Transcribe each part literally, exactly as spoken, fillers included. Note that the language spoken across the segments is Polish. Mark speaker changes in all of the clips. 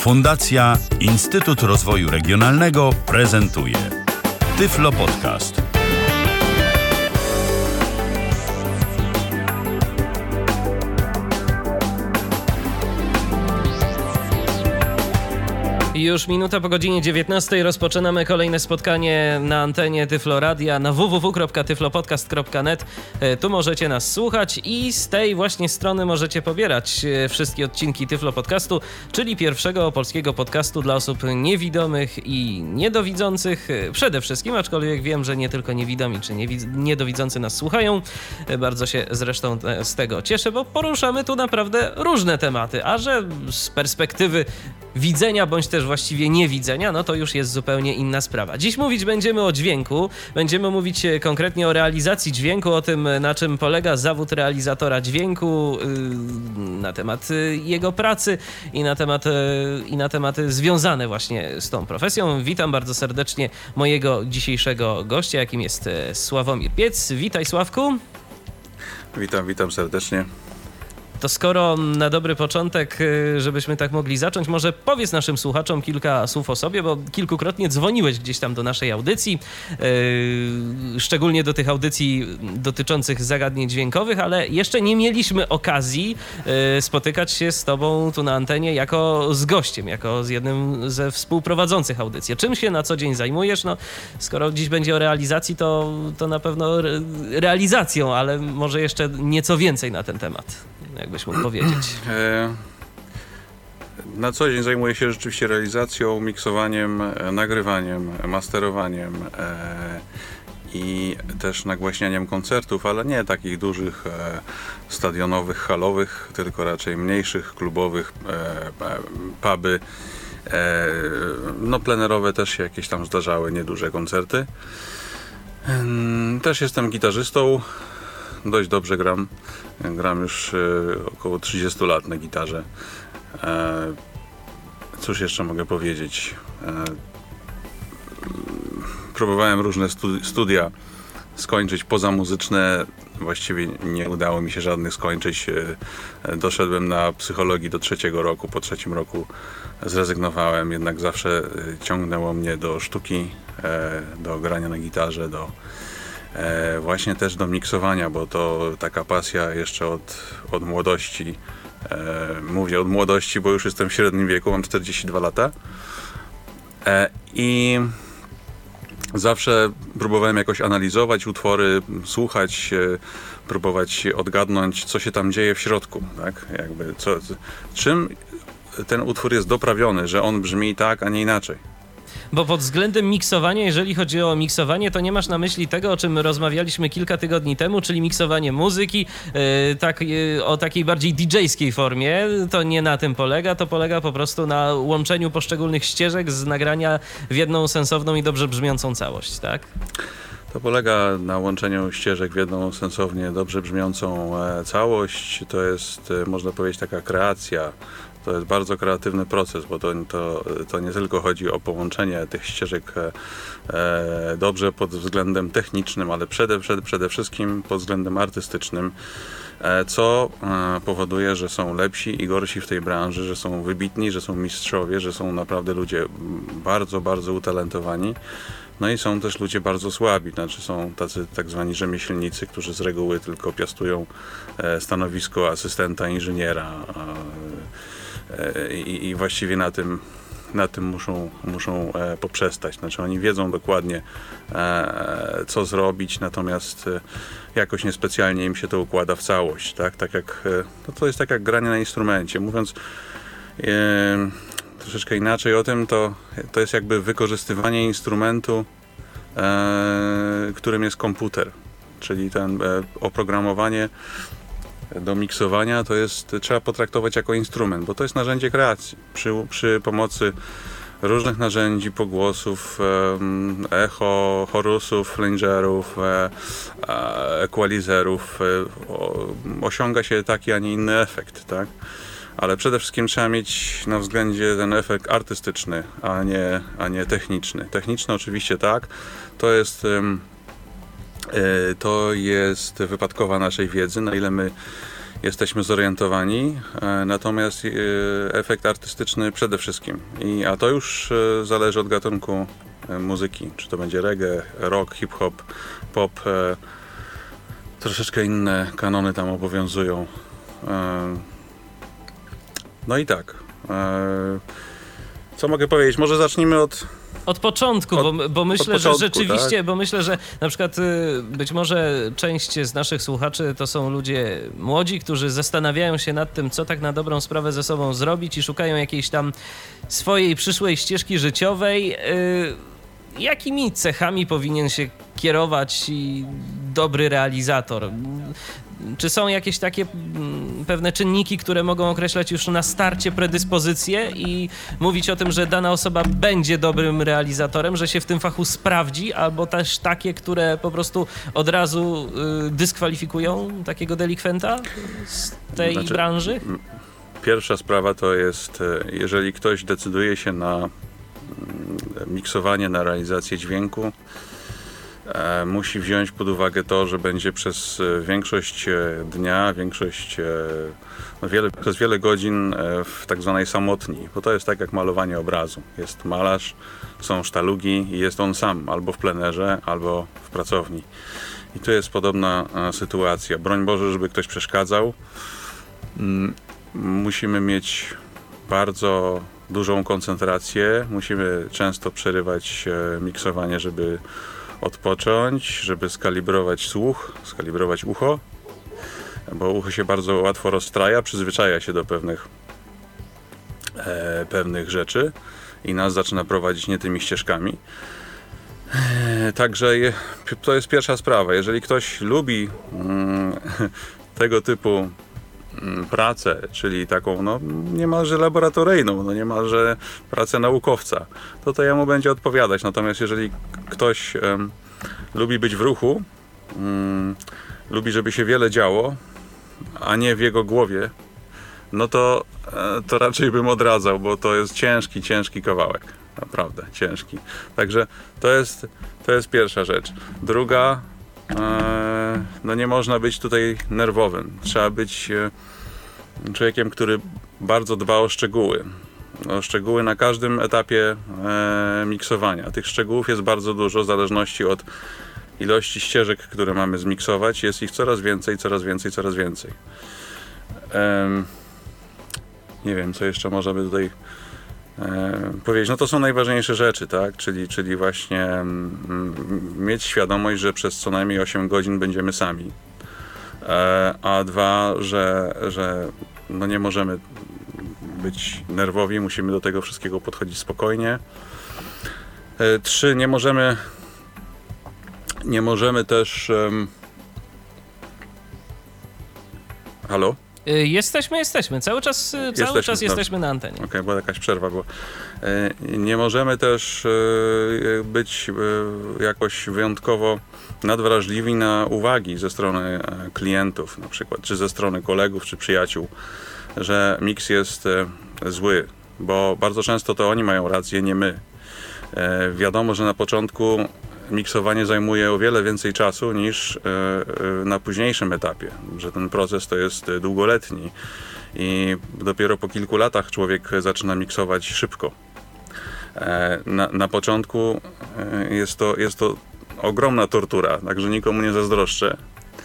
Speaker 1: Fundacja Instytut Rozwoju Regionalnego prezentuje Tyflo Podcast.
Speaker 2: Już minuta po godzinie dziewiętnastej rozpoczynamy kolejne spotkanie na antenie Tyflo Radia na w w w kropka tyflopodcast kropka net. Tu możecie nas słuchać i z tej właśnie strony możecie pobierać wszystkie odcinki Tyflo Podcastu, czyli pierwszego polskiego podcastu dla osób niewidomych i niedowidzących. Przede wszystkim, aczkolwiek wiem, że nie tylko niewidomi czy niewid- niedowidzący nas słuchają. Bardzo się zresztą z tego cieszę, bo poruszamy tu naprawdę różne tematy, a że z perspektywy widzenia bądź też właściwie niewidzenia, no to już jest zupełnie inna sprawa. Dziś mówić będziemy o dźwięku, będziemy mówić konkretnie o realizacji dźwięku, o tym, na czym polega zawód realizatora dźwięku, na temat jego pracy i na temat, i na tematy związane właśnie z tą profesją. Witam bardzo serdecznie mojego dzisiejszego gościa, jakim jest Sławomir Piec. Witaj, Sławku.
Speaker 3: Witam, witam serdecznie.
Speaker 2: To skoro na dobry początek, żebyśmy tak mogli zacząć, może powiedz naszym słuchaczom kilka słów o sobie, bo kilkukrotnie dzwoniłeś gdzieś tam do naszej audycji, yy, szczególnie do tych audycji dotyczących zagadnień dźwiękowych, ale jeszcze nie mieliśmy okazji yy, spotykać się z tobą tu na antenie jako z gościem, jako z jednym ze współprowadzących audycji. Czym się na co dzień zajmujesz? No, skoro dziś będzie o realizacji, to, to na pewno re- realizacją, ale może jeszcze nieco więcej na ten temat. Jakbyś mógł powiedzieć.
Speaker 3: Na co dzień zajmuję się rzeczywiście realizacją, miksowaniem, nagrywaniem, masterowaniem i też nagłaśnianiem koncertów, ale nie takich dużych, stadionowych, halowych, tylko raczej mniejszych, klubowych, puby. No plenerowe też się jakieś tam zdarzały, nieduże koncerty. Też jestem gitarzystą. Dość dobrze gram. Gram już e, około trzydzieści lat na gitarze. E, cóż jeszcze mogę powiedzieć? E, próbowałem różne studi- studia skończyć pozamuzyczne. Właściwie nie udało mi się żadnych skończyć. E, doszedłem na psychologii do trzeciego roku. Po trzecim roku zrezygnowałem. Jednak zawsze ciągnęło mnie do sztuki, e, do grania na gitarze, do E, właśnie też do miksowania, bo to taka pasja jeszcze od, od młodości. E, mówię od młodości, bo już jestem w średnim wieku, mam czterdzieści dwa lata. E, I zawsze próbowałem jakoś analizować utwory, słuchać, e, próbować odgadnąć, co się tam dzieje w środku. Tak? Jakby co, czym ten utwór jest doprawiony, że on brzmi tak, a nie inaczej.
Speaker 2: Bo pod względem miksowania, jeżeli chodzi o miksowanie, to nie masz na myśli tego, o czym rozmawialiśmy kilka tygodni temu, czyli miksowanie muzyki yy, tak, yy, o takiej bardziej didżejskiej formie. To nie na tym polega, to polega po prostu na łączeniu poszczególnych ścieżek z nagrania w jedną sensowną i dobrze brzmiącą całość, tak?
Speaker 3: To polega na łączeniu ścieżek w jedną sensownie dobrze brzmiącą e, całość. To jest, e, można powiedzieć, taka kreacja. To jest bardzo kreatywny proces, bo to, to, to nie tylko chodzi o połączenie tych ścieżek e, dobrze pod względem technicznym, ale przede, przede, przede wszystkim pod względem artystycznym, e, co e, powoduje, że są lepsi i gorsi w tej branży, że są wybitni, że są mistrzowie, że są naprawdę ludzie bardzo, bardzo utalentowani. No i są też ludzie bardzo słabi, znaczy są tacy tak zwani rzemieślnicy, którzy z reguły tylko piastują e, stanowisko asystenta inżyniera. I, i właściwie na tym, na tym muszą, muszą e, poprzestać. Znaczy oni wiedzą dokładnie, e, co zrobić, natomiast e, jakoś niespecjalnie im się to układa w całość. Tak, tak jak, e, no to jest tak jak granie na instrumencie. Mówiąc e, troszeczkę inaczej o tym, to, to jest jakby wykorzystywanie instrumentu, e, którym jest komputer. Czyli ten e, oprogramowanie do miksowania to jest, trzeba potraktować jako instrument, bo to jest narzędzie kreacji. Przy, przy pomocy różnych narzędzi, pogłosów, echo, chorusów, flangerów, equalizerów osiąga się taki, a nie inny efekt, tak? Ale przede wszystkim trzeba mieć na względzie ten efekt artystyczny, a nie, a nie techniczny. Techniczny oczywiście tak, to jest to jest wypadkowa naszej wiedzy, na ile my jesteśmy zorientowani, natomiast efekt artystyczny przede wszystkim. I, a to już zależy od gatunku muzyki, czy to będzie reggae, rock, hip-hop, pop. Troszeczkę inne kanony tam obowiązują. No i tak. Co mogę powiedzieć? Może zacznijmy od...
Speaker 2: Od początku,
Speaker 3: od,
Speaker 2: bo, bo myślę,
Speaker 3: początku,
Speaker 2: że rzeczywiście,
Speaker 3: tak?
Speaker 2: bo myślę, że na przykład być może część z naszych słuchaczy to są ludzie młodzi, którzy zastanawiają się nad tym, co tak na dobrą sprawę ze sobą zrobić i szukają jakiejś tam swojej przyszłej ścieżki życiowej. Jakimi cechami powinien się kierować dobry realizator? Czy są jakieś takie pewne czynniki, które mogą określać już na starcie predyspozycje i mówić o tym, że dana osoba będzie dobrym realizatorem, że się w tym fachu sprawdzi, albo też takie, które po prostu od razu dyskwalifikują takiego delikwenta z tej
Speaker 3: znaczy,
Speaker 2: branży?
Speaker 3: Pierwsza sprawa to jest, jeżeli ktoś decyduje się na miksowanie, na realizację dźwięku, e, musi wziąć pod uwagę to, że będzie przez większość dnia, większość, e, no wiele, przez wiele godzin e, w tak zwanej samotni, bo to jest tak jak malowanie obrazu. Jest malarz, są sztalugi i jest on sam, albo w plenerze, albo w pracowni. I tu jest podobna e, sytuacja. Broń Boże, żeby ktoś przeszkadzał. Mm, musimy mieć bardzo dużą koncentrację. Musimy często przerywać e, miksowanie, żeby odpocząć, żeby skalibrować słuch, skalibrować ucho, bo ucho się bardzo łatwo rozstraja, przyzwyczaja się do pewnych, e, pewnych rzeczy i nas zaczyna prowadzić nie tymi ścieżkami. E, także je, to jest pierwsza sprawa. Jeżeli ktoś lubi mm, tego typu pracę, czyli taką no, niemalże laboratoryjną, no, niemalże pracę naukowca, to to jemu będzie odpowiadać. Natomiast jeżeli ktoś um, lubi być w ruchu, um, lubi, żeby się wiele działo, a nie w jego głowie, no to, to raczej bym odradzał, bo to jest ciężki, ciężki kawałek. Naprawdę ciężki. Także to jest, to jest pierwsza rzecz. Druga, no nie można być tutaj nerwowym. Trzeba być człowiekiem, który bardzo dba o szczegóły. O szczegóły na każdym etapie miksowania. Tych szczegółów jest bardzo dużo w zależności od ilości ścieżek, które mamy zmiksować. Jest ich coraz więcej, coraz więcej, coraz więcej. Nie wiem, co jeszcze można by tutaj powiedzieć. No to są najważniejsze rzeczy, tak? Czyli, czyli właśnie mm, mieć świadomość, że przez co najmniej osiem godzin będziemy sami. E, a dwa, że, że no nie możemy być nerwowi, musimy do tego wszystkiego podchodzić spokojnie. E, trzy, nie możemy nie możemy też um... Halo?
Speaker 2: Jesteśmy, jesteśmy. Cały czas, cały
Speaker 3: jesteśmy,
Speaker 2: czas jesteśmy na antenie.
Speaker 3: Okej, okay, była jakaś przerwa, bo nie możemy też być jakoś wyjątkowo nadwrażliwi na uwagi ze strony klientów na przykład, czy ze strony kolegów, czy przyjaciół, że miks jest zły, bo bardzo często to oni mają rację, nie my. Wiadomo, że na początku miksowanie zajmuje o wiele więcej czasu niż na późniejszym etapie, że ten proces to jest długoletni i dopiero po kilku latach człowiek zaczyna miksować szybko. Na, na początku jest to, jest to ogromna tortura, także nikomu nie zazdroszczę.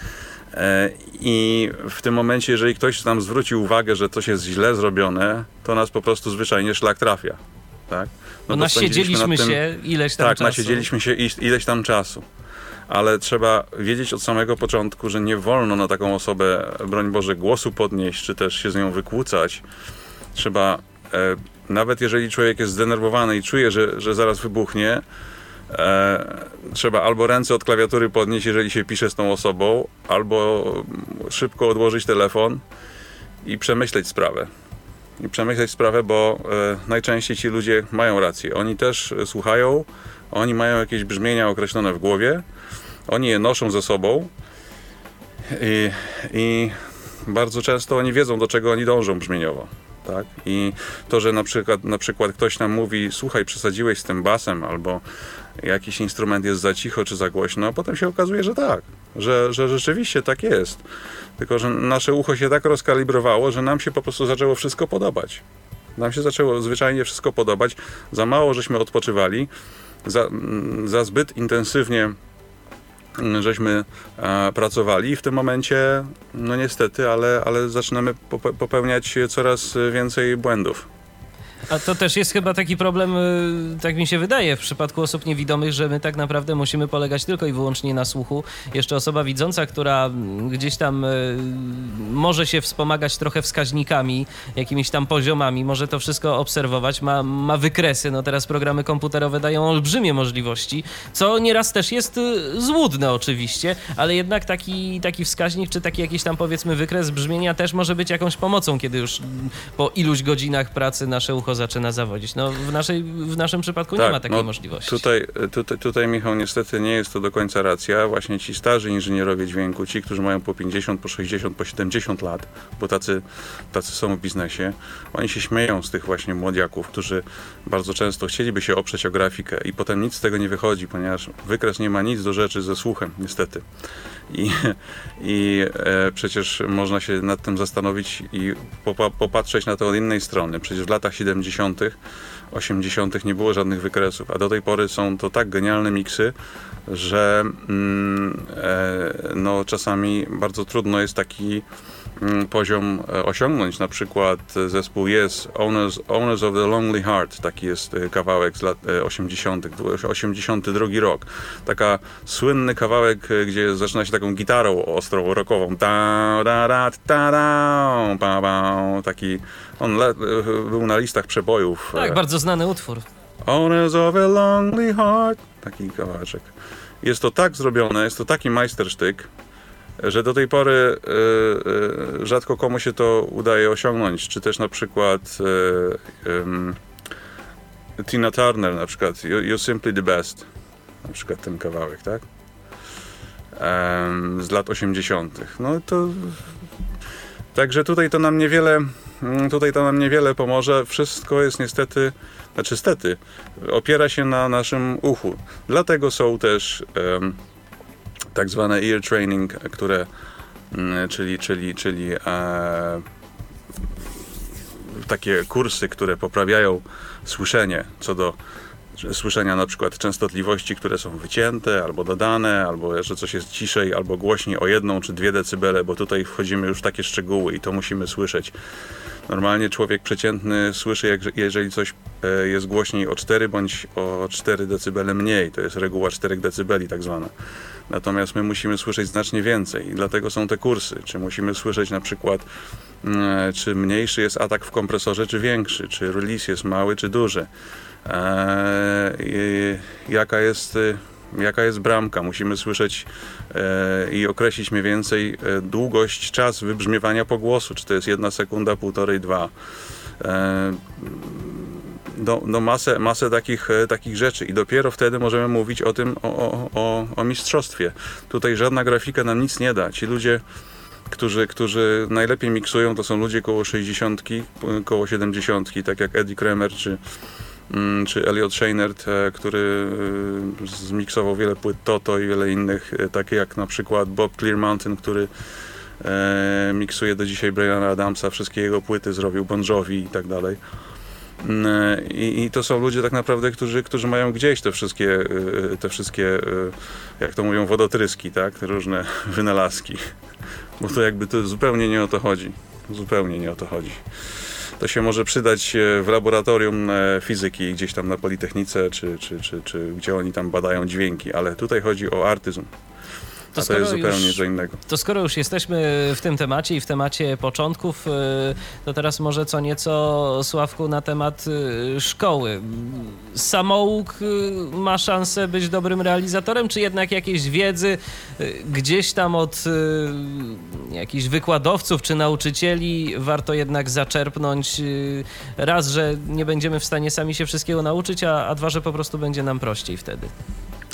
Speaker 3: I w tym momencie, jeżeli ktoś nam zwróci uwagę, że coś jest źle zrobione, to nas po prostu zwyczajnie szlak trafia. Tak?
Speaker 2: No bo nasiedzieliśmy tym, się ileś tam
Speaker 3: tak,
Speaker 2: czasu.
Speaker 3: Tak, nasiedzieliśmy się ileś tam czasu. Ale trzeba wiedzieć od samego początku, że nie wolno na taką osobę, broń Boże, głosu podnieść, czy też się z nią wykłócać. Trzeba, e, nawet jeżeli człowiek jest zdenerwowany i czuje, że, że zaraz wybuchnie, e, trzeba albo ręce od klawiatury podnieść, jeżeli się pisze z tą osobą, albo szybko odłożyć telefon i przemyśleć sprawę. I przemyśleć sprawę, bo e, najczęściej ci ludzie mają rację. Oni też e, słuchają, oni mają jakieś brzmienia określone w głowie, oni je noszą ze sobą i, i bardzo często oni wiedzą, do czego oni dążą brzmieniowo. tak? I to, że na przykład, na przykład ktoś nam mówi, słuchaj, przesadziłeś z tym basem, albo jakiś instrument jest za cicho czy za głośno, a potem się okazuje, że tak, że, że rzeczywiście tak jest. Tylko że nasze ucho się tak rozkalibrowało, że nam się po prostu zaczęło wszystko podobać. Nam się zaczęło zwyczajnie wszystko podobać. Za mało żeśmy odpoczywali, za, za zbyt intensywnie żeśmy e, pracowali i w tym momencie, no niestety, ale, ale zaczynamy popełniać coraz więcej błędów.
Speaker 2: A to też jest chyba taki problem, tak mi się wydaje, w przypadku osób niewidomych, że my tak naprawdę musimy polegać tylko i wyłącznie na słuchu. Jeszcze osoba widząca, która gdzieś tam może się wspomagać trochę wskaźnikami, jakimiś tam poziomami, może to wszystko obserwować, ma, ma wykresy. No teraz programy komputerowe dają olbrzymie możliwości, co nieraz też jest złudne oczywiście, ale jednak taki, taki wskaźnik, czy taki jakiś tam powiedzmy wykres brzmienia też może być jakąś pomocą, kiedy już po iluś godzinach pracy nasze ucho zaczyna zawodzić. No w, naszej, w naszym przypadku tak, nie ma takiej no, możliwości.
Speaker 3: Tutaj, tutaj, tutaj, Michał, niestety nie jest to do końca racja. Właśnie ci starzy inżynierowie dźwięku, ci, którzy mają po pięćdziesiąt, po sześćdziesiąt, po siedemdziesiąt lat, bo tacy, tacy są w biznesie, oni się śmieją z tych właśnie młodziaków, którzy bardzo często chcieliby się oprzeć o grafikę i potem nic z tego nie wychodzi, ponieważ wykres nie ma nic do rzeczy ze słuchem, niestety. I, i e, przecież można się nad tym zastanowić i popa- popatrzeć na to od innej strony. Przecież w latach siedemdziesiątych, osiemdziesiątych nie było żadnych wykresów, a do tej pory są to tak genialne miksy, że mm, e, no, czasami bardzo trudno jest taki mm, poziom e, osiągnąć. Na przykład zespół Yes, Owners, Owners of the Lonely Heart, taki jest e, kawałek z lat e, osiemdziesiątych, osiemdziesiąty drugi rok. Taka słynny kawałek, e, gdzie zaczyna się taką gitarą ostrą, rockową. Da, da, da, da, da, ba, ba, taki, on le, był na listach przebojów.
Speaker 2: Tak, bardzo znany utwór.
Speaker 3: Owners of a Lonely Heart, taki kawałeczek. Jest to tak zrobione, jest to taki majstersztyk, że do tej pory y, y, rzadko komu się to udaje osiągnąć. Czy też na przykład y, y, Tina Turner, na przykład You're Simply the Best, na przykład ten kawałek, tak? Um, z lat osiemdziesiątych. No to... Także tutaj to nam niewiele, tutaj to nam niewiele pomoże. Wszystko jest niestety, znaczy stety, opiera się na naszym uchu. Dlatego są też um, tak zwane ear training, które, um, czyli, czyli, czyli e, takie kursy, które poprawiają słyszenie co do słyszenia na przykład częstotliwości, które są wycięte, albo dodane, albo że coś jest ciszej, albo głośniej o jedną czy dwie decybele, bo tutaj wchodzimy już w takie szczegóły i to musimy słyszeć. Normalnie człowiek przeciętny słyszy, jeżeli coś jest głośniej o cztery bądź o cztery decybele mniej. To jest reguła czterech decybeli tak zwana. Natomiast my musimy słyszeć znacznie więcej i dlatego są te kursy. Czy musimy słyszeć na przykład, czy mniejszy jest atak w kompresorze, czy większy, czy release jest mały, czy duży. Eee, jaka jest, jaka jest bramka. Musimy słyszeć e, i określić mniej więcej e, długość, czas wybrzmiewania pogłosu, czy to jest jedna sekunda, półtorej, dwa. E, no, no masę, masę takich, e, takich rzeczy i dopiero wtedy możemy mówić o tym, o, o, o, o mistrzostwie. Tutaj żadna grafika nam nic nie da. Ci ludzie, którzy, którzy najlepiej miksują, to są ludzie koło sześćdziesiątki, koło siedemdziesiątki, tak jak Eddie Kramer, czy czy Elliot Scheinert, który zmiksował wiele płyt Toto i wiele innych, takie jak na przykład Bob Clear Mountain, który miksuje do dzisiaj Briana Adamsa, wszystkie jego płyty zrobił, Bon Jovi i tak dalej. I, I to są ludzie tak naprawdę, którzy, którzy mają gdzieś te wszystkie, te wszystkie, jak to mówią, wodotryski, tak? Te różne wynalazki. Bo to jakby to zupełnie nie o to chodzi. Zupełnie nie o to chodzi. To się może przydać w laboratorium fizyki gdzieś tam na Politechnice, czy, czy, czy, czy gdzie oni tam badają dźwięki, ale tutaj chodzi o artyzm. To, to jest zupełnie już, co innego.
Speaker 2: To skoro już jesteśmy w tym temacie i w temacie początków, to teraz może co nieco, Sławku, na temat szkoły. Samouk ma szansę być dobrym realizatorem, czy jednak jakiejś wiedzy gdzieś tam od jakichś wykładowców czy nauczycieli warto jednak zaczerpnąć? Raz, że nie będziemy w stanie sami się wszystkiego nauczyć, a, a dwa, że po prostu będzie nam prościej wtedy.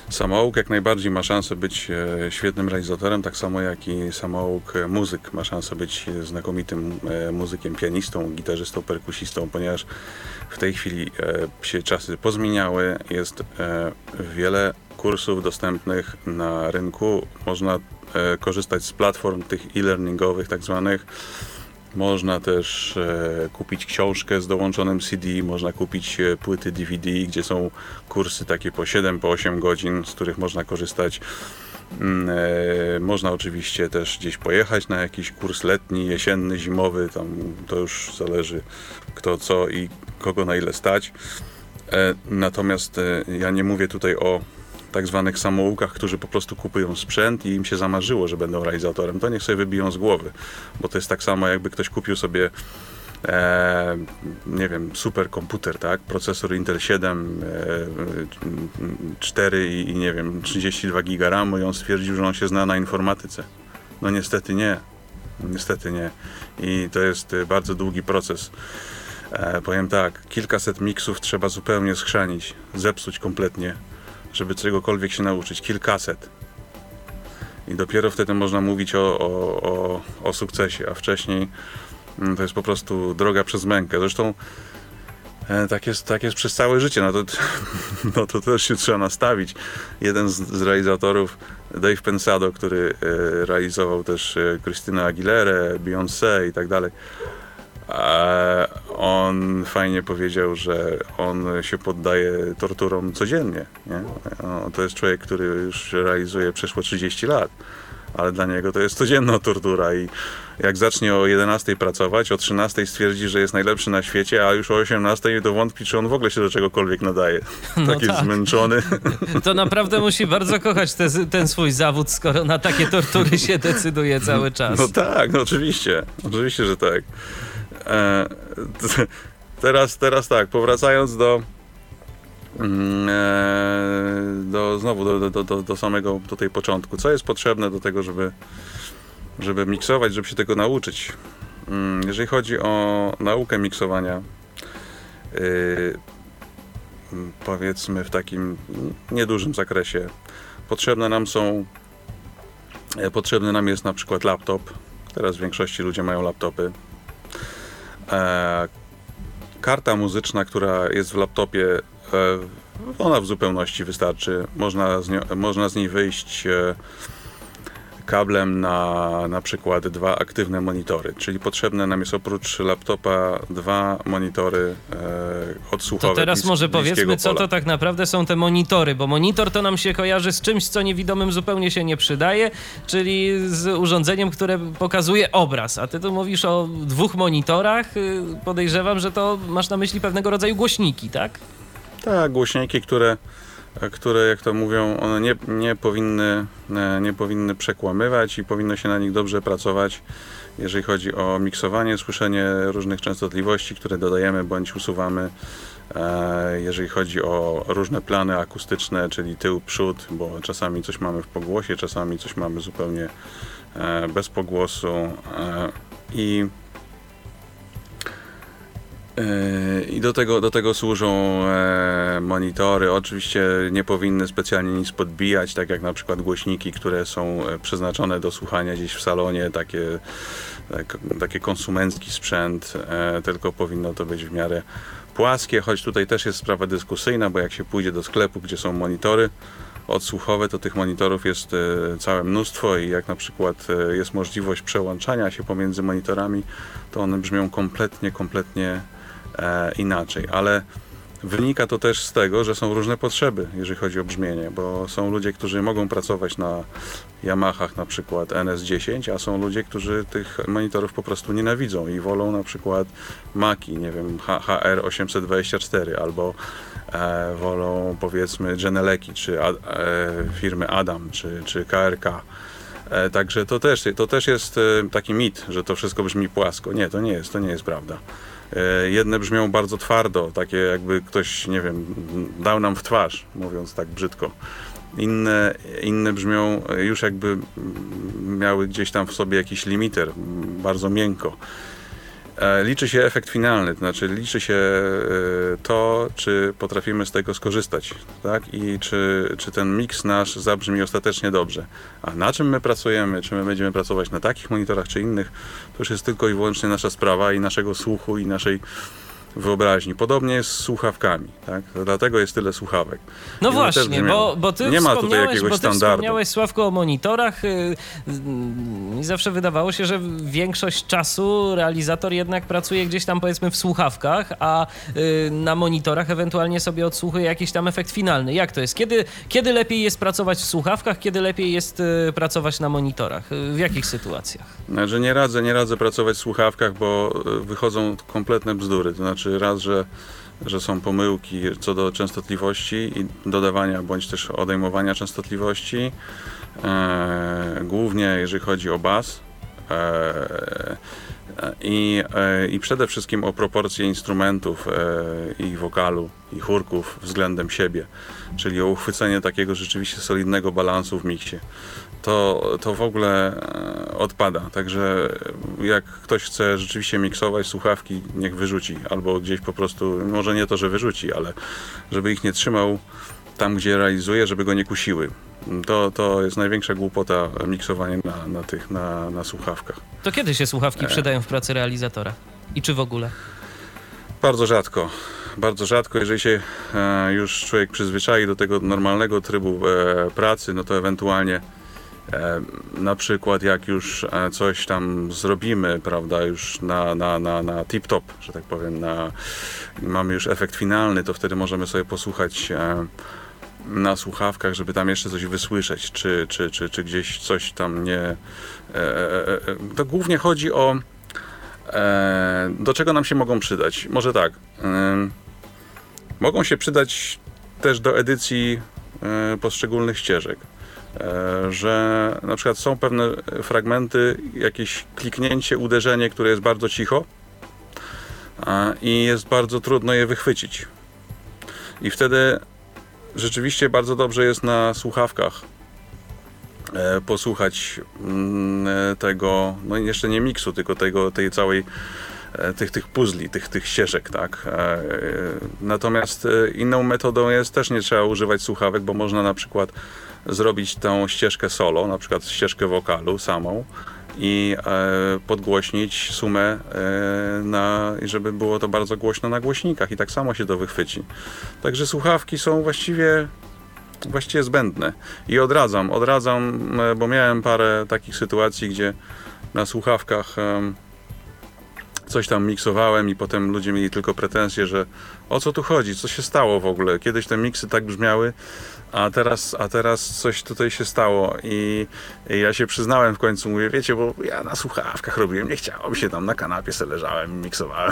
Speaker 3: Samouk jak najbardziej ma szansę być e, świetnym realizatorem, tak samo jak i samouk e, muzyk ma szansę być znakomitym e, muzykiem, pianistą, gitarzystą, perkusistą, ponieważ w tej chwili e, się czasy pozmieniały, jest e, wiele kursów dostępnych na rynku, można e, korzystać z platform tych e-learningowych tak zwanych. Można też e, kupić książkę z dołączonym C D, można kupić e, płyty D V D, gdzie są kursy takie po siedem, po osiem godzin, z których można korzystać. Mm, e, można oczywiście też gdzieś pojechać na jakiś kurs letni, jesienny, zimowy, tam to już zależy kto co i kogo na ile stać. E, natomiast e, ja nie mówię tutaj o tak zwanych samoukach, którzy po prostu kupują sprzęt i im się zamarzyło, że będą realizatorem, to niech sobie wybiją z głowy, bo to jest tak samo, jakby ktoś kupił sobie e, nie wiem, super komputer, tak, procesor Intel siedem, e, cztery i, i nie wiem, trzydzieści dwa giga ramu i on stwierdził, że on się zna na informatyce. No niestety nie, niestety nie i to jest bardzo długi proces. E, powiem tak, kilkaset miksów trzeba zupełnie schrzanić, zepsuć kompletnie, żeby czegokolwiek się nauczyć. Kilkaset. I dopiero wtedy można mówić o, o, o, o sukcesie, a wcześniej to jest po prostu droga przez mękę. Zresztą e, tak, jest, tak jest przez całe życie. No to, no to też się trzeba nastawić. Jeden z, z realizatorów, Dave Pensado, który e, realizował też e, Christynę Aguilerę, Beyoncé i tak dalej, a on fajnie powiedział, że on się poddaje torturom codziennie. Nie? No, to jest człowiek, który już realizuje przeszło trzydzieści lat, ale dla niego to jest codzienna tortura i jak zacznie o jedenastej pracować, o trzynastej stwierdzi, że jest najlepszy na świecie, a już o osiemnastej dowątpi, czy on w ogóle się do czegokolwiek nadaje.
Speaker 2: No
Speaker 3: Taki
Speaker 2: tak.
Speaker 3: zmęczony.
Speaker 2: To naprawdę musi bardzo kochać te, ten swój zawód, skoro na takie tortury się decyduje cały czas.
Speaker 3: No tak, no oczywiście. Oczywiście, że tak. E, t- teraz, teraz tak, powracając do mm, e, do znowu do, do, do, do samego do tej początku. Co jest potrzebne do tego, żeby, żeby miksować, żeby się tego nauczyć? Mm, jeżeli chodzi o naukę miksowania, y, powiedzmy w takim niedużym zakresie, potrzebne nam są e, potrzebny nam jest na przykład laptop. Teraz w większości ludzie mają laptopy. E, karta muzyczna, która jest w laptopie, e, ona w zupełności wystarczy. Można z, nią, można z niej wyjść e, kablem na na przykład dwa aktywne monitory, czyli potrzebne nam jest oprócz laptopa dwa monitory e, odsłuchowe.
Speaker 2: To teraz
Speaker 3: blis-
Speaker 2: może powiedzmy, co
Speaker 3: pola.
Speaker 2: to tak naprawdę są te monitory, bo monitor to nam się kojarzy z czymś, co niewidomym zupełnie się nie przydaje, czyli z urządzeniem, które pokazuje obraz, a ty tu mówisz o dwóch monitorach, podejrzewam, że to masz na myśli pewnego rodzaju głośniki, tak?
Speaker 3: Tak, głośniki, które, które jak to mówią, one nie, nie, powinny, nie powinny przekłamywać i powinno się na nich dobrze pracować, jeżeli chodzi o miksowanie, słyszenie różnych częstotliwości, które dodajemy bądź usuwamy, jeżeli chodzi o różne plany akustyczne, czyli tył, przód, bo czasami coś mamy w pogłosie, czasami coś mamy zupełnie bez pogłosu i I do tego, do tego służą e, monitory. Oczywiście nie powinny specjalnie nic podbijać, tak jak na przykład głośniki, które są przeznaczone do słuchania gdzieś w salonie, takie, tak, taki konsumencki sprzęt, e, tylko powinno to być w miarę płaskie, choć tutaj też jest sprawa dyskusyjna, bo jak się pójdzie do sklepu, gdzie są monitory odsłuchowe, to tych monitorów jest e, całe mnóstwo i jak na przykład e, jest możliwość przełączania się pomiędzy monitorami, to one brzmią kompletnie, kompletnie E, inaczej, ale wynika to też z tego, że są różne potrzeby, jeżeli chodzi o brzmienie, bo są ludzie, którzy mogą pracować na Yamahach na przykład N S dziesięć, a są ludzie, którzy tych monitorów po prostu nienawidzą i wolą na przykład Maki, nie wiem, H R osiemset dwadzieścia cztery albo e, wolą powiedzmy Geneleki, czy a, e, firmy Adam, czy, czy K R K. E, także to też, to też jest e, taki mit, że to wszystko brzmi płasko. Nie, to nie jest, to nie jest prawda. Jedne brzmią bardzo twardo, takie jakby ktoś, nie wiem, dał nam w twarz, mówiąc tak brzydko. Inne, inne brzmią już jakby miały gdzieś tam w sobie jakiś limiter, bardzo miękko. Liczy się efekt finalny, to znaczy liczy się to, czy potrafimy z tego skorzystać, tak? I czy, czy ten miks nasz zabrzmi ostatecznie dobrze. A na czym my pracujemy, czy my będziemy pracować na takich monitorach, czy innych, to już jest tylko i wyłącznie nasza sprawa i naszego słuchu, i naszej wyobraźni. Podobnie jest z słuchawkami, tak? Dlatego jest tyle słuchawek.
Speaker 2: No właśnie, bo, bo ty
Speaker 3: nie ma tutaj jakiegoś
Speaker 2: bo ty
Speaker 3: standardu.
Speaker 2: wspomniałeś, Sławku, o monitorach i zawsze wydawało się, że większość czasu realizator jednak pracuje gdzieś tam, powiedzmy, w słuchawkach, a y, na monitorach ewentualnie sobie odsłuchuje jakiś tam efekt finalny. Jak to jest? Kiedy, kiedy lepiej jest pracować w słuchawkach, kiedy lepiej jest y, pracować na monitorach? W jakich sytuacjach?
Speaker 3: Znaczy nie radzę, nie radzę pracować w słuchawkach, bo wychodzą kompletne bzdury. To znaczy raz, że, że są pomyłki co do częstotliwości i dodawania bądź też odejmowania częstotliwości, e, głównie jeżeli chodzi o bas e, i, e, i przede wszystkim o proporcje instrumentów e, i wokalu i chórków względem siebie, czyli o uchwycenie takiego rzeczywiście solidnego balansu w miksie. To, to w ogóle odpada, także jak ktoś chce rzeczywiście miksować słuchawki, niech wyrzuci, albo gdzieś po prostu, może nie to, że wyrzuci, ale żeby ich nie trzymał tam, gdzie realizuje, żeby go nie kusiły. To, to jest największa głupota, miksowanie na, na tych, na, na słuchawkach.
Speaker 2: To kiedy się słuchawki przydają w pracy realizatora? I czy w ogóle?
Speaker 3: Bardzo rzadko. Bardzo rzadko, jeżeli się e, już człowiek przyzwyczai do tego normalnego trybu e, pracy, no to ewentualnie E, na przykład jak już e, coś tam zrobimy, prawda, już na, na, na, na tip-top, że tak powiem, na, mamy już efekt finalny, to wtedy możemy sobie posłuchać e, na słuchawkach, żeby tam jeszcze coś wysłyszeć, czy, czy, czy, czy gdzieś coś tam nie... E, e, e, to głównie chodzi o e, do czego nam się mogą przydać. Może tak, e, mogą się przydać też do edycji e, poszczególnych ścieżek. Że na przykład są pewne fragmenty, jakieś kliknięcie, uderzenie, które jest bardzo cicho i jest bardzo trudno je wychwycić. I wtedy rzeczywiście bardzo dobrze jest na słuchawkach posłuchać tego, no jeszcze nie miksu, tylko tego, tej całej tych, tych puzli, tych, tych ścieżek, tak. Natomiast inną metodą jest, też nie trzeba używać słuchawek, bo można na przykład zrobić tą ścieżkę solo, na przykład ścieżkę wokalu samą i e, podgłośnić sumę, e, na, żeby było to bardzo głośno na głośnikach i tak samo się to wychwyci. Także słuchawki są właściwie właściwie zbędne i odradzam, odradzam, bo miałem parę takich sytuacji, gdzie na słuchawkach e, coś tam miksowałem i potem ludzie mieli tylko pretensje, że o co tu chodzi, co się stało w ogóle, kiedyś te miksy tak brzmiały, a teraz, a teraz coś tutaj się stało i, i ja się przyznałem w końcu, mówię, wiecie, bo ja na słuchawkach robiłem, nie chciało mi się, tam na kanapie se leżałem i miksowałem.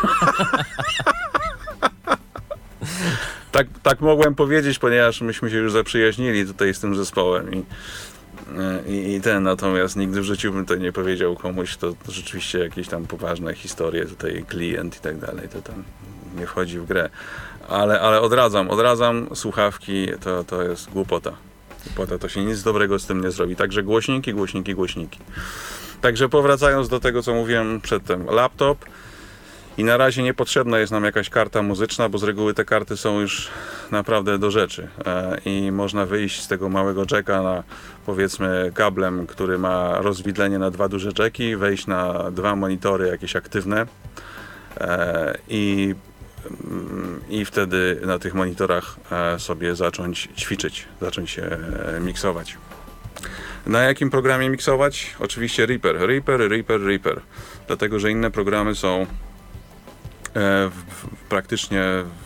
Speaker 3: tak, tak mogłem powiedzieć, ponieważ myśmy się już zaprzyjaźnili tutaj z tym zespołem i, i, i ten, natomiast nigdy w życiu bym to nie powiedział komuś, to rzeczywiście jakieś tam poważne historie, tutaj klient i tak dalej, to tam nie wchodzi w grę. Ale, ale odradzam, odradzam słuchawki, to, to jest głupota. Głupota, to się nic dobrego z tym nie zrobi. Także głośniki, głośniki, głośniki. Także powracając do tego, co mówiłem przedtem, laptop i na razie niepotrzebna jest nam jakaś karta muzyczna, bo z reguły te karty są już naprawdę do rzeczy e, i można wyjść z tego małego jacka na, powiedzmy, kablem, który ma rozwidlenie na dwa duże jacki, wejść na dwa monitory jakieś aktywne e, i i wtedy na tych monitorach sobie zacząć ćwiczyć, zacząć się miksować. Na jakim programie miksować? Oczywiście Reaper, Reaper, Reaper, Reaper. Dlatego, że inne programy są w, w, praktycznie,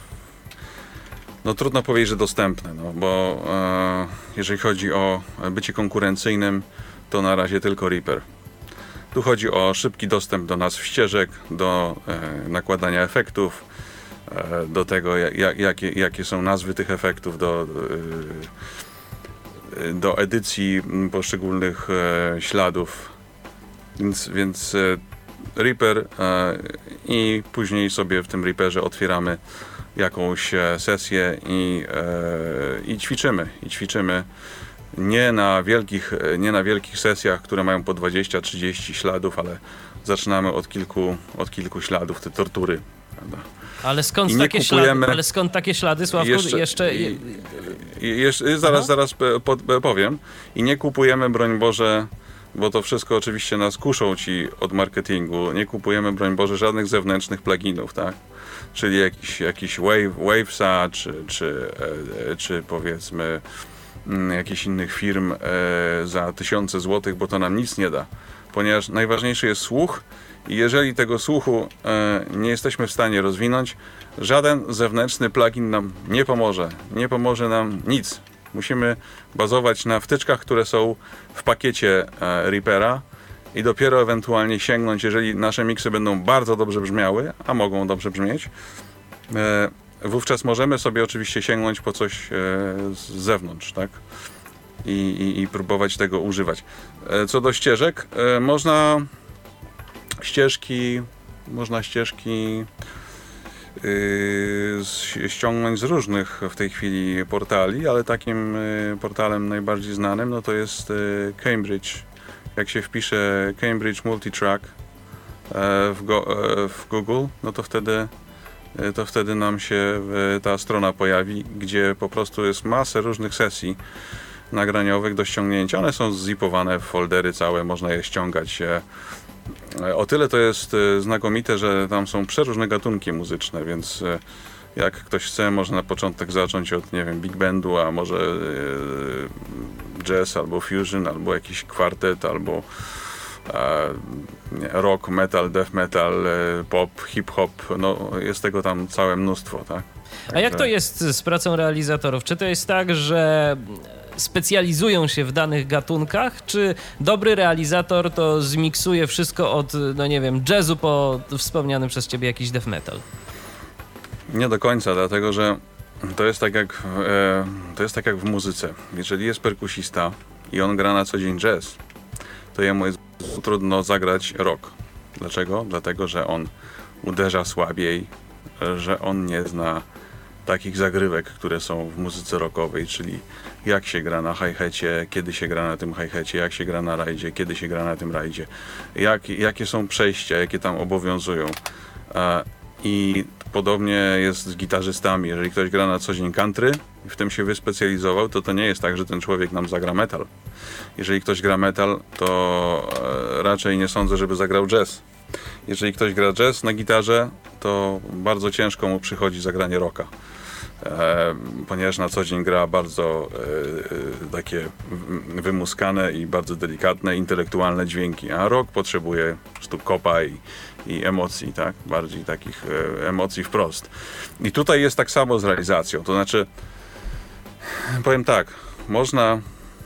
Speaker 3: no trudno powiedzieć, że dostępne, no, bo e, jeżeli chodzi o bycie konkurencyjnym, to na razie tylko Reaper. Tu chodzi o szybki dostęp do nazw ścieżek, do e, nakładania efektów, do tego, jak, jakie, jakie są nazwy tych efektów, do, do edycji poszczególnych śladów. Więc, więc Reaper i później sobie w tym Reaperze otwieramy jakąś sesję i, i ćwiczymy. I ćwiczymy nie na wielkich, nie na wielkich sesjach, które mają po dwadzieścia trzydzieści śladów, ale zaczynamy od kilku, od kilku śladów, te tortury, prawda?
Speaker 2: Ale skąd, takie
Speaker 3: kupujemy...
Speaker 2: ślady, ale skąd takie ślady, Sławku?
Speaker 3: Jeszcze,
Speaker 2: jeszcze...
Speaker 3: I, i, jeszcze zaraz, Aha. zaraz powiem. I nie kupujemy, broń Boże, bo to wszystko oczywiście nas kuszą ci od marketingu, nie kupujemy, broń Boże, żadnych zewnętrznych pluginów, tak? Czyli jakiś, jakiś wave, Wavesa, czy, czy, e, czy powiedzmy m, jakichś innych firm e, za tysiące złotych, bo to nam nic nie da. Ponieważ najważniejszy jest słuch i jeżeli tego słuchu e, nie jesteśmy w stanie rozwinąć, żaden zewnętrzny plugin nam nie pomoże. Nie pomoże nam nic. Musimy bazować na wtyczkach, które są w pakiecie e, Reapera i dopiero ewentualnie sięgnąć, jeżeli nasze miksy będą bardzo dobrze brzmiały, a mogą dobrze brzmieć, e, wówczas możemy sobie oczywiście sięgnąć po coś e, z zewnątrz, tak? I, i, i próbować tego używać. E, co do ścieżek, e, można ścieżki, można ścieżki Yy, ściągnąć z różnych w tej chwili portali, ale takim yy, portalem najbardziej znanym no to jest yy, Cambridge. Jak się wpisze Cambridge Multitrack yy, w, go, yy, w Google, no to wtedy, yy, to wtedy nam się yy, ta strona pojawi, gdzie po prostu jest masę różnych sesji nagraniowych do ściągnięcia. One są zzipowane w foldery całe, można je ściągać. Yy, O tyle to jest znakomite, że tam są przeróżne gatunki muzyczne, więc jak ktoś chce, może na początek zacząć od, nie wiem, big bandu, a może jazz, albo fusion, albo jakiś kwartet, albo rock, metal, death metal, pop, hip-hop, no jest tego tam całe mnóstwo, tak?
Speaker 2: A jak to jest z pracą realizatorów? Czy to jest tak, że specjalizują się w danych gatunkach, czy dobry realizator to zmiksuje wszystko od, no nie wiem, jazzu po wspomniany przez ciebie jakiś death metal?
Speaker 3: Nie do końca, dlatego że to jest tak jak, e, to jest tak jak w muzyce. Jeżeli jest perkusista i on gra na co dzień jazz, to jemu jest trudno zagrać rock. Dlaczego? Dlatego, że on uderza słabiej, że on nie zna takich zagrywek, które są w muzyce rockowej, czyli jak się gra na hi-hacie, kiedy się gra na tym hi-hacie, jak się gra na rajdzie, kiedy się gra na tym rajdzie, jak, jakie są przejścia, jakie tam obowiązują. I podobnie jest z gitarzystami. Jeżeli ktoś gra na co dzień country i w tym się wyspecjalizował, to to nie jest tak, że ten człowiek nam zagra metal. Jeżeli ktoś gra metal, to raczej nie sądzę, żeby zagrał jazz. Jeżeli ktoś gra jazz na gitarze, to bardzo ciężko mu przychodzi zagranie rocka. E, ponieważ na co dzień gra bardzo e, takie wymuskane i bardzo delikatne, intelektualne dźwięki, a rock potrzebuje po prostu kopa i, i emocji, tak? Bardziej takich e, emocji wprost. I tutaj jest tak samo z realizacją, to znaczy powiem tak, można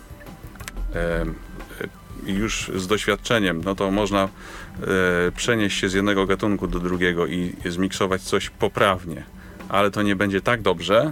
Speaker 3: e, już z doświadczeniem, no to można e, przenieść się z jednego gatunku do drugiego i zmiksować coś poprawnie, ale to nie będzie tak dobrze,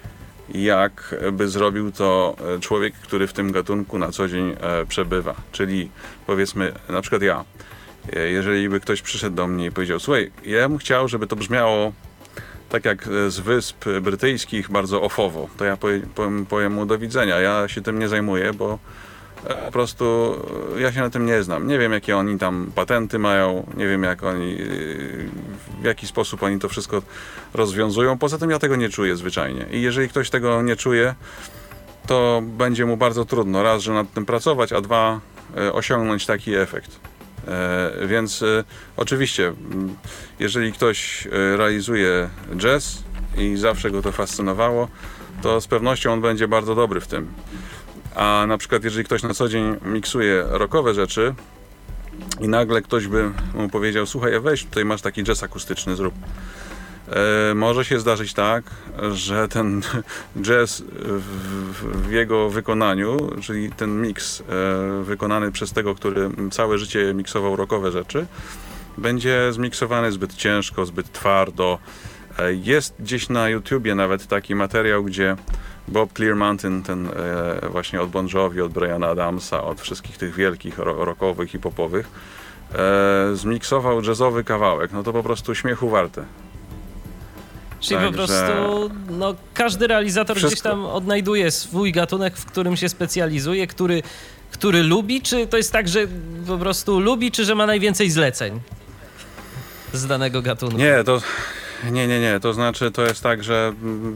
Speaker 3: jak by zrobił to człowiek, który w tym gatunku na co dzień e, przebywa. Czyli powiedzmy, na przykład ja, e, jeżeli by ktoś przyszedł do mnie i powiedział: słuchaj, ja bym chciał, żeby to brzmiało tak jak z Wysp Brytyjskich, bardzo offowo, to ja powiem, powiem, powiem mu do widzenia, ja się tym nie zajmuję, bo po prostu ja się na tym nie znam. Nie wiem, jakie oni tam patenty mają, nie wiem, jak oni, w jaki sposób oni to wszystko rozwiązują. Poza tym ja tego nie czuję zwyczajnie. I jeżeli ktoś tego nie czuje, to będzie mu bardzo trudno, raz, że nad tym pracować, a dwa, osiągnąć taki efekt. Więc oczywiście, jeżeli ktoś realizuje jazz i zawsze go to fascynowało, to z pewnością on będzie bardzo dobry w tym. A na przykład jeżeli ktoś na co dzień miksuje rockowe rzeczy i nagle ktoś by mu powiedział: słuchaj, weź tutaj masz taki jazz akustyczny, zrób. E, może się zdarzyć tak, że ten jazz w, w jego wykonaniu, czyli ten miks e, wykonany przez tego, który całe życie miksował rockowe rzeczy, będzie zmiksowany zbyt ciężko, zbyt twardo. E, jest gdzieś na YouTubie nawet taki materiał, gdzie Bob Clearmountain, ten e, właśnie od Bon Jovi, od Briana Adamsa, od wszystkich tych wielkich ro- rockowych i popowych, e, zmiksował jazzowy kawałek. No to po prostu śmiechu warte.
Speaker 2: Czyli
Speaker 3: tak,
Speaker 2: po prostu no, każdy realizator
Speaker 3: wszystko.
Speaker 2: Gdzieś tam odnajduje swój gatunek, w którym się specjalizuje, który który lubi, czy to jest tak, że po prostu lubi, czy że ma najwięcej zleceń z danego gatunku?
Speaker 3: Nie, to... Nie, nie, nie. To znaczy, to jest tak, że...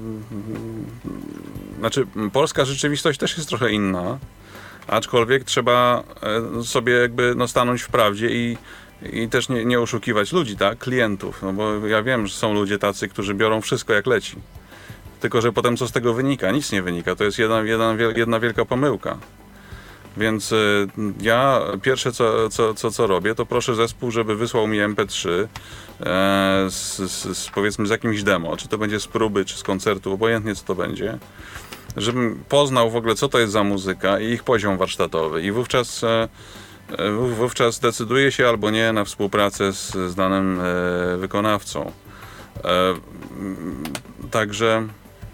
Speaker 3: Znaczy, polska rzeczywistość też jest trochę inna, aczkolwiek trzeba sobie jakby no, stanąć w prawdzie i, i też nie, nie oszukiwać ludzi, tak? Klientów. No bo ja wiem, że są ludzie tacy, którzy biorą wszystko jak leci. Tylko że potem co z tego wynika? Nic nie wynika. To jest jedna, jedna, jedna wielka pomyłka. Więc y, ja pierwsze co, co, co, co robię, to proszę zespół, żeby wysłał mi em pe trzy e, z, z, z, powiedzmy z jakimś demo, czy to będzie z próby, czy z koncertu, obojętnie co to będzie, żebym poznał w ogóle co to jest za muzyka i ich poziom warsztatowy i wówczas, e, wówczas decyduje się albo nie na współpracę z, z danym e, wykonawcą. E, także,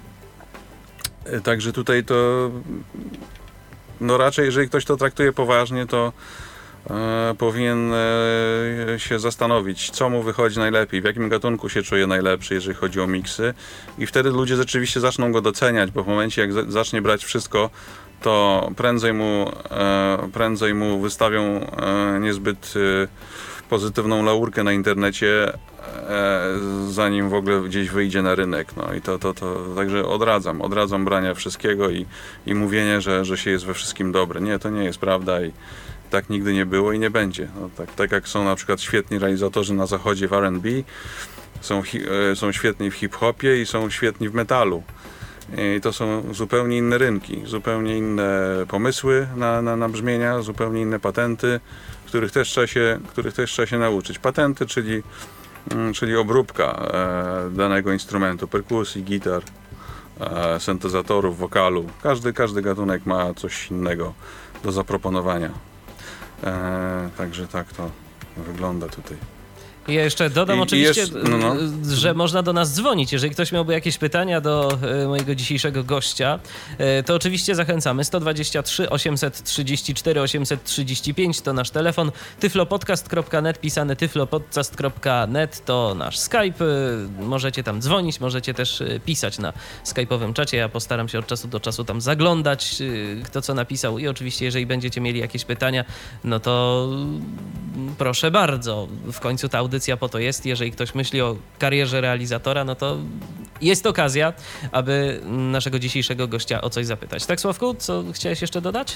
Speaker 3: także tutaj to no raczej, jeżeli ktoś to traktuje poważnie, to e, powinien e, się zastanowić, co mu wychodzi najlepiej, w jakim gatunku się czuje najlepszy, jeżeli chodzi o miksy i wtedy ludzie rzeczywiście zaczną go doceniać, bo w momencie, jak z- zacznie brać wszystko, to prędzej mu, e, prędzej mu wystawią e, niezbyt e, pozytywną laurkę na internecie, e, zanim w ogóle gdzieś wyjdzie na rynek. No i to, to, to także odradzam, odradzam brania wszystkiego i, i mówienie, że, że się jest we wszystkim dobre. Nie, to nie jest prawda i tak nigdy nie było i nie będzie. No, tak, tak jak są na przykład świetni realizatorzy na zachodzie w R and B, są, hi, e, są świetni w hip-hopie i są świetni w metalu. I to są zupełnie inne rynki, zupełnie inne pomysły na, na, na brzmienia, zupełnie inne patenty, których też trzeba się, których też trzeba się nauczyć. Patenty, czyli, mm, czyli obróbka e, danego instrumentu, perkusji, gitar, e, syntezatorów, wokalu. Każdy, każdy gatunek ma coś innego do zaproponowania. E, także tak to wygląda tutaj.
Speaker 2: Ja jeszcze dodam
Speaker 3: I,
Speaker 2: oczywiście,
Speaker 3: jest, no, no.
Speaker 2: że można do nas dzwonić. Jeżeli ktoś miałby jakieś pytania do e, mojego dzisiejszego gościa, e, to oczywiście zachęcamy. sto dwadzieścia trzy osiemset trzydzieści cztery osiemset trzydzieści pięć to nasz telefon. tyflopodcast kropka net, pisane tyflopodcast kropka net to nasz Skype. E, możecie tam dzwonić, możecie też e, pisać na skype'owym czacie. Ja postaram się od czasu do czasu tam zaglądać, e, kto co napisał. I oczywiście, jeżeli będziecie mieli jakieś pytania, no to proszę bardzo. W końcu ta audycja po to jest. Jeżeli ktoś myśli o karierze realizatora, no to jest okazja, aby naszego dzisiejszego gościa o coś zapytać. Tak, Sławku, co chciałeś jeszcze dodać?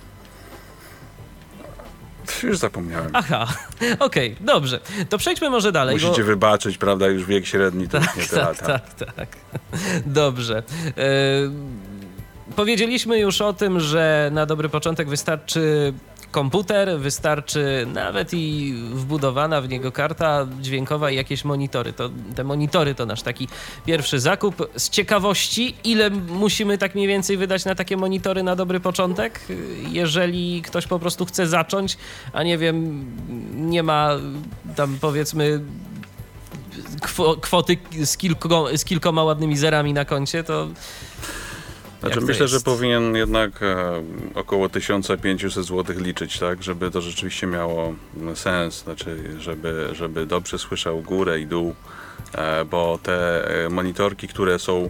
Speaker 3: Już zapomniałem.
Speaker 2: Aha, okej, okay, dobrze. To przejdźmy może dalej.
Speaker 3: Musicie
Speaker 2: bo...
Speaker 3: wybaczyć, prawda, już wiek średni to
Speaker 2: tak,
Speaker 3: nie te
Speaker 2: tak,
Speaker 3: lata.
Speaker 2: tak, tak. Dobrze. E... Powiedzieliśmy już o tym, że na dobry początek wystarczy komputer, wystarczy nawet i wbudowana w niego karta dźwiękowa i jakieś monitory. To, te monitory to nasz taki pierwszy zakup. Z ciekawości, ile musimy tak mniej więcej wydać na takie monitory na dobry początek? Jeżeli ktoś po prostu chce zacząć, a nie wiem, nie ma tam powiedzmy kwo, kwoty z, kilko, z kilkoma ładnymi zerami na koncie, to...
Speaker 3: Znaczy myślę, jest? że powinien jednak e, około tysiąc pięćset złotych liczyć, tak, żeby to rzeczywiście miało sens, znaczy żeby, żeby dobrze słyszał górę i dół, e, bo te monitorki, które są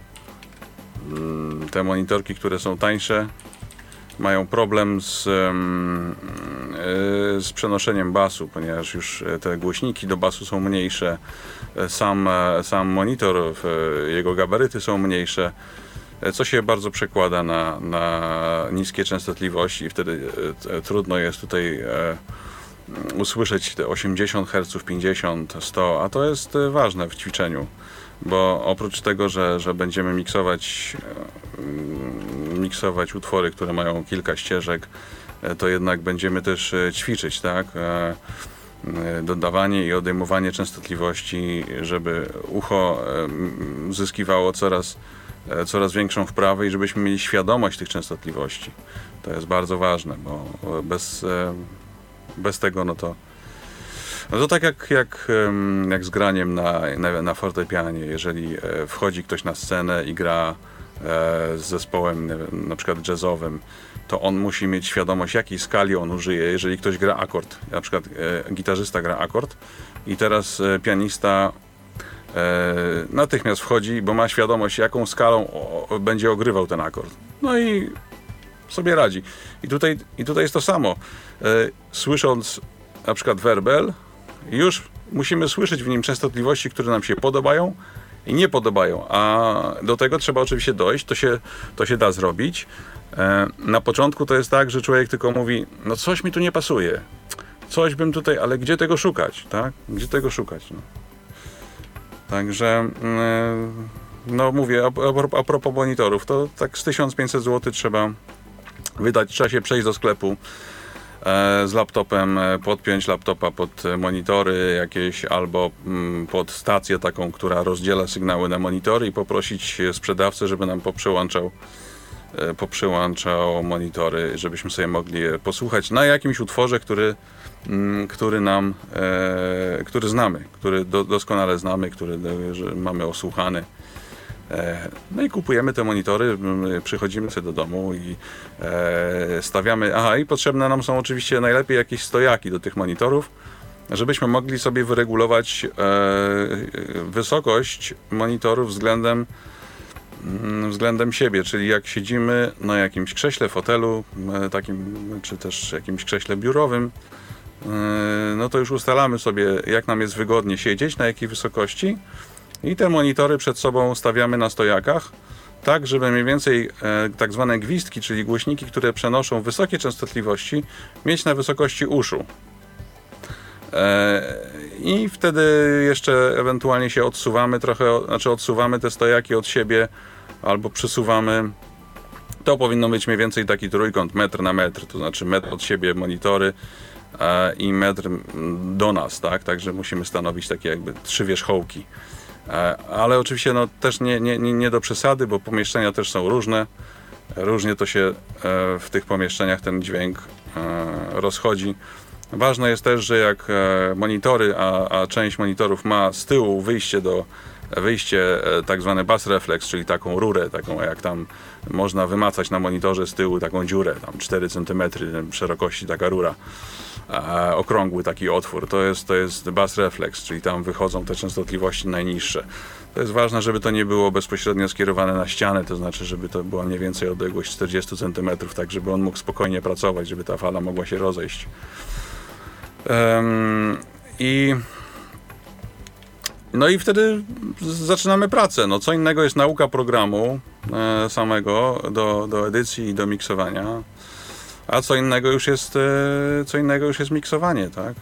Speaker 3: mm, te monitorki, które są tańsze, mają problem z, mm, e, z przenoszeniem basu, ponieważ już te głośniki do basu są mniejsze, sam, sam monitor, jego gabaryty są mniejsze, co się bardzo przekłada na, na niskie częstotliwości i wtedy e, trudno jest tutaj e, usłyszeć te osiemdziesiąt herców, pięćdziesiąt, sto, a to jest ważne w ćwiczeniu, bo oprócz tego, że, że będziemy miksować, e, miksować utwory, które mają kilka ścieżek, e, to jednak będziemy też ćwiczyć, tak? E, dodawanie i odejmowanie częstotliwości, żeby ucho e, zyskiwało coraz coraz większą wprawę i żebyśmy mieli świadomość tych częstotliwości. To jest bardzo ważne, bo bez, bez tego, no to no to tak jak, jak, jak z graniem na, na, na fortepianie. Jeżeli wchodzi ktoś na scenę i gra z zespołem na przykład jazzowym, to on musi mieć świadomość, jakiej skali on użyje. Jeżeli ktoś gra akord, na przykład gitarzysta gra akord i teraz pianista natychmiast wchodzi, bo ma świadomość, jaką skalą o, o, będzie ogrywał ten akord. No i sobie radzi. I tutaj, i tutaj jest to samo. Słysząc na przykład werbel, już musimy słyszeć w nim częstotliwości, które nam się podobają i nie podobają, a do tego trzeba oczywiście dojść, to się, to się da zrobić. Na początku to jest tak, że człowiek tylko mówi, no coś mi tu nie pasuje, coś bym tutaj, ale gdzie tego szukać, tak? Gdzie tego szukać? No. Także, no mówię, a, a propos monitorów, to tak z tysiąc pięćset złotych trzeba wydać, trzeba się przejść do sklepu z laptopem, podpiąć laptopa pod monitory jakieś albo pod stację taką, która rozdziela sygnały na monitory i poprosić sprzedawcę, żeby nam poprzełączał, poprzełączał monitory, żebyśmy sobie mogli je posłuchać na jakimś utworze, który, który nam, który znamy, który do, doskonale znamy, który mamy osłuchany. No i kupujemy te monitory, przychodzimy sobie do domu i e, stawiamy, aha i potrzebne nam są oczywiście najlepiej jakieś stojaki do tych monitorów, żebyśmy mogli sobie wyregulować e, wysokość monitorów względem, względem siebie, czyli jak siedzimy na jakimś krześle, fotelu, e, takim, czy też jakimś krześle biurowym, e, no to już ustalamy sobie, jak nam jest wygodnie siedzieć, na jakiej wysokości. I te monitory przed sobą stawiamy na stojakach, tak żeby mniej więcej e, tak zwane gwizdki, czyli głośniki, które przenoszą wysokie częstotliwości, mieć na wysokości uszu. E, I wtedy jeszcze ewentualnie się odsuwamy trochę, znaczy odsuwamy te stojaki od siebie albo przesuwamy. To powinno być mniej więcej taki trójkąt metr na metr, to znaczy metr od siebie monitory e, i metr do nas, tak? Także musimy stanowić takie jakby trzy wierzchołki. Ale oczywiście no, też nie, nie, nie do przesady, bo pomieszczenia też są różne. Różnie to się w tych pomieszczeniach ten dźwięk rozchodzi. Ważne jest też, że jak monitory, a, a część monitorów ma z tyłu wyjście do wyjście tak zwany bus reflex, czyli taką rurę, taką jak tam można wymacać na monitorze z tyłu taką dziurę, tam cztery centymetry szerokości taka rura. E, okrągły taki otwór, to jest, to jest bus reflex, czyli tam wychodzą te częstotliwości najniższe. To jest ważne, żeby to nie było bezpośrednio skierowane na ścianę, to znaczy, żeby to była mniej więcej odległość czterdzieści centymetrów, tak żeby on mógł spokojnie pracować, żeby ta fala mogła się rozejść. Um, I no i wtedy zaczynamy pracę. No, co innego jest nauka programu e, samego do, do edycji i do miksowania. A co innego już jest, co innego już jest miksowanie, tak?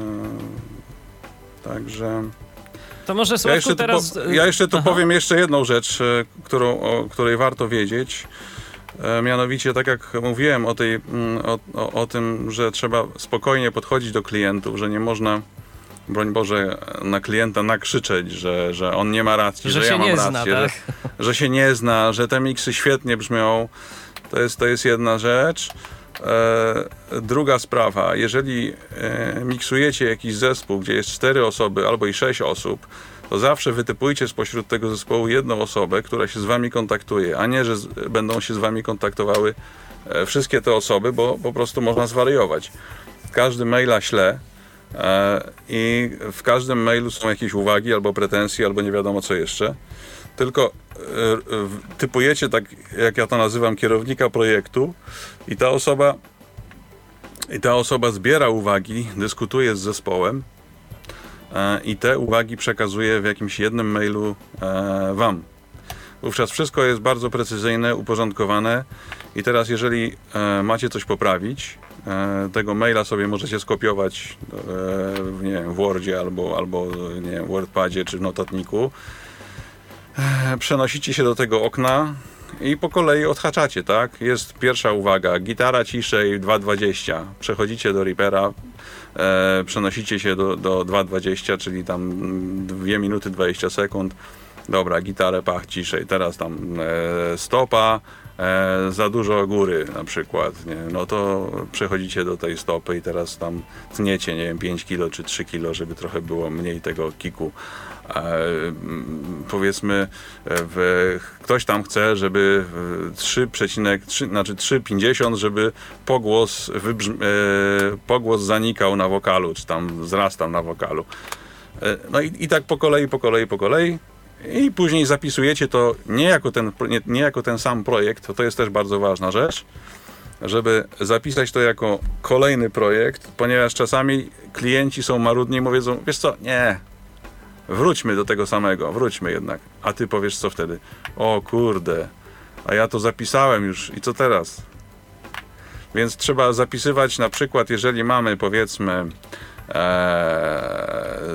Speaker 3: Także...
Speaker 2: To może Sławku
Speaker 3: ja jeszcze
Speaker 2: teraz...
Speaker 3: Tu po, ja jeszcze tu
Speaker 2: Aha.
Speaker 3: powiem jeszcze jedną rzecz, którą, o której warto wiedzieć. Mianowicie, tak jak mówiłem o, tej, o, o, o tym, że trzeba spokojnie podchodzić do klientów, że nie można, broń Boże, na klienta nakrzyczeć, że, że on nie ma racji, że, że ja mam rację, zna, tak? że, że się nie zna, że te miksy świetnie brzmią. To jest, to jest jedna rzecz. E, druga sprawa, jeżeli e, miksujecie jakiś zespół, gdzie jest cztery osoby albo i sześć osób, to zawsze wytypujcie spośród tego zespołu jedną osobę, która się z wami kontaktuje, a nie, że z, będą się z wami kontaktowały e, wszystkie te osoby, bo po prostu można zwariować. Każdy maila śle e, i w każdym mailu są jakieś uwagi albo pretensje, albo nie wiadomo co jeszcze. Tylko y, typujecie, tak jak ja to nazywam, kierownika projektu i ta osoba i ta osoba zbiera uwagi, dyskutuje z zespołem y, i te uwagi przekazuje w jakimś jednym mailu y, wam. Wówczas wszystko jest bardzo precyzyjne, uporządkowane i teraz jeżeli y, macie coś poprawić, y, tego maila sobie możecie skopiować y, w, nie wiem, w Wordzie albo, albo nie wiem, w WordPadzie czy w notatniku. Przenosicie się do tego okna i po kolei odhaczacie, tak? Jest pierwsza uwaga, gitara ciszej dwa dwadzieścia. Przechodzicie do Reapera, e, przenosicie się do, do dwa dwadzieścia, czyli tam dwie minuty dwadzieścia sekund. Dobra, gitarę pach ciszej, teraz tam e, stopa, e, za dużo góry na przykład, nie? No to przechodzicie do tej stopy i teraz tam tniecie, nie wiem, pięć kilo czy trzy kilo, żeby trochę było mniej tego kiku. E, powiedzmy w, ktoś tam chce, żeby trzy przecinek trzy, znaczy trzy pięćdziesiąt, żeby pogłos, wybrzmi, e, pogłos zanikał na wokalu, czy tam wzrastał na wokalu. E, no i, i tak po kolei, po kolei, po kolei. I później zapisujecie to nie jako ten, nie, nie jako ten sam projekt, to, to jest też bardzo ważna rzecz, żeby zapisać to jako kolejny projekt, ponieważ czasami klienci są marudni i mówią, wiesz co, nie, wróćmy do tego samego, wróćmy jednak. A ty powiesz co wtedy? O kurde, a ja to zapisałem już i co teraz? Więc trzeba zapisywać na przykład, jeżeli mamy powiedzmy e,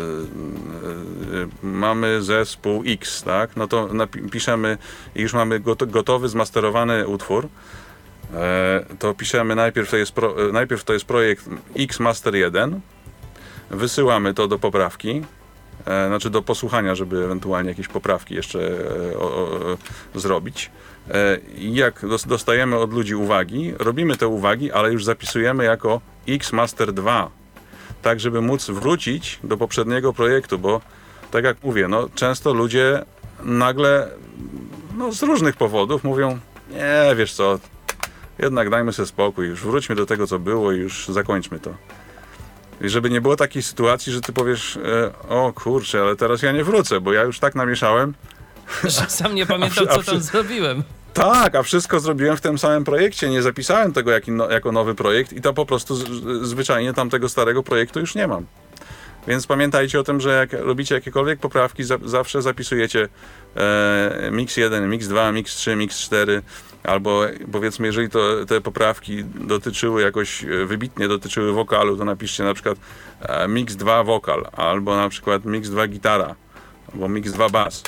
Speaker 3: mamy zespół X, tak? No to napiszemy i już mamy gotowy, zmasterowany utwór. E, to piszemy najpierw to, jest pro, najpierw to jest projekt X Master jeden. Wysyłamy to do poprawki. E, znaczy do posłuchania, żeby ewentualnie jakieś poprawki jeszcze e, o, o, zrobić. E, jak dostajemy od ludzi uwagi, robimy te uwagi, ale już zapisujemy jako X Master dwa. Tak, żeby móc wrócić do poprzedniego projektu, bo tak jak mówię, no, często ludzie nagle no, z różnych powodów mówią, nie, wiesz co, jednak dajmy sobie spokój, już wróćmy do tego, co było i już zakończmy to. I żeby nie było takiej sytuacji, że ty powiesz, e, o kurczę, ale teraz ja nie wrócę, bo ja już tak namieszałem.
Speaker 2: Że sam nie pamiętam, co tam zrobiłem.
Speaker 3: Tak, a wszystko zrobiłem w tym samym projekcie, nie zapisałem tego jak no, jako nowy projekt i to po prostu z, zwyczajnie tamtego starego projektu już nie mam. Więc pamiętajcie o tym, że jak robicie jakiekolwiek poprawki, za, zawsze zapisujecie e, mix jeden, mix dwa, mix trzy, mix cztery, albo powiedzmy, jeżeli to, te poprawki dotyczyły jakoś, wybitnie dotyczyły wokalu, to napiszcie na przykład e, mix dwa wokal, albo na przykład mix dwa gitara, albo mix dwa bas.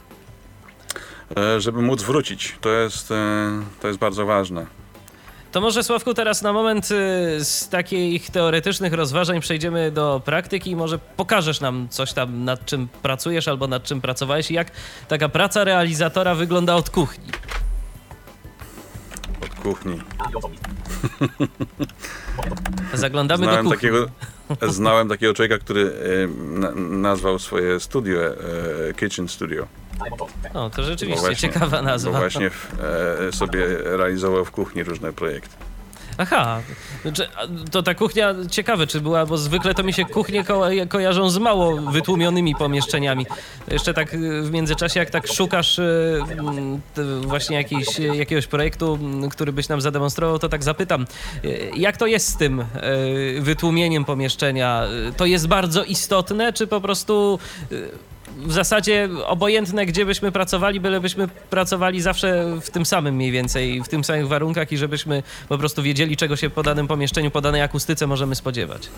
Speaker 3: E, żeby móc wrócić. To jest, e, to jest bardzo ważne.
Speaker 2: To może, Sławku, teraz na moment z takich teoretycznych rozważań przejdziemy do praktyki i może pokażesz nam coś tam, nad czym pracujesz albo nad czym pracowałeś i jak taka praca realizatora wygląda od kuchni.
Speaker 3: Od kuchni.
Speaker 2: Zaglądamy
Speaker 3: znałem
Speaker 2: do kuchni.
Speaker 3: Takiego, znałem takiego człowieka, który e, na, nazwał swoje studio e, Kitchen Studio.
Speaker 2: O, to rzeczywiście
Speaker 3: właśnie,
Speaker 2: ciekawa nazwa.
Speaker 3: Bo właśnie e, sobie realizował w kuchni różne projekty.
Speaker 2: Aha, to ta kuchnia ciekawe czy była, bo zwykle to mi się kuchnie ko kojarzą z mało wytłumionymi pomieszczeniami. Jeszcze tak w międzyczasie, jak tak szukasz właśnie jakiś, jakiegoś projektu, który byś nam zademonstrował, to tak zapytam, jak to jest z tym wytłumieniem pomieszczenia? To jest bardzo istotne, czy po prostu w zasadzie obojętne, gdzie byśmy pracowali, bylebyśmy pracowali zawsze w tym samym mniej więcej, w tym samych warunkach i żebyśmy po prostu wiedzieli, czego się po danym pomieszczeniu, po danej akustyce możemy spodziewać.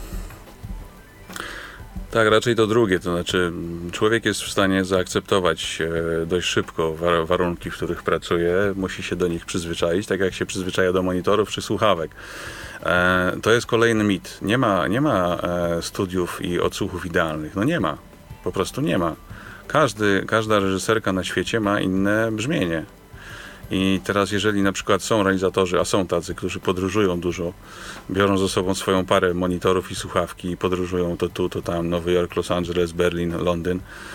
Speaker 3: Tak, raczej to drugie, to znaczy człowiek jest w stanie zaakceptować dość szybko warunki, w których pracuje, musi się do nich przyzwyczaić, tak jak się przyzwyczaja do monitorów czy słuchawek. To jest kolejny mit. Nie ma, nie ma studiów i odsłuchów idealnych. No nie ma. Po prostu nie ma. Każdy, każda reżyserka na świecie ma inne brzmienie. I teraz jeżeli na przykład są realizatorzy, a są tacy, którzy podróżują dużo, biorą ze sobą swoją parę monitorów i słuchawki i podróżują to tu, to tam, Nowy Jork, Los Angeles, Berlin, Londyn,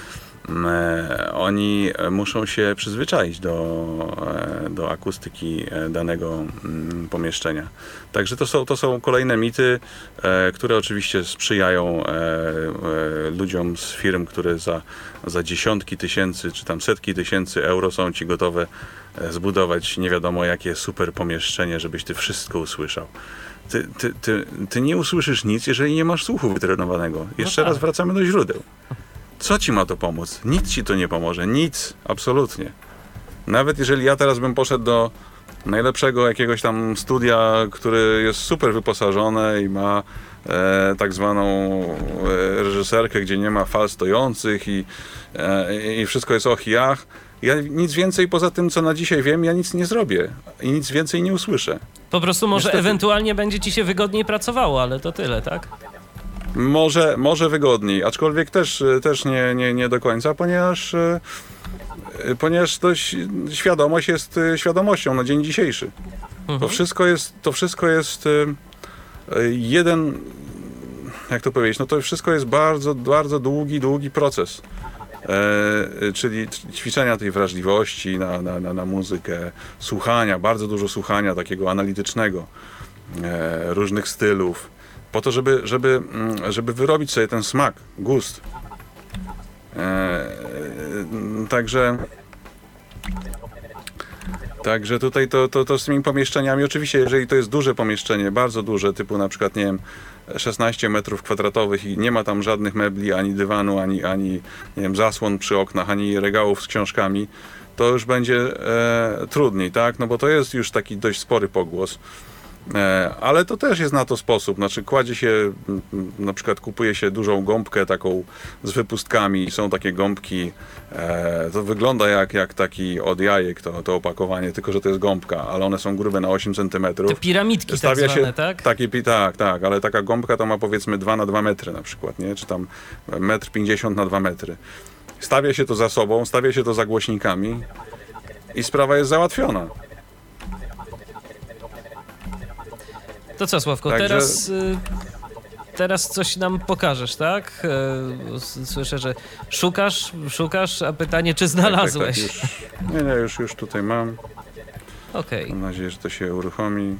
Speaker 3: e, oni muszą się przyzwyczaić do, e, do akustyki danego mm, pomieszczenia. Także to są, to są kolejne mity, e, które oczywiście sprzyjają e, e, ludziom z firm, które za, za dziesiątki tysięcy czy tam setki tysięcy euro są ci gotowe zbudować nie wiadomo jakie super pomieszczenie, żebyś ty wszystko usłyszał. Ty, ty, ty, ty nie usłyszysz nic, jeżeli nie masz słuchu wytrenowanego. Jeszcze no tak. raz wracamy do źródeł. Co ci ma to pomóc? Nic ci to nie pomoże. Nic. Absolutnie. Nawet jeżeli ja teraz bym poszedł do najlepszego jakiegoś tam studia, który jest super wyposażone i ma e, tak zwaną e, reżyserkę, gdzie nie ma fal stojących i, e, i wszystko jest och i ach. Ja nic więcej poza tym, co na dzisiaj wiem, ja nic nie zrobię i nic więcej nie usłyszę.
Speaker 2: Po prostu może
Speaker 3: Niestety.
Speaker 2: Ewentualnie będzie ci się wygodniej pracowało, ale to tyle, tak?
Speaker 3: Może, może wygodniej, aczkolwiek też, też nie, nie, nie do końca, ponieważ, ponieważ to świadomość jest świadomością na dzień dzisiejszy. Mhm. To wszystko jest, to wszystko jest jeden, jak to powiedzieć, no to wszystko jest bardzo, bardzo długi, długi proces. E, czyli ćwiczenia tej wrażliwości na, na, na, na muzykę, słuchania, bardzo dużo słuchania takiego analitycznego, e, różnych stylów, po to, żeby, żeby, żeby wyrobić sobie ten smak, gust. E, także Także tutaj to, to, to z tymi pomieszczeniami, oczywiście jeżeli to jest duże pomieszczenie, bardzo duże, typu na przykład, nie wiem, szesnaście metrów kwadratowych i nie ma tam żadnych mebli, ani dywanu, ani, ani nie wiem, zasłon przy oknach, ani regałów z książkami, to już będzie e, trudniej, tak? No bo to jest już taki dość spory pogłos. E, ale to też jest na to sposób, znaczy kładzie się, na przykład kupuje się dużą gąbkę taką z wypustkami, są takie gąbki, e, to wygląda jak, jak taki od jajek to, to opakowanie, tylko że to jest gąbka, ale one są grube na osiem centymetrów.
Speaker 2: Te piramidki
Speaker 3: Stawia
Speaker 2: tak zwane,
Speaker 3: się,
Speaker 2: tak?
Speaker 3: Takie, tak, tak, ale taka gąbka to ma powiedzmy dwa na dwa metry na przykład, nie? Czy tam metr pięćdziesiąt na dwa metry. Stawia się to za sobą, stawia się to za głośnikami i sprawa jest załatwiona.
Speaker 2: To co, Sławko,
Speaker 3: Także...
Speaker 2: teraz, y, teraz coś nam pokażesz, tak? Y, słyszę, że szukasz, szukasz, a pytanie, czy znalazłeś?
Speaker 3: Tak, tak, tak, już, nie, nie, już, już tutaj mam.
Speaker 2: Okej. Okay.
Speaker 3: Mam nadzieję, że to się uruchomi.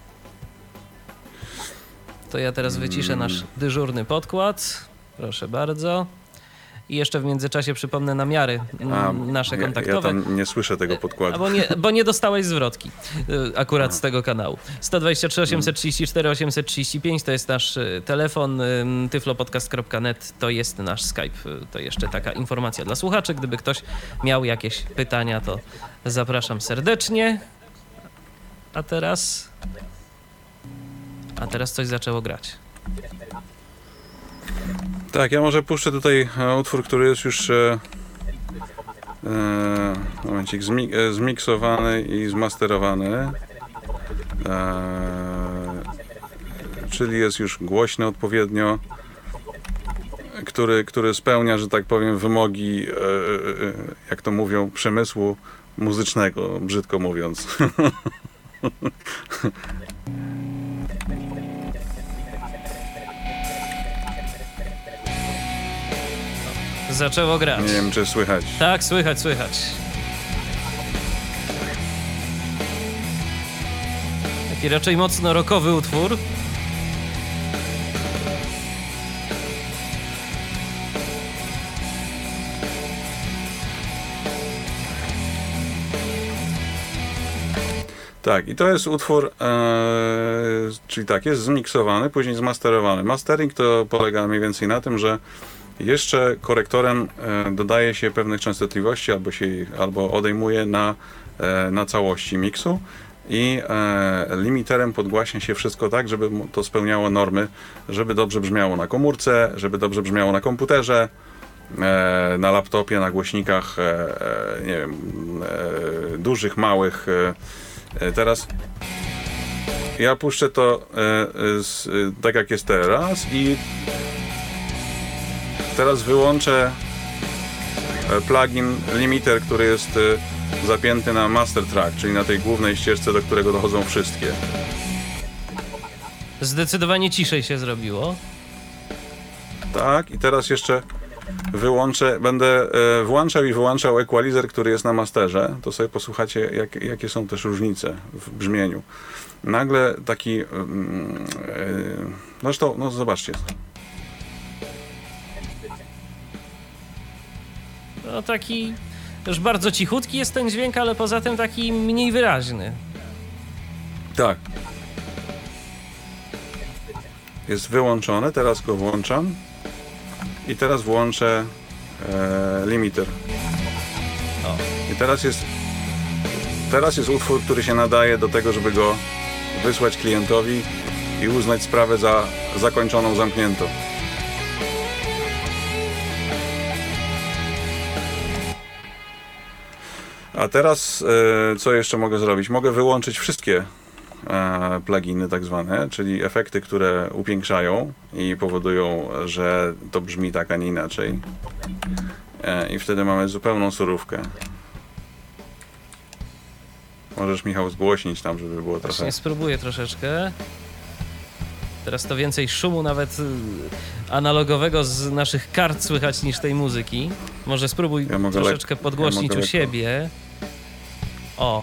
Speaker 2: To ja teraz wyciszę nasz dyżurny podkład. Proszę bardzo. I jeszcze w międzyczasie przypomnę namiary
Speaker 3: A,
Speaker 2: nasze
Speaker 3: ja,
Speaker 2: kontaktowe.
Speaker 3: Ja tam nie słyszę tego podkładu.
Speaker 2: Bo nie, bo nie dostałeś zwrotki akurat z tego kanału. sto dwadzieścia trzy osiemset trzydzieści cztery osiemset trzydzieści pięć to jest nasz telefon, tyflopodcast kropka net to jest nasz Skype. To jeszcze taka informacja dla słuchaczy. Gdyby ktoś miał jakieś pytania, to zapraszam serdecznie. A teraz... A teraz coś zaczęło grać.
Speaker 3: Tak, ja może puszczę tutaj utwór, który jest już e, e, momencik, zmi, e, zmiksowany i zmasterowany. E, czyli jest już głośny odpowiednio, który, który spełnia, że tak powiem, wymogi, e, e, jak to mówią, przemysłu muzycznego, brzydko mówiąc.
Speaker 2: Zaczęło grać.
Speaker 3: Nie wiem, czy słychać.
Speaker 2: Tak, słychać, słychać. Taki raczej mocno rockowy utwór.
Speaker 3: Tak, i to jest utwór, e, czyli tak, jest zmiksowany, później zmasterowany. Mastering to polega mniej więcej na tym, że jeszcze korektorem e, dodaje się pewnych częstotliwości albo, się, albo odejmuje na, e, na całości miksu i e, limiterem podgłaśnia się wszystko tak, żeby to spełniało normy, żeby dobrze brzmiało na komórce, żeby dobrze brzmiało na komputerze, e, na laptopie, na głośnikach, e, nie wiem, e, dużych, małych. E, teraz ja puszczę to e, z, tak jak jest teraz i teraz wyłączę plugin limiter, który jest zapięty na master track, czyli na tej głównej ścieżce, do którego dochodzą wszystkie.
Speaker 2: Zdecydowanie ciszej się zrobiło.
Speaker 3: Tak, i teraz jeszcze wyłączę, będę włączał i wyłączał equalizer, który jest na masterze. To sobie posłuchacie, jak, jakie są też różnice w brzmieniu. Nagle taki, yy, zresztą, no zobaczcie.
Speaker 2: No taki już bardzo cichutki jest ten dźwięk, ale poza tym taki mniej wyraźny.
Speaker 3: Tak. Jest wyłączony, teraz go włączam. I teraz włączę e, limiter.
Speaker 2: O.
Speaker 3: I teraz jest teraz jest utwór, który się nadaje do tego, żeby go wysłać klientowi i uznać sprawę za zakończoną, zamkniętą. A teraz e, co jeszcze mogę zrobić? Mogę wyłączyć wszystkie e, pluginy tak zwane, czyli efekty, które upiększają i powodują, że to brzmi tak, a nie inaczej. E, I wtedy mamy zupełną surówkę. Możesz, Michał, zgłośnić tam, żeby było trochę...
Speaker 2: Właśnie spróbuję troszeczkę. Teraz to więcej szumu nawet analogowego z naszych kart słychać niż tej muzyki. Może spróbuj
Speaker 3: ja
Speaker 2: troszeczkę
Speaker 3: lek-
Speaker 2: podgłośnić
Speaker 3: ja
Speaker 2: u
Speaker 3: lekko.
Speaker 2: siebie. O.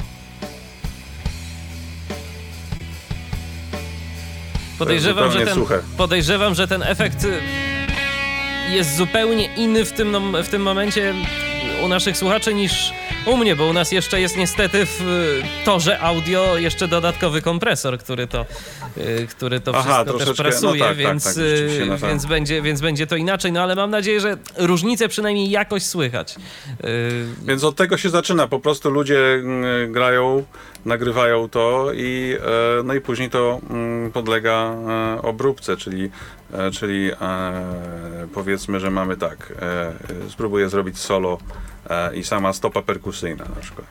Speaker 2: Podejrzewam, że ten,
Speaker 3: suche.
Speaker 2: podejrzewam, że ten efekt jest zupełnie inny w tym, w tym momencie u naszych słuchaczy niż u mnie, bo u nas jeszcze jest niestety w torze audio jeszcze dodatkowy kompresor, który to, który to
Speaker 3: Aha,
Speaker 2: wszystko też presuje,
Speaker 3: no tak,
Speaker 2: więc,
Speaker 3: tak, tak, no tak.
Speaker 2: więc, będzie, więc będzie to inaczej, no ale mam nadzieję, że różnice przynajmniej jakoś słychać.
Speaker 3: Więc od tego się zaczyna, po prostu ludzie grają, nagrywają to i, no i później to podlega obróbce, czyli, czyli powiedzmy, że mamy tak, spróbuję zrobić solo i sama stopa perkusyjna na przykład.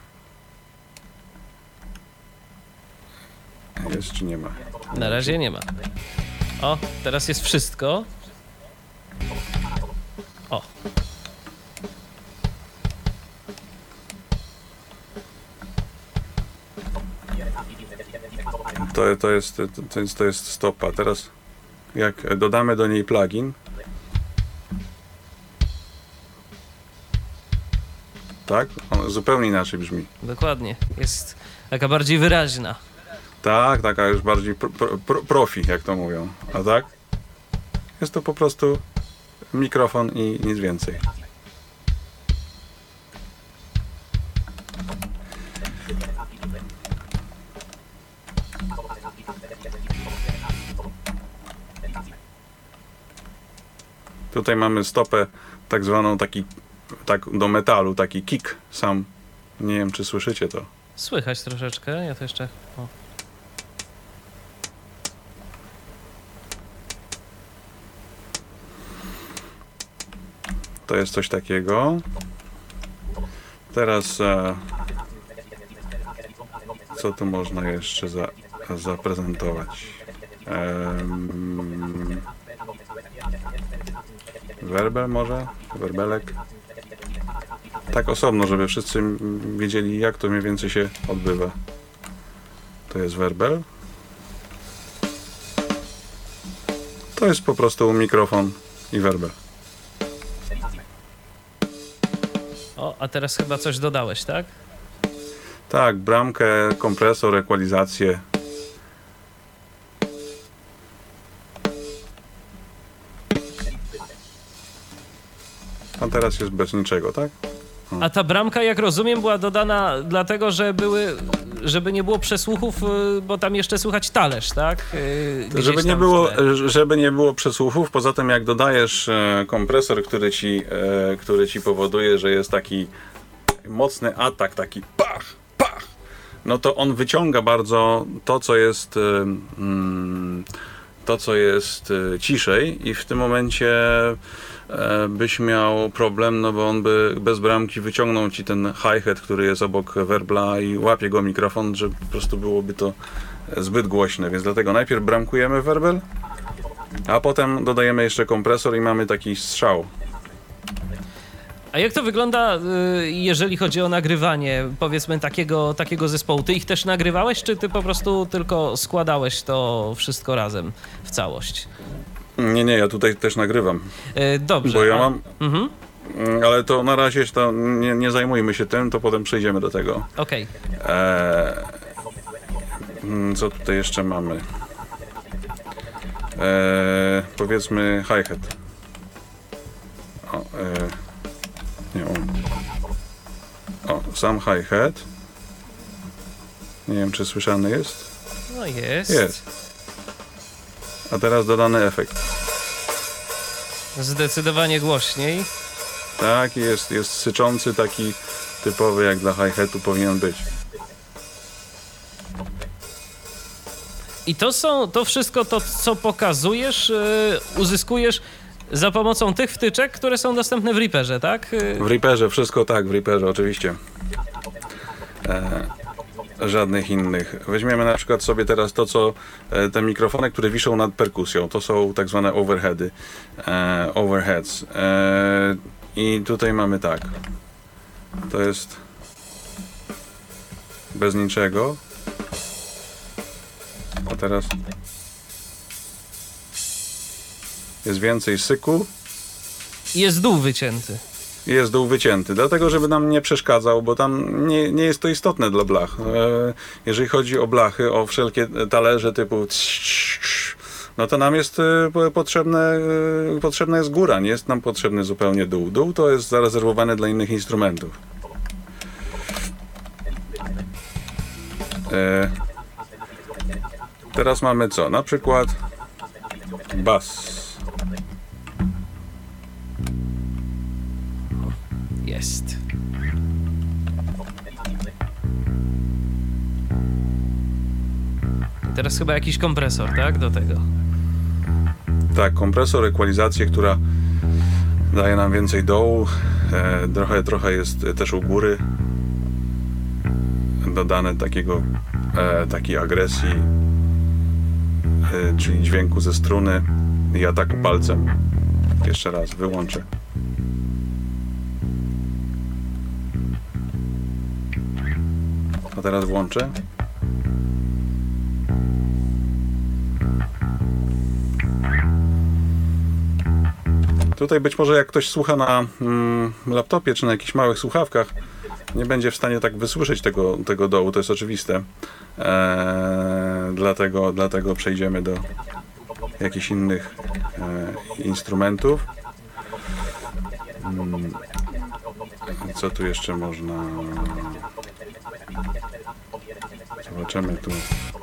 Speaker 3: Jest czy nie ma?
Speaker 2: Na razie nie ma. O, teraz jest wszystko. O.
Speaker 3: To, to, jest, to, jest, to jest stopa. Teraz jak dodamy do niej plugin, tak? On zupełnie inaczej brzmi.
Speaker 2: Dokładnie. Jest taka bardziej wyraźna.
Speaker 3: Tak, taka już bardziej pro, pro, profi, jak to mówią. A tak? Jest to po prostu mikrofon i nic więcej. Tutaj mamy stopę tak zwaną taki, tak do metalu, taki kick sam. Nie wiem, czy słyszycie to.
Speaker 2: Słychać troszeczkę, ja to jeszcze... O.
Speaker 3: To jest coś takiego. Teraz e, co tu można jeszcze za, zaprezentować? Ehm, werbel może? Werbelek? Tak osobno, żeby wszyscy wiedzieli, jak to mniej więcej się odbywa. To jest werbel. To jest po prostu mikrofon i werbel.
Speaker 2: O, a teraz chyba coś dodałeś, tak?
Speaker 3: Tak, bramkę, kompresor, ekwalizację. A teraz jest bez niczego, tak?
Speaker 2: A ta bramka, jak rozumiem, była dodana dlatego, że były, żeby nie było przesłuchów, bo tam jeszcze słychać talerz, tak? Gdzieś
Speaker 3: żeby nie, było, żeby nie było przesłuchów, poza tym jak dodajesz e, kompresor, który ci, e, który ci powoduje, że jest taki mocny atak, taki pach, pach, no to on wyciąga bardzo to, co jest e, mm, to, co jest e, ciszej i w tym momencie byś miał problem, no bo on by bez bramki wyciągnął ci ten hi-hat, który jest obok werbla i łapie go mikrofon, że po prostu byłoby to zbyt głośne, więc dlatego najpierw bramkujemy werbel, a potem dodajemy jeszcze kompresor i mamy taki strzał.
Speaker 2: A jak to wygląda, jeżeli chodzi o nagrywanie, powiedzmy, takiego, takiego zespołu? Ty ich też nagrywałeś, czy ty po prostu tylko składałeś to wszystko razem w całość?
Speaker 3: Nie, nie, ja tutaj też nagrywam.
Speaker 2: Yy, dobrze.
Speaker 3: Bo ja
Speaker 2: a...
Speaker 3: mam...
Speaker 2: Mhm.
Speaker 3: Ale to na razie to nie, nie zajmujmy się tym, to potem przejdziemy do tego.
Speaker 2: Okej.
Speaker 3: Okay. Co tutaj jeszcze mamy? Eee, powiedzmy hi-hat. O, e, nie, o. o, sam hi-hat. Nie wiem, czy słyszany jest?
Speaker 2: No jest.
Speaker 3: Jest. A teraz dodany efekt.
Speaker 2: Zdecydowanie głośniej.
Speaker 3: Tak, jest, jest syczący, taki typowy, jak dla hi-hatu powinien być.
Speaker 2: I to są, to wszystko to, co pokazujesz, yy, uzyskujesz za pomocą tych wtyczek, które są dostępne w Reaperze, tak?
Speaker 3: W Reaperze, wszystko tak, w Reaperze, oczywiście. E, żadnych innych. Weźmiemy na przykład sobie teraz to, co e, te mikrofony, które wiszą nad perkusją, to są tak zwane overheady, e, overheads. E, I tutaj mamy tak. To jest bez niczego. A teraz jest więcej syku.
Speaker 2: Jest dół wycięty.
Speaker 3: Jest dół wycięty, dlatego żeby nam nie przeszkadzał, bo tam nie, nie jest to istotne dla blach. E, jeżeli chodzi o blachy, o wszelkie talerze typu no to nam jest y, potrzebne, y, potrzebna jest góra, nie jest nam potrzebny zupełnie dół. Dół to jest zarezerwowane dla innych instrumentów. Y, teraz mamy co? Na przykład bas.
Speaker 2: Jest. I teraz chyba jakiś kompresor, tak? Do tego.
Speaker 3: Tak, kompresor, ekwalizację, która daje nam więcej dołu. E, trochę, trochę jest też u góry dodane takiego, e, takiej agresji, e, czyli dźwięku ze struny i ataku palcem. Jeszcze raz wyłączę. A teraz włączę. Tutaj być może jak ktoś słucha na mm, laptopie czy na jakichś małych słuchawkach, nie będzie w stanie tak wysłyszeć tego, tego dołu, to jest oczywiste. Eee, dlatego, dlatego przejdziemy do jakichś innych e, instrumentów. Hmm. Co tu jeszcze można... Zobaczymy tu.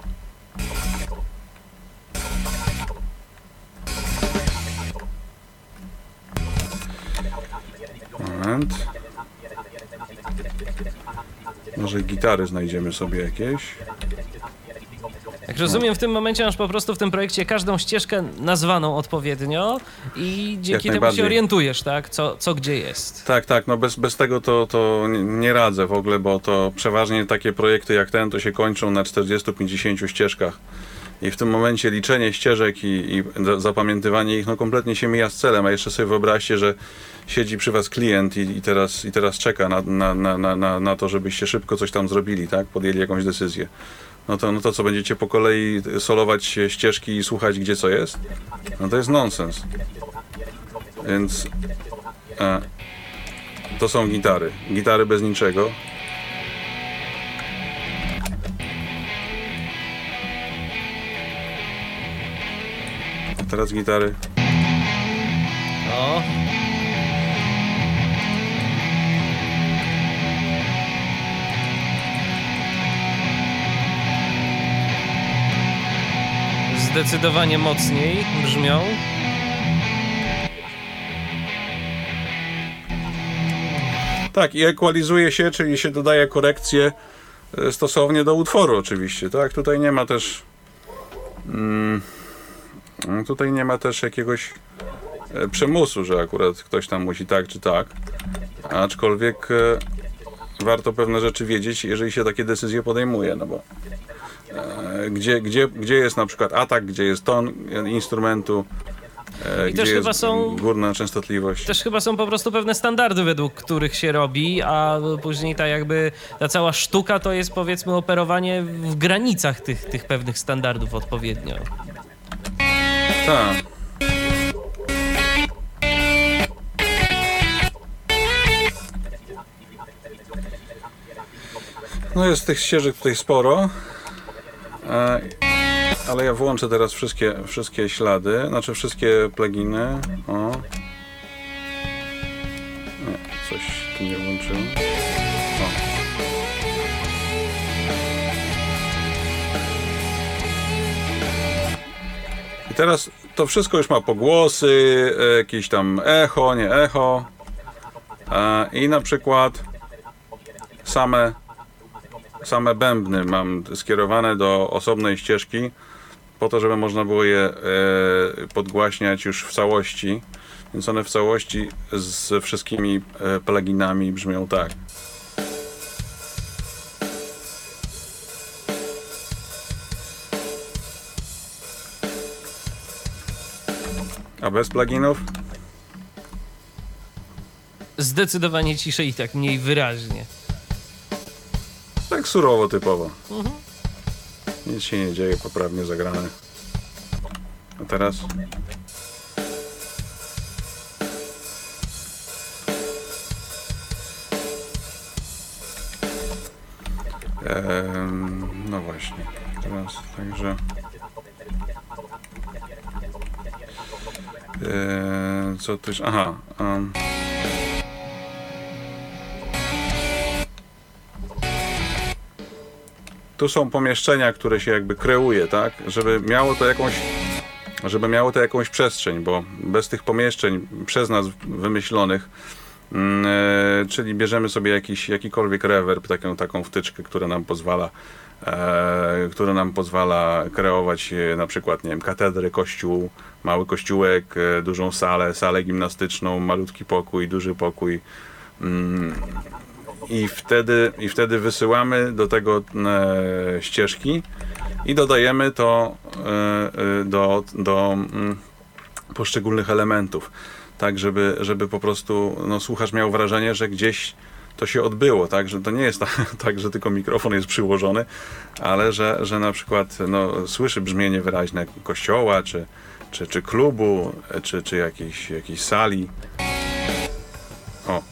Speaker 3: Moment. Może gitary znajdziemy sobie jakieś.
Speaker 2: Jak rozumiem, w tym momencie masz po prostu w tym projekcie każdą ścieżkę nazwaną odpowiednio i dzięki temu się orientujesz, tak? Co, co gdzie jest.
Speaker 3: Tak, tak, no bez, bez tego to, to nie radzę w ogóle, bo to przeważnie takie projekty jak ten to się kończą na czterdziestu pięćdziesięciu ścieżkach. I w tym momencie liczenie ścieżek i, i zapamiętywanie ich no kompletnie się mija z celem, a jeszcze sobie wyobraźcie, że siedzi przy was klient i, i, teraz, i teraz czeka na, na, na, na, na to, żebyście szybko coś tam zrobili, tak? Podjęli jakąś decyzję. No to, no to co, będziecie po kolei solować ścieżki i słuchać, gdzie co jest? No to jest nonsens. Więc e, to są gitary. Gitary bez niczego. A teraz gitary.
Speaker 2: O. Zdecydowanie mocniej brzmią.
Speaker 3: Tak, i ekwalizuje się, czyli się dodaje korekcję stosownie do utworu oczywiście, tak? Tutaj nie ma też mm, tutaj nie ma też jakiegoś przymusu, że akurat ktoś tam musi tak czy tak, aczkolwiek e, warto pewne rzeczy wiedzieć, jeżeli się takie decyzje podejmuje, no bo e, gdzie, gdzie, gdzie jest na przykład atak, gdzie jest ton instrumentu, e,
Speaker 2: I
Speaker 3: gdzie
Speaker 2: też
Speaker 3: jest
Speaker 2: chyba są,
Speaker 3: górna częstotliwość.
Speaker 2: Też chyba są po prostu pewne standardy, według których się robi, a później ta jakby ta cała sztuka to jest powiedzmy operowanie w granicach tych, tych pewnych standardów odpowiednio.
Speaker 3: Tak. No jest tych ścieżek tutaj sporo, e, ale ja włączę teraz wszystkie, wszystkie ślady, znaczy wszystkie pluginy. O. Nie, coś tu nie włączyłem. O. I teraz to wszystko już ma pogłosy, jakieś tam echo, nie echo. E, I na przykład same Same bębny mam skierowane do osobnej ścieżki po to, żeby można było je e, podgłaśniać już w całości, więc one w całości z wszystkimi e, pluginami brzmią tak. A bez pluginów?
Speaker 2: Zdecydowanie ciszej i tak mniej wyraźnie.
Speaker 3: Tak surowo typowo.
Speaker 2: Mhm.
Speaker 3: Nic się nie dzieje, poprawnie zagrane. A teraz? Ehm, no właśnie. Teraz także... Eee, co też... Aha. Um. Tu są pomieszczenia, które się jakby kreuje, tak? Żeby miało to jakąś, żeby miało to jakąś przestrzeń, bo bez tych pomieszczeń przez nas wymyślonych, yy, czyli bierzemy sobie jakiś, jakikolwiek rewerb, taką, taką wtyczkę, która nam pozwala, e, która nam pozwala kreować e, na przykład, nie wiem, katedrę, kościół, mały kościółek, e, dużą salę, salę gimnastyczną, malutki pokój, duży pokój. Mm. I wtedy, I wtedy wysyłamy do tego e, ścieżki i dodajemy to e, do, do mm, poszczególnych elementów, tak żeby, żeby po prostu no, słuchacz miał wrażenie, że gdzieś to się odbyło, tak, że to nie jest tak, tak że tylko mikrofon jest przyłożony, ale że, że na przykład no, słyszy brzmienie wyraźne kościoła, czy, czy, czy klubu, czy, czy jakiejś, jakiejś sali. O.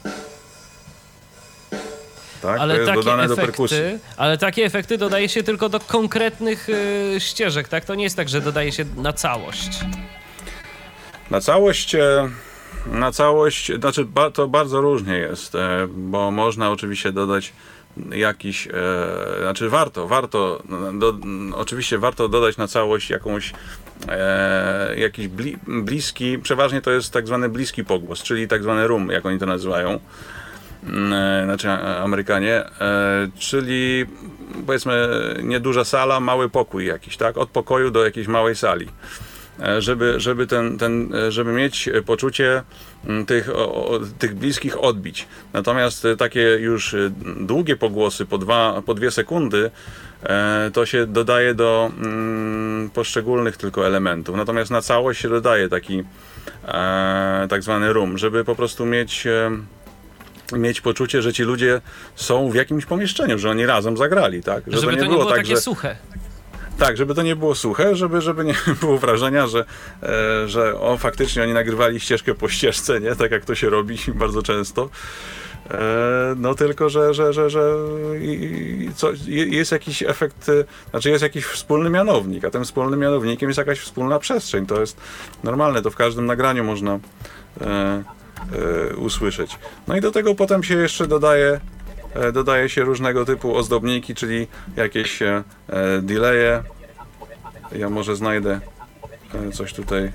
Speaker 3: Tak,
Speaker 2: ale
Speaker 3: to jest
Speaker 2: takie
Speaker 3: dodane
Speaker 2: efekty,
Speaker 3: do perkusji.
Speaker 2: Ale takie efekty dodaje się tylko do konkretnych y, ścieżek, tak? To nie jest tak, że dodaje się na całość.
Speaker 3: Na całość, na całość, znaczy ba, to bardzo różnie jest, bo można oczywiście dodać jakiś, e, znaczy warto, warto, do, oczywiście warto dodać na całość jakąś, e, jakiś bli, bliski, przeważnie to jest tak zwany bliski pogłos, czyli tak zwany room, jak oni to nazywają. Znaczy Amerykanie, czyli powiedzmy nieduża sala, mały pokój jakiś, tak? Od pokoju do jakiejś małej sali. Żeby, żeby, ten, ten, żeby mieć poczucie tych, o, tych bliskich odbić. Natomiast takie już długie pogłosy po, dwa, po dwie sekundy to się dodaje do mm, poszczególnych tylko elementów. Natomiast na całość się dodaje taki e, tak zwany room, żeby po prostu mieć mieć poczucie, że ci ludzie są w jakimś pomieszczeniu, że oni razem zagrali, tak?
Speaker 2: Żeby, żeby to nie było, było tak, takie że... suche.
Speaker 3: Tak, żeby to nie było suche, żeby, żeby nie było wrażenia, że, e, że o, faktycznie oni nagrywali ścieżkę po ścieżce, nie? Tak jak to się robi bardzo często. E, no tylko, że, że, że, że i, co, jest jakiś efekt, znaczy jest jakiś wspólny mianownik, a tym wspólnym mianownikiem jest jakaś wspólna przestrzeń. To jest normalne, to w każdym nagraniu można e, e, usłyszeć. No i do tego potem się jeszcze dodaje Dodaje się różnego typu ozdobniki, czyli jakieś e, delaye. Ja może znajdę e, coś tutaj. E,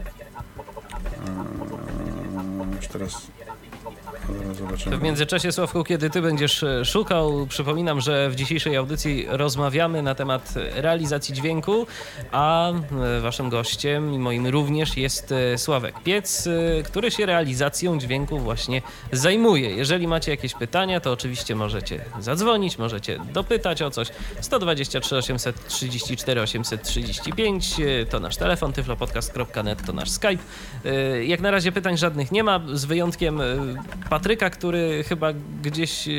Speaker 3: już teraz zobaczymy.
Speaker 2: To w międzyczasie, Sławku, kiedy ty będziesz szukał, przypominam, że w dzisiejszej audycji rozmawiamy na temat realizacji dźwięku, a waszym gościem i moim również jest Sławek Piec, który się realizacją dźwięku właśnie zajmuje. Jeżeli macie jakieś pytania, to oczywiście możecie zadzwonić, możecie dopytać o coś. sto dwadzieścia trzy osiemset trzydzieści cztery osiemset trzydzieści pięć to nasz telefon, tyflopodcast kropka net to nasz Skype. Jak na razie pytań żadnych nie ma, z wyjątkiem Patryka, który chyba gdzieś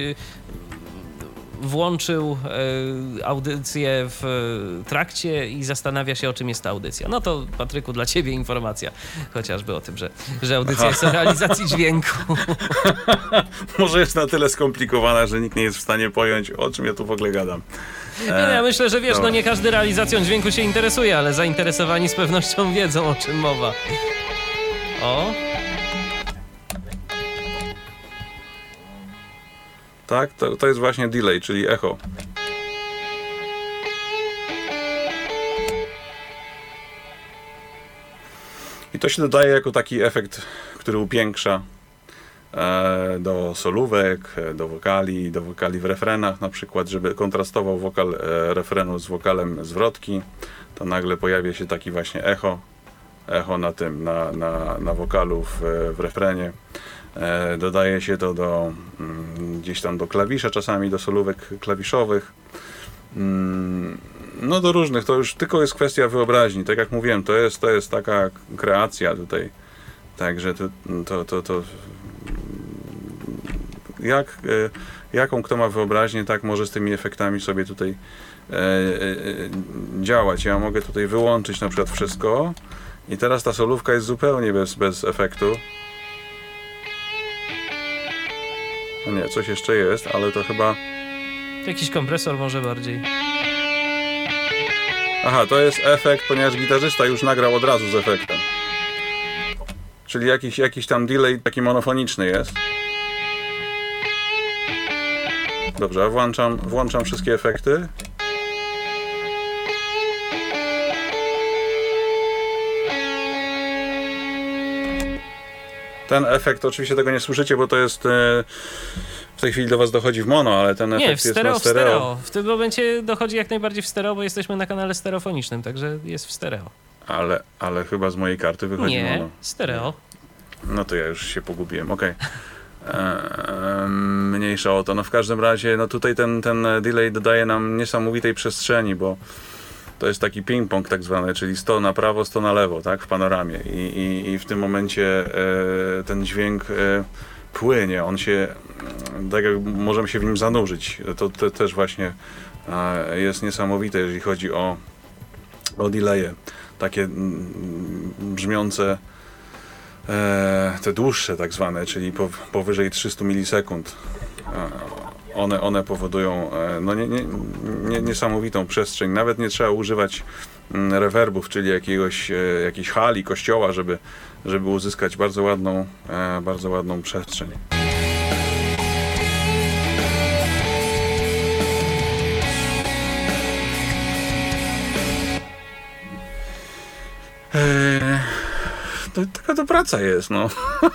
Speaker 2: włączył audycję w trakcie i zastanawia się, o czym jest ta audycja. No to, Patryku, dla ciebie informacja chociażby o tym, że, że audycja Aha. jest o realizacji dźwięku.
Speaker 3: Może jest na tyle skomplikowana, że nikt nie jest w stanie pojąć, o czym ja tu w ogóle gadam.
Speaker 2: Nie, no ja myślę, że wiesz, no. no nie każdy realizacją dźwięku się interesuje, ale zainteresowani z pewnością wiedzą, o czym mowa. O...
Speaker 3: Tak, to, to jest właśnie delay, czyli echo. I to się dodaje jako taki efekt, który upiększa e, do solówek, do wokali, do wokali w refrenach na przykład, żeby kontrastował wokal e, refrenu z wokalem zwrotki, to nagle pojawia się taki właśnie echo, echo na tym, na, na, na wokalu w, w refrenie. E, dodaje się to do mm, gdzieś tam do klawisza, czasami do solówek klawiszowych. Mm, no do różnych, to już tylko jest kwestia wyobraźni. Tak jak mówiłem, to jest, to jest taka kreacja tutaj. Także to, to, to, to jak, e, jaką kto ma wyobraźnię, tak może z tymi efektami sobie tutaj e, e, działać. Ja mogę tutaj wyłączyć na przykład wszystko i teraz ta solówka jest zupełnie bez, bez efektu. No nie, coś jeszcze jest, ale to chyba...
Speaker 2: Jakiś kompresor może bardziej.
Speaker 3: Aha, to jest efekt, ponieważ gitarzysta już nagrał od razu z efektem. czyli jakiś, jakiś tam delay taki monofoniczny jest. Dobrze, włączam, włączam wszystkie efekty. Ten efekt, oczywiście tego nie słyszycie, bo to jest e, w tej chwili do was dochodzi w mono, ale ten efekt
Speaker 2: Nie, w stereo,
Speaker 3: jest na stereo.
Speaker 2: w stereo. W tym momencie dochodzi jak najbardziej w stereo, bo jesteśmy na kanale stereofonicznym, także jest w stereo.
Speaker 3: Ale, ale chyba z mojej karty wychodzi
Speaker 2: Nie,
Speaker 3: mono.
Speaker 2: stereo.
Speaker 3: No to ja już się pogubiłem, okej. Okay. Eee, mniejsza o to. No w każdym razie, no tutaj ten, ten delay dodaje nam niesamowitej przestrzeni, bo to jest taki ping-pong tak zwany, czyli sto na prawo, sto na lewo, tak, w panoramie. I, i, i w tym momencie e, ten dźwięk e, płynie, on się, tak jak możemy się w nim zanurzyć. To, to też właśnie e, jest niesamowite, jeżeli chodzi o, o delaye. Takie mm, brzmiące, e, te dłuższe tak zwane, czyli po, powyżej trzysta milisekund. E, One, one powodują no, nie, nie, nie, niesamowitą przestrzeń. Nawet nie trzeba używać rewerbów, czyli jakiegoś, jakiejś hali, kościoła, żeby, żeby uzyskać bardzo ładną, bardzo ładną przestrzeń. Eee, to, taka to praca jest, no.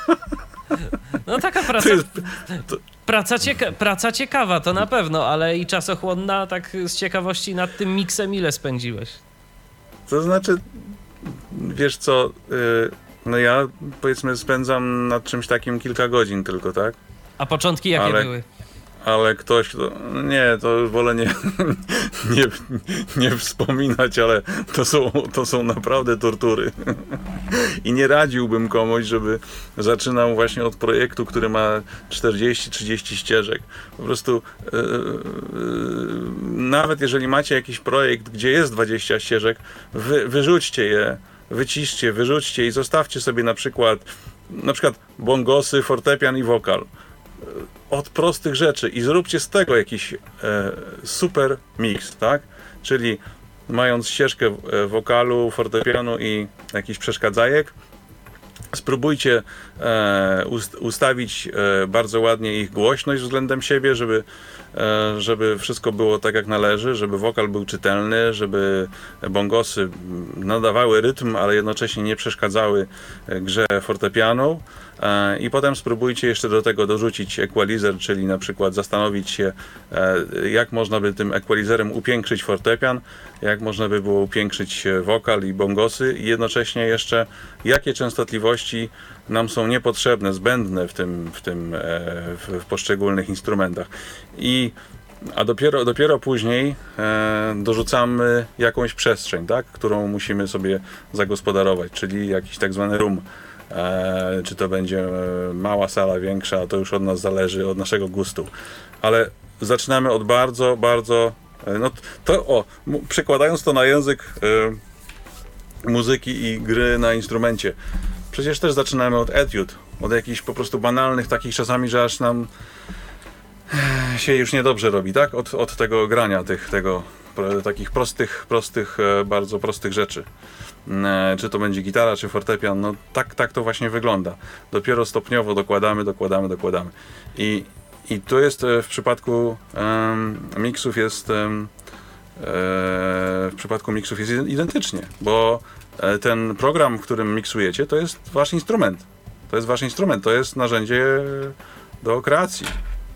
Speaker 2: No taka praca,
Speaker 3: To jest, to...
Speaker 2: praca, cieka praca ciekawa, to na pewno, ale i czasochłonna, tak z ciekawości nad tym miksem ile spędziłeś?
Speaker 3: To znaczy, wiesz co, yy, no ja powiedzmy spędzam nad czymś takim kilka godzin tylko, tak?
Speaker 2: A początki jakie
Speaker 3: ale,
Speaker 2: były?
Speaker 3: Ale ktoś, kto, nie, to wolę nie, nie, nie wspominać, ale to są, to są naprawdę tortury. I nie radziłbym komuś, żeby zaczynał właśnie od projektu, który ma czterdzieści trzydzieści ścieżek. Po prostu yy, yy, nawet jeżeli macie jakiś projekt, gdzie jest dwadzieścia ścieżek, wy, wyrzućcie je, wyciszcie, wyrzućcie i zostawcie sobie na przykład, na przykład bongosy, fortepian i wokal. Od prostych rzeczy i zróbcie z tego jakiś e, super mix, tak? Czyli mając ścieżkę wokalu, fortepianu i jakiś przeszkadzajek, spróbujcie e, ust, ustawić e, bardzo ładnie ich głośność względem siebie, żeby, e, żeby wszystko było tak jak należy, żeby wokal był czytelny, żeby bongosy nadawały rytm, ale jednocześnie nie przeszkadzały grze fortepianu. E, I potem spróbujcie jeszcze do tego dorzucić equalizer, czyli na przykład zastanowić się, e, jak można by tym equalizerem upiększyć fortepian, jak można by było upiększyć wokal i bongosy i jednocześnie jeszcze jakie częstotliwości nam są niepotrzebne, zbędne w tym, w tym e, w, w poszczególnych instrumentach. I a dopiero, dopiero później e, dorzucamy jakąś przestrzeń, tak, którą musimy sobie zagospodarować, czyli jakiś tak zwany room. E, czy to będzie mała sala, większa, to już od nas zależy, od naszego gustu. Ale zaczynamy od bardzo, bardzo, no to o, przekładając to na język e, muzyki i gry na instrumencie. Przecież też zaczynamy od etiud, od jakichś po prostu banalnych takich czasami, że aż nam się już niedobrze robi, tak? Od, od tego grania tych, tego, takich prostych, prostych, bardzo prostych rzeczy. Czy to będzie gitara, czy fortepian, no tak, tak to właśnie wygląda. Dopiero stopniowo dokładamy, dokładamy, dokładamy. I, i to jest w przypadku um, miksów jest um, e, w przypadku miksów jest identycznie, bo ten program, w którym miksujecie, to jest wasz instrument. To jest wasz instrument, to jest narzędzie do kreacji.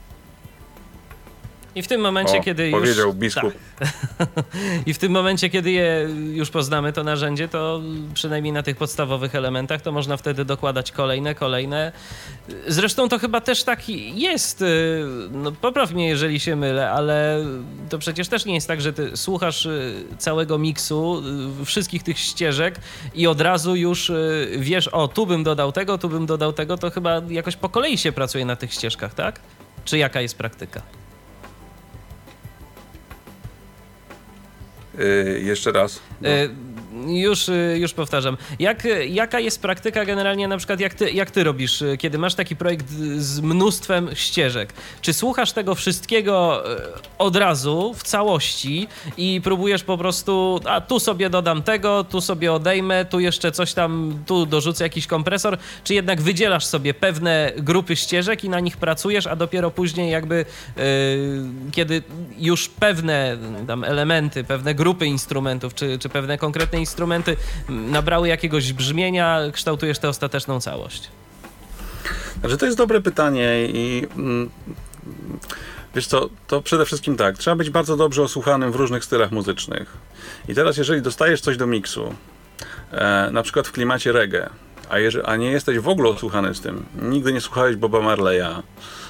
Speaker 2: I w tym momencie,
Speaker 3: o,
Speaker 2: kiedy
Speaker 3: powiedział
Speaker 2: już...
Speaker 3: biskup.
Speaker 2: Tak. I w tym momencie, kiedy je już poznamy, to narzędzie, to przynajmniej na tych podstawowych elementach, to można wtedy dokładać kolejne, kolejne. Zresztą to chyba też tak jest. No, popraw mnie, jeżeli się mylę, ale to przecież też nie jest tak, że ty słuchasz całego miksu, wszystkich tych ścieżek i od razu już wiesz, o, tu bym dodał tego, tu bym dodał tego. To chyba jakoś po kolei się pracuje na tych ścieżkach, tak? Czy jaka jest praktyka?
Speaker 3: Yy, jeszcze raz.
Speaker 2: Yy, już, już powtarzam. Jak, jaka jest praktyka generalnie, na przykład jak ty, jak ty robisz, kiedy masz taki projekt z mnóstwem ścieżek? Czy słuchasz tego wszystkiego od razu, w całości i próbujesz po prostu, a tu sobie dodam tego, tu sobie odejmę, tu jeszcze coś tam, tu dorzucę jakiś kompresor, czy jednak wydzielasz sobie pewne grupy ścieżek i na nich pracujesz, a dopiero później jakby yy, kiedy już pewne tam elementy, pewne grupy instrumentów, czy, czy pewne konkretne instrumenty nabrały jakiegoś brzmienia, kształtujesz tę ostateczną całość?
Speaker 3: Znaczy, to jest dobre pytanie i mm, wiesz co, to przede wszystkim tak, trzeba być bardzo dobrze osłuchanym w różnych stylach muzycznych. I teraz jeżeli dostajesz coś do miksu, e, na przykład w klimacie reggae, a, jeżeli, a nie jesteś w ogóle osłuchany z tym, nigdy nie słuchałeś Boba Marleya,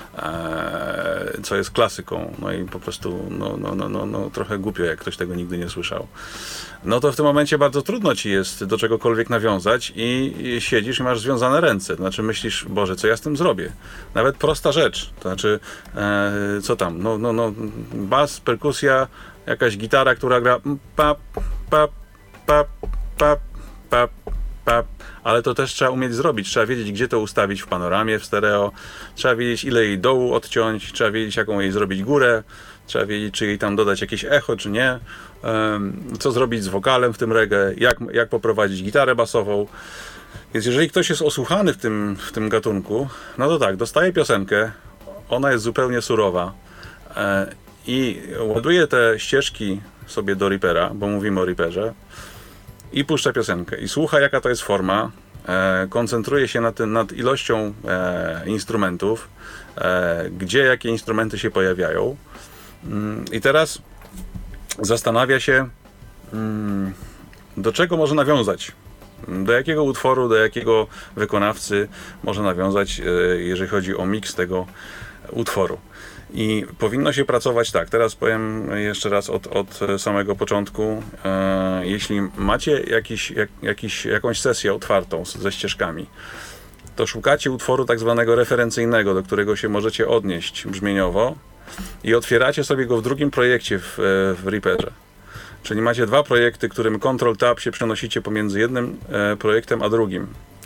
Speaker 3: e, co jest klasyką, no i po prostu no, no, no, no, no, trochę głupio, jak ktoś tego nigdy nie słyszał, no to w tym momencie bardzo trudno ci jest do czegokolwiek nawiązać i, i siedzisz i masz związane ręce. To znaczy myślisz, Boże, co ja z tym zrobię? Nawet prosta rzecz, to znaczy e, co tam, no, no, no, bas, perkusja, jakaś gitara, która gra pap, pap, pap, pap, pap, pap, ale to też trzeba umieć zrobić, trzeba wiedzieć, gdzie to ustawić w panoramie, w stereo, trzeba wiedzieć, ile jej dołu odciąć, trzeba wiedzieć, jaką jej zrobić górę, trzeba wiedzieć, czy jej tam dodać jakieś echo, czy nie, um, co zrobić z wokalem w tym reggae, jak, jak poprowadzić gitarę basową. Więc jeżeli ktoś jest osłuchany w tym, w tym gatunku, no to tak, dostaje piosenkę, ona jest zupełnie surowa e, i ładuje te ścieżki sobie do Reapera, bo mówimy o Reaperze, i puszcza piosenkę i słucha, jaka to jest forma, e, koncentruje się nad, tym, nad ilością e, instrumentów, e, gdzie jakie instrumenty się pojawiają mm, i teraz zastanawia się, mm, do czego może nawiązać, do jakiego utworu, do jakiego wykonawcy może nawiązać, e, jeżeli chodzi o miks tego utworu. I powinno się pracować tak, teraz powiem jeszcze raz od, od samego początku, e, jeśli macie jakiś, jak, jakiś, jakąś sesję otwartą z, ze ścieżkami, to szukacie utworu tak zwanego referencyjnego, do którego się możecie odnieść brzmieniowo i otwieracie sobie go w drugim projekcie w, w Reaperze. Czyli macie dwa projekty, którym Ctrl-Tab się przenosicie pomiędzy jednym e, projektem a drugim.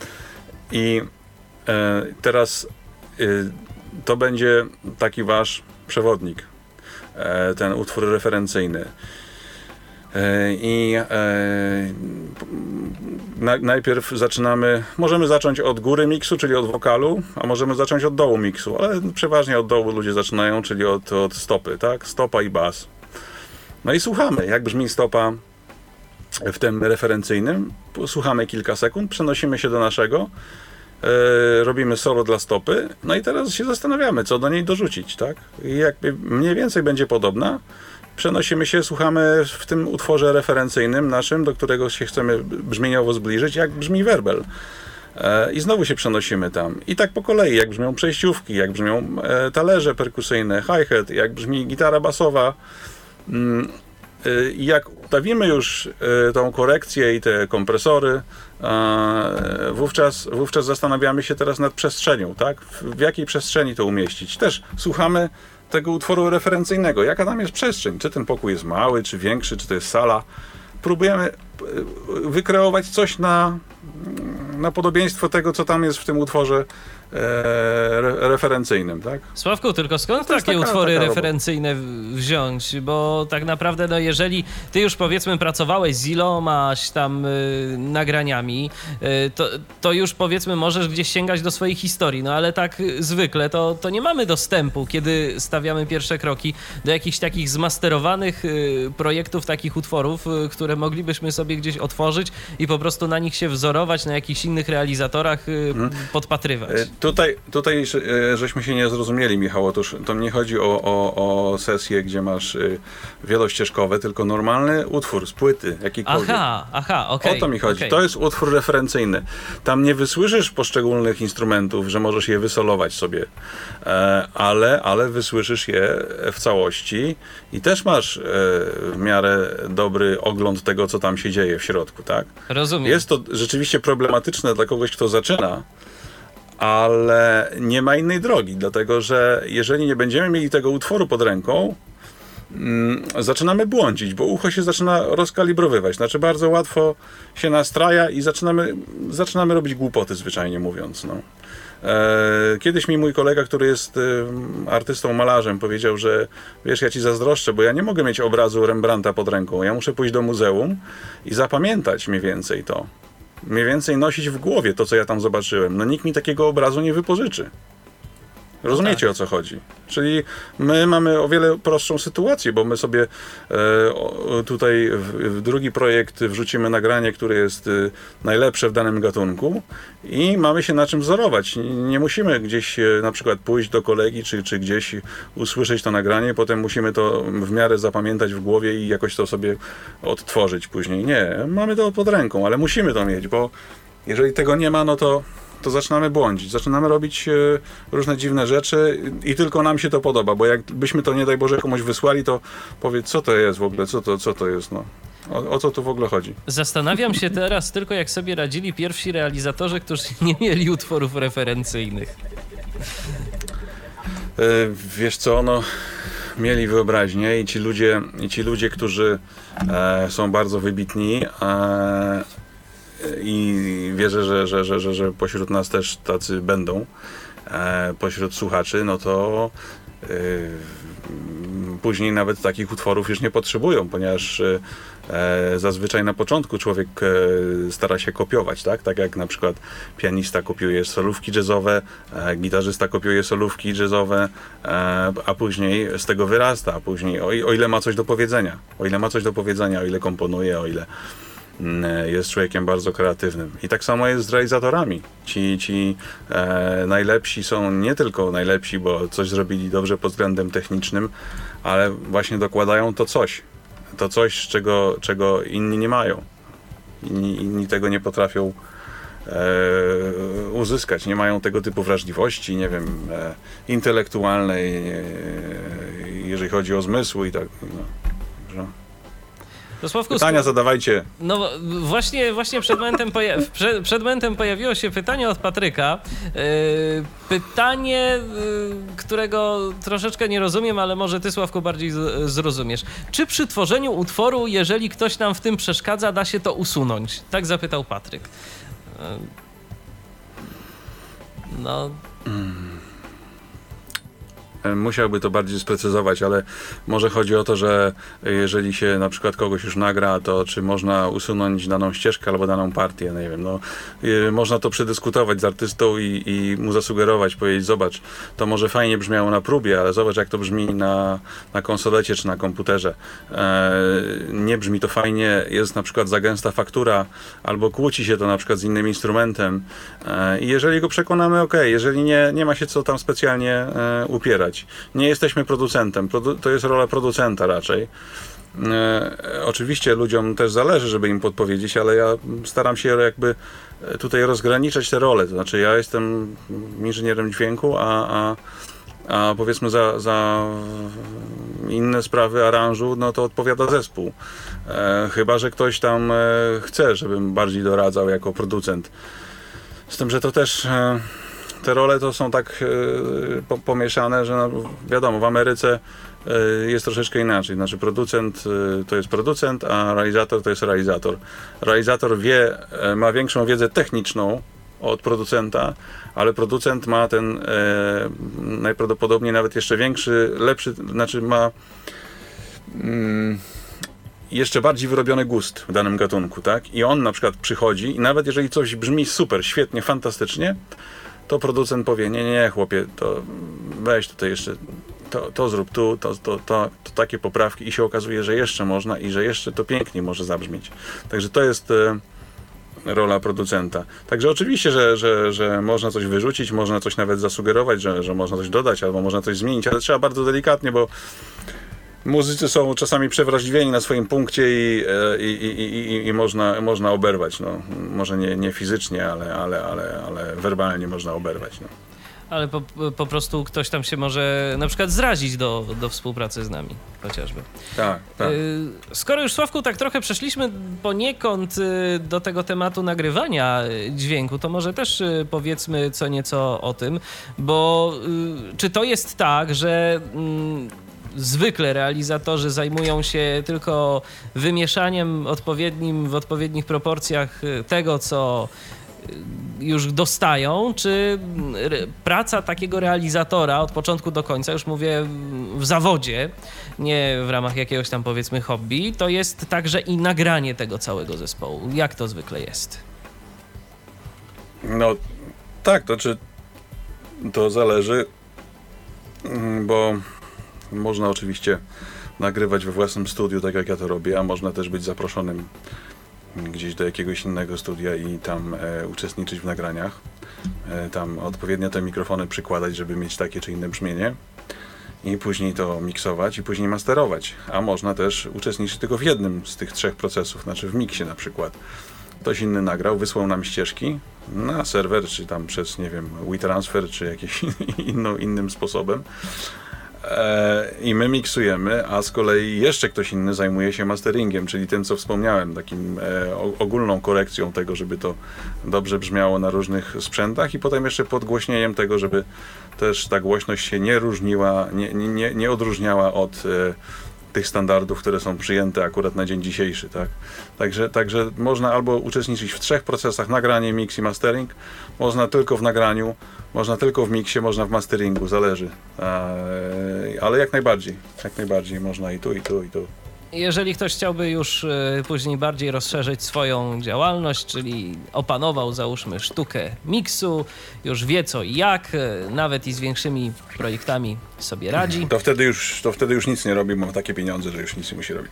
Speaker 3: I e, teraz e, to będzie taki wasz przewodnik, ten utwór referencyjny. I najpierw zaczynamy, możemy zacząć od góry miksu, czyli od wokalu, a możemy zacząć od dołu miksu, ale przeważnie od dołu ludzie zaczynają, czyli od, od stopy, tak? Stopa i bas. No i słuchamy, jak brzmi stopa w tym referencyjnym. Słuchamy kilka sekund, przenosimy się do naszego, Yy, robimy solo dla stopy, no i teraz się zastanawiamy, co do niej dorzucić, tak? I jakby mniej więcej będzie podobna, przenosimy się, słuchamy w tym utworze referencyjnym naszym, do którego się chcemy brzmieniowo zbliżyć, jak brzmi werbel. Yy, I znowu się przenosimy tam. I tak po kolei, jak brzmią przejściówki, jak brzmią e, talerze perkusyjne, hi-hat, jak brzmi gitara basowa. Yy, I jak ustawimy już tą korekcję i te kompresory, wówczas, wówczas zastanawiamy się teraz nad przestrzenią, tak? W jakiej przestrzeni to umieścić. Też słuchamy tego utworu referencyjnego. Jaka tam jest przestrzeń? Czy ten pokój jest mały, czy większy, czy to jest sala? Próbujemy wykreować coś na, na podobieństwo tego, co tam jest w tym utworze e, referencyjnym, tak?
Speaker 2: Sławku, tylko skąd
Speaker 3: no
Speaker 2: takie
Speaker 3: taka,
Speaker 2: utwory
Speaker 3: taka
Speaker 2: referencyjne wziąć? Bo tak naprawdę, no jeżeli ty już powiedzmy pracowałeś z ilomaś tam y, nagraniami, y, to, to już powiedzmy możesz gdzieś sięgać do swojej historii, no ale tak y, zwykle to, to nie mamy dostępu, kiedy stawiamy pierwsze kroki do jakichś takich zmasterowanych y, projektów, takich utworów, y, które moglibyśmy sobie gdzieś otworzyć i po prostu na nich się wzorować, na jakichś innych realizatorach y, hmm. podpatrywać.
Speaker 3: Tutaj, tutaj żeśmy się nie zrozumieli, Michał. Otóż to nie chodzi o, o, o sesję, gdzie masz wielościeżkowe, tylko normalny utwór z płyty, jakikolwiek.
Speaker 2: Aha, aha, okej. Okay,
Speaker 3: o to mi chodzi.
Speaker 2: Okay.
Speaker 3: To jest utwór referencyjny. Tam nie wysłyszysz poszczególnych instrumentów, że możesz je wysolować sobie, ale, ale wysłyszysz je w całości i też masz w miarę dobry ogląd tego, co tam się dzieje w środku, tak?
Speaker 2: Rozumiem.
Speaker 3: Jest to rzeczywiście problematyczne dla kogoś, kto zaczyna, ale nie ma innej drogi, dlatego że jeżeli nie będziemy mieli tego utworu pod ręką, zaczynamy błądzić, bo ucho się zaczyna rozkalibrowywać. Znaczy bardzo łatwo się nastraja i zaczynamy, zaczynamy robić głupoty, zwyczajnie mówiąc. No. Kiedyś mi mój kolega, który jest artystą, malarzem, powiedział, że wiesz, ja ci zazdroszczę, bo ja nie mogę mieć obrazu Rembrandta pod ręką. Ja muszę pójść do muzeum i zapamiętać mniej więcej to. Mniej więcej nosić w głowie to, co ja tam zobaczyłem. No nikt mi takiego obrazu nie wypożyczy. Rozumiecie, o co chodzi? Czyli my mamy o wiele prostszą sytuację, bo my sobie e, tutaj w, w drugi projekt wrzucimy nagranie, które jest e, najlepsze w danym gatunku i mamy się na czym wzorować. Nie, nie musimy gdzieś e, na przykład pójść do kolegi, czy, czy gdzieś usłyszeć to nagranie, potem musimy to w miarę zapamiętać w głowie i jakoś to sobie odtworzyć później. Nie, mamy to pod ręką, ale musimy to mieć, bo jeżeli tego nie ma, no to to zaczynamy błądzić, zaczynamy robić e, różne dziwne rzeczy i tylko nam się to podoba, bo jakbyśmy to, nie daj Boże, komuś wysłali, to powiedz, co to jest w ogóle, co to, co to jest, no. O, o co tu w ogóle chodzi?
Speaker 2: Zastanawiam się teraz tylko, jak sobie radzili pierwsi realizatorzy, którzy nie mieli utworów referencyjnych.
Speaker 3: E, wiesz co, no, mieli wyobraźnię i ci ludzie, i ci ludzie którzy e, są bardzo wybitni, e, i wierzę, że, że, że, że, że pośród nas też tacy będą, e, pośród słuchaczy, no to e, później nawet takich utworów już nie potrzebują, ponieważ e, zazwyczaj na początku człowiek e, stara się kopiować, tak? Tak jak na przykład pianista kopiuje solówki jazzowe, e, gitarzysta kopiuje solówki jazzowe, e, a później z tego wyrasta, a później o, o ile ma coś do powiedzenia, o ile ma coś do powiedzenia, o ile komponuje, o ile jest człowiekiem bardzo kreatywnym. I tak samo jest z realizatorami. Ci, ci e, najlepsi są nie tylko najlepsi, bo coś zrobili dobrze pod względem technicznym, ale właśnie dokładają to coś. To coś, czego, czego inni nie mają. Inni, inni tego nie potrafią e, uzyskać. Nie mają tego typu wrażliwości, nie wiem, e, intelektualnej, e, jeżeli chodzi o zmysły i tak. No, że...
Speaker 2: Sławku,
Speaker 3: pytania zadawajcie.
Speaker 2: No właśnie, właśnie przed, momentem poja- przed, przed momentem pojawiło się pytanie od Patryka. Yy, pytanie, yy, którego troszeczkę nie rozumiem, ale może ty, Sławku, bardziej z- zrozumiesz. Czy przy tworzeniu utworu, jeżeli ktoś nam w tym przeszkadza, da się to usunąć? Tak zapytał Patryk. Yy, no...
Speaker 3: Hmm. Musiałby to bardziej sprecyzować, ale może chodzi o to, że jeżeli się na przykład kogoś już nagra, to czy można usunąć daną ścieżkę albo daną partię, nie wiem, no, y, można to przedyskutować z artystą i, i mu zasugerować, powiedzieć, zobacz, to może fajnie brzmiało na próbie, ale zobacz, jak to brzmi na, na konsolecie czy na komputerze. E, nie brzmi to fajnie, jest na przykład za gęsta faktura, albo kłóci się to na przykład z innym instrumentem e, i jeżeli go przekonamy, ok, jeżeli nie, nie ma się co tam specjalnie e, upierać. Nie jesteśmy producentem, Produ- to jest rola producenta raczej. E, oczywiście ludziom też zależy, żeby im podpowiedzieć, ale ja staram się jakby tutaj rozgraniczać te role. To znaczy ja jestem inżynierem dźwięku, a, a, a powiedzmy za, za inne sprawy aranżu, no to odpowiada zespół. E, chyba że ktoś tam e, chce, żebym bardziej doradzał jako producent. Z tym, że to też... E, Te role to są tak y, po, pomieszane, że no, wiadomo, w Ameryce y, jest troszeczkę inaczej. Znaczy producent y, to jest producent, a realizator to jest realizator. Realizator wie, y, ma większą wiedzę techniczną od producenta, ale producent ma ten y, najprawdopodobniej nawet jeszcze większy, lepszy, znaczy ma y, jeszcze bardziej wyrobiony gust w danym gatunku, tak? I on na przykład przychodzi i nawet jeżeli coś brzmi super, świetnie, fantastycznie, to producent powie, nie, nie, chłopie, to weź tutaj jeszcze, to, to zrób tu, to, to, to, to takie poprawki i się okazuje, że jeszcze można i że jeszcze to pięknie może zabrzmieć. Także to jest e, rola producenta. Także oczywiście, że, że, że można coś wyrzucić, można coś nawet zasugerować, że, że można coś dodać albo można coś zmienić, ale trzeba bardzo delikatnie, bo muzycy są czasami przewrażliwieni na swoim punkcie i, i, i, i, i można, można oberwać. No. Może nie, nie fizycznie, ale, ale, ale, ale werbalnie można oberwać. No.
Speaker 2: Ale po, po prostu ktoś tam się może na przykład zrazić do, do współpracy z nami chociażby.
Speaker 3: Tak, tak.
Speaker 2: Skoro już, Sławku, tak trochę przeszliśmy poniekąd do tego tematu nagrywania dźwięku, to może też powiedzmy co nieco o tym, bo czy to jest tak, że zwykle realizatorzy zajmują się tylko wymieszaniem odpowiednim, w odpowiednich proporcjach tego, co już dostają, czy praca takiego realizatora od początku do końca, już mówię w zawodzie, nie w ramach jakiegoś tam powiedzmy hobby, to jest także i nagranie tego całego zespołu. Jak to zwykle jest?
Speaker 3: No tak, to czy to zależy, bo można oczywiście nagrywać we własnym studiu, tak jak ja to robię, a można też być zaproszonym gdzieś do jakiegoś innego studia i tam e, uczestniczyć w nagraniach. E, tam odpowiednio te mikrofony przykładać, żeby mieć takie czy inne brzmienie i później to miksować i później masterować. A można też uczestniczyć tylko w jednym z tych trzech procesów, znaczy w miksie na przykład. Ktoś inny nagrał, wysłał nam ścieżki na serwer, czy tam przez, nie wiem, WeTransfer, czy jakimś inną, innym sposobem. I my miksujemy, a z kolei jeszcze ktoś inny zajmuje się masteringiem, czyli tym, co wspomniałem, takim e, ogólną korekcją tego, żeby to dobrze brzmiało na różnych sprzętach i potem jeszcze podgłośnieniem tego, żeby też ta głośność się nie różniła, nie, nie, nie odróżniała od e, tych standardów, które są przyjęte akurat na dzień dzisiejszy, tak? Także, także można albo uczestniczyć w trzech procesach, nagranie, mix i mastering, można tylko w nagraniu, można tylko w miksie, można w masteringu, zależy. Eee, ale jak najbardziej, jak najbardziej można i tu, i tu, i tu.
Speaker 2: Jeżeli ktoś chciałby już y, później bardziej rozszerzyć swoją działalność, czyli opanował, załóżmy, sztukę miksu, już wie co i jak, y, nawet i z większymi projektami sobie radzi.
Speaker 3: To wtedy już, to wtedy już nic nie robi, bo ma takie pieniądze, że już nic nie musi robić.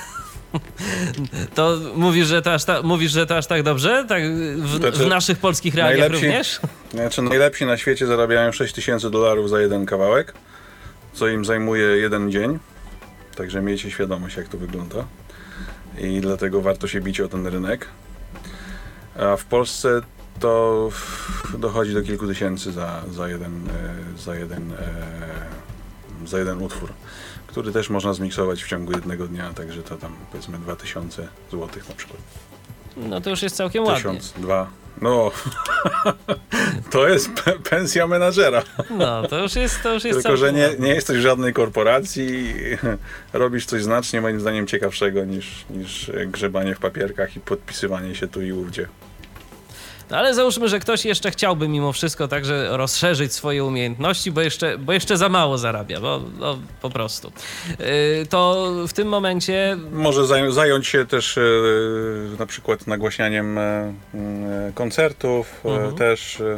Speaker 2: To mówisz, że to aż, ta, mówisz, że to aż tak dobrze? Tak w,
Speaker 3: znaczy,
Speaker 2: w naszych polskich realiach również?
Speaker 3: Znaczy, najlepsi na świecie zarabiają sześć tysięcy dolarów za jeden kawałek, co im zajmuje jeden dzień. Także miejcie świadomość, jak to wygląda. I dlatego warto się bić o ten rynek. A w Polsce to dochodzi do kilku tysięcy za, za, jeden, za, jeden, za jeden utwór, który też można zmiksować w ciągu jednego dnia, także to tam powiedzmy dwa tysiące złotych na przykład.
Speaker 2: No to już jest całkiem ładnie.
Speaker 3: Tysiąc, dwa. No, to jest pe- pensja menadżera.
Speaker 2: No, to już jest, to już jest
Speaker 3: Tylko, że nie,
Speaker 2: ładnie.
Speaker 3: nie jesteś w żadnej korporacji, robisz coś znacznie, moim zdaniem, ciekawszego niż, niż grzebanie w papierkach i podpisywanie się tu i ówdzie.
Speaker 2: No ale załóżmy, że ktoś jeszcze chciałby mimo wszystko także rozszerzyć swoje umiejętności, bo jeszcze, bo jeszcze za mało zarabia, bo no, po prostu. Yy, to w tym momencie...
Speaker 3: Może zaj- zająć się też e, na przykład nagłaśnianiem e, e, koncertów,
Speaker 2: Mhm.
Speaker 3: e, też e,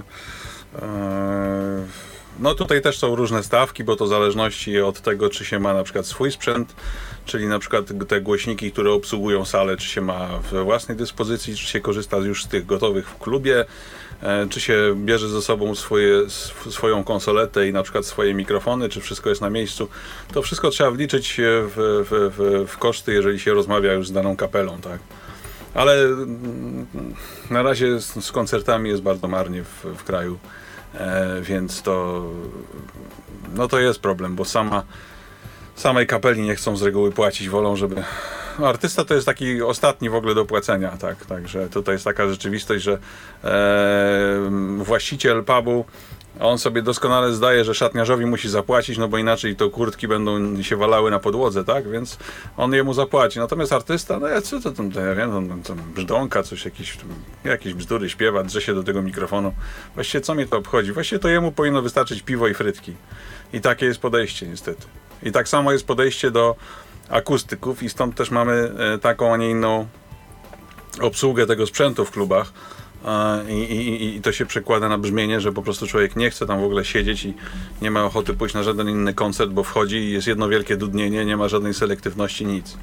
Speaker 3: e, no tutaj też są różne stawki, bo to w zależności od tego, czy się ma na przykład swój sprzęt, czyli na przykład te głośniki, które obsługują salę, czy się ma we własnej dyspozycji, czy się korzysta już z tych gotowych w klubie, e, czy się bierze ze sobą swoje, sw- swoją konsoletę i na przykład swoje mikrofony, czy wszystko jest na miejscu. To wszystko trzeba wliczyć w, w, w, w koszty, jeżeli się rozmawia już z daną kapelą, tak. Ale mm, na razie z, z koncertami jest bardzo marnie w, w kraju, e, więc to, no to jest problem, bo sama samej kapeli nie chcą z reguły płacić, wolą, żeby... No, artysta to jest taki ostatni w ogóle do płacenia, tak, także tutaj jest taka rzeczywistość, że e, właściciel pubu, on sobie doskonale zdaje, że szatniarzowi musi zapłacić, no bo inaczej to kurtki będą się walały na podłodze, tak, więc on jemu zapłaci. Natomiast artysta, no ja co to tam, ja wiem, tam, tam brzdąka, coś, jakieś, jakieś bzdury śpiewa, drze się do tego mikrofonu. Właściwie co mnie to obchodzi? Właściwie to jemu powinno wystarczyć piwo i frytki. I takie jest podejście niestety. I tak samo jest podejście do akustyków i stąd też mamy e, taką, a nie inną obsługę tego sprzętu w klubach. I, i, I to się przekłada na brzmienie, że po prostu człowiek nie chce tam w ogóle siedzieć i nie ma ochoty pójść na żaden inny koncert, bo wchodzi i jest jedno wielkie dudnienie, nie ma żadnej selektywności, nic.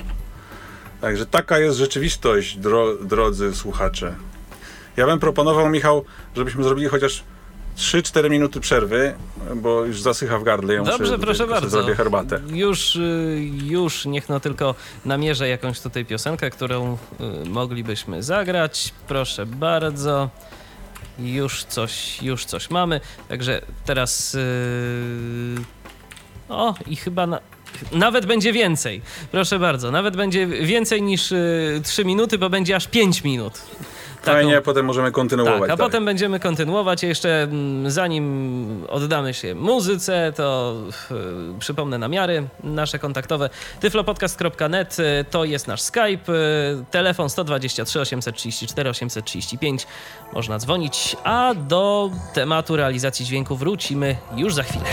Speaker 3: Także taka jest rzeczywistość, dro, drodzy słuchacze. Ja bym proponował, Michał, żebyśmy zrobili chociaż trzy cztery minuty przerwy, bo już zasycha w gardle. Ja
Speaker 2: Dobrze,
Speaker 3: muszę,
Speaker 2: proszę bardzo.
Speaker 3: Zrobię herbatę.
Speaker 2: Już, już niech no tylko namierzę jakąś tutaj piosenkę, którą moglibyśmy zagrać. Proszę bardzo. Już coś, już coś mamy. Także teraz... Yy... O, i chyba... Na... Nawet będzie więcej. Proszę bardzo, nawet będzie więcej niż y, trzy minuty, bo będzie aż pięć minut.
Speaker 3: Fajnie, a potem możemy kontynuować.
Speaker 2: Tak, a
Speaker 3: dalej.
Speaker 2: potem będziemy kontynuować. Jeszcze zanim oddamy się muzyce, to y, przypomnę namiary nasze kontaktowe. tyflopodcast kropka net to jest nasz Skype. Y, telefon sto dwadzieścia trzy osiemset trzydzieści cztery osiemset trzydzieści pięć. Można dzwonić, a do tematu realizacji dźwięku wrócimy już za chwilę.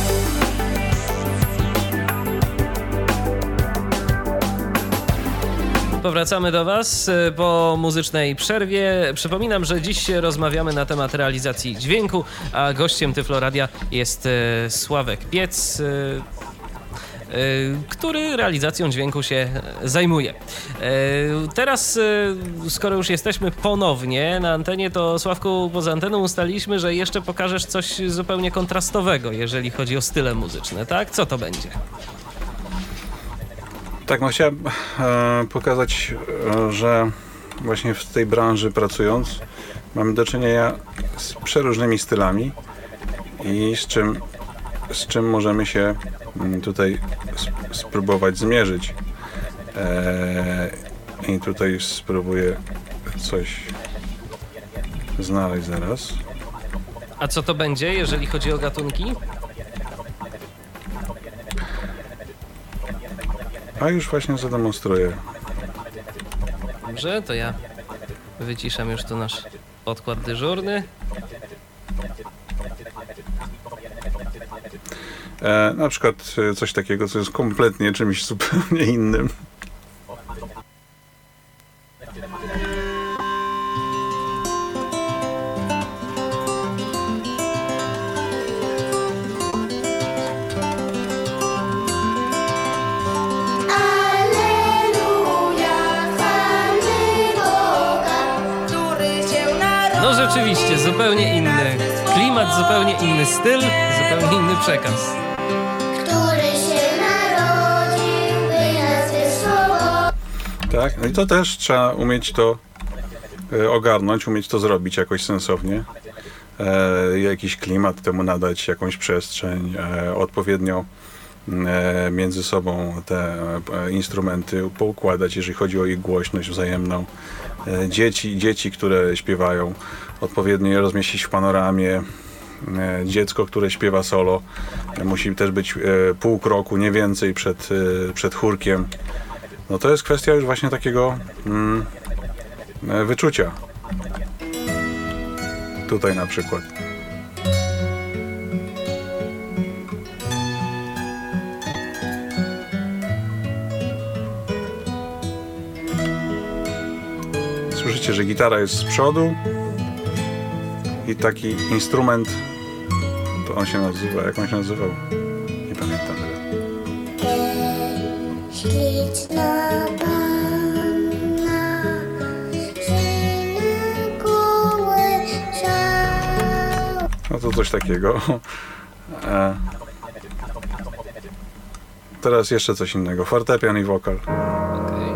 Speaker 2: Powracamy do Was po muzycznej przerwie. Przypominam, że dziś rozmawiamy na temat realizacji dźwięku, a gościem Tyfloradia jest Sławek Piec, który realizacją dźwięku się zajmuje. Teraz, skoro już jesteśmy ponownie na antenie, to Sławku, poza anteną ustaliliśmy, że jeszcze pokażesz coś zupełnie kontrastowego, jeżeli chodzi o style muzyczne, tak? Co to będzie?
Speaker 3: Tak, no chciałem e, pokazać, e, że właśnie w tej branży pracując mamy do czynienia z przeróżnymi stylami i z czym, z czym możemy się tutaj sp- spróbować zmierzyć. E, I tutaj spróbuję coś znaleźć zaraz.
Speaker 2: A co to będzie, jeżeli chodzi o gatunki?
Speaker 3: A już właśnie zademonstruję.
Speaker 2: Dobrze, to ja wyciszam już tu nasz podkład dyżurny.
Speaker 3: E, na przykład coś takiego, co jest kompletnie czymś zupełnie innym.
Speaker 2: No rzeczywiście, zupełnie inny klimat, zupełnie inny styl, zupełnie inny przekaz.
Speaker 4: Który się narodził, by nas wysłowo.
Speaker 3: Tak, no i to też trzeba umieć to e, ogarnąć, umieć to zrobić jakoś sensownie. E, jakiś klimat temu nadać, jakąś przestrzeń, e, odpowiednio e, między sobą te e, instrumenty poukładać, jeżeli chodzi o ich głośność wzajemną. E, dzieci, dzieci, które śpiewają, odpowiednio je rozmieścić w panoramie. E, dziecko, które śpiewa solo, e, musi też być e, pół kroku, nie więcej przed, e, przed chórkiem. No to jest kwestia już właśnie takiego mm, e, wyczucia. Tutaj na przykład. Słyszycie, że gitara jest z przodu i taki instrument, to on się nazywa, jak on się nazywał? Nie pamiętam.
Speaker 4: Śliczna panna, syna kołysza.
Speaker 3: No to coś takiego. E, teraz jeszcze coś innego. Fortepian i wokal.
Speaker 2: Okay.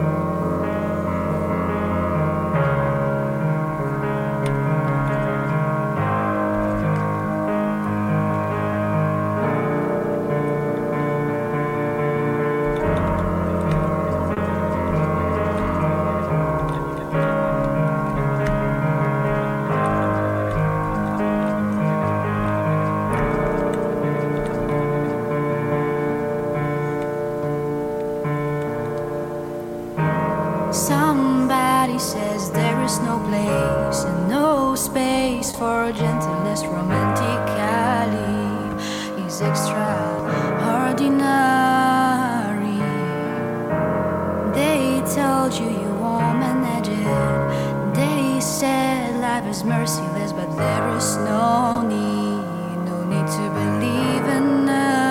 Speaker 5: Somebody says there is no place and no space for gentleness romantically is extraordinary. They told you you won't manage it. They said life is merciless, but there is no need, no need to believe in us.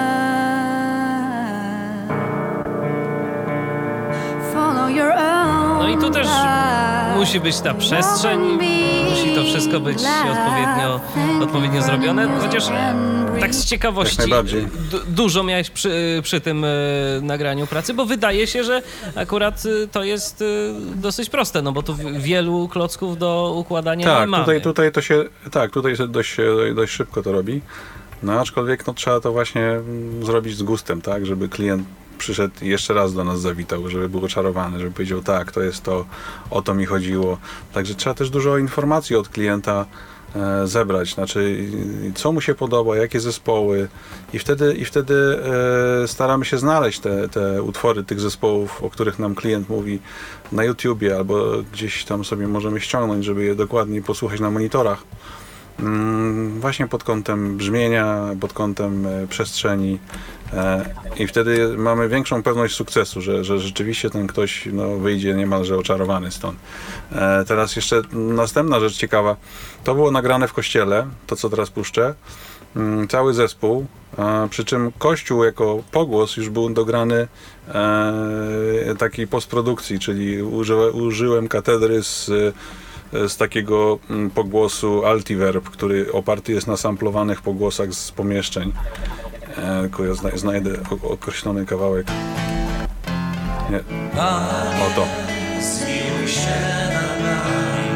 Speaker 5: Follow your own.
Speaker 2: No i tu też musi być ta przestrzeń, musi to wszystko być odpowiednio, odpowiednio zrobione, chociaż tak z ciekawości,
Speaker 3: Jak najbardziej.
Speaker 2: du- dużo miałeś przy, przy tym y, nagraniu pracy, bo wydaje się, że akurat y, to jest y, dosyć proste, no bo tu w- wielu klocków do układania
Speaker 3: Tak,
Speaker 2: nie mamy.
Speaker 3: tutaj, tutaj to się, tak, tutaj się dość, dość szybko to robi. No aczkolwiek no, trzeba to właśnie mm, zrobić z gustem, tak, żeby klient przyszedł i jeszcze raz do nas zawitał, żeby był oczarowany, żeby powiedział tak, to jest to, o to mi chodziło. Także trzeba też dużo informacji od klienta e, zebrać, znaczy co mu się podoba, jakie zespoły i wtedy, i wtedy e, staramy się znaleźć te, te utwory tych zespołów, o których nam klient mówi na YouTubie albo gdzieś tam sobie możemy ściągnąć, żeby je dokładniej posłuchać na monitorach. Mm, właśnie pod kątem brzmienia, pod kątem e, przestrzeni e, i wtedy mamy większą pewność sukcesu, że, że rzeczywiście ten ktoś no, wyjdzie niemalże oczarowany stąd. E, teraz jeszcze następna rzecz ciekawa, to było nagrane w kościele, to co teraz puszczę, mm, cały zespół, a, przy czym kościół jako pogłos już był dograny e, takiej postprodukcji, czyli uży, użyłem katedry z z takiego pogłosu Altiverb, który oparty jest na samplowanych pogłosach z pomieszczeń. E, tylko ja zna, znajdę o, określony kawałek. Nie. O to.
Speaker 6: Zmiłuj się nad nami,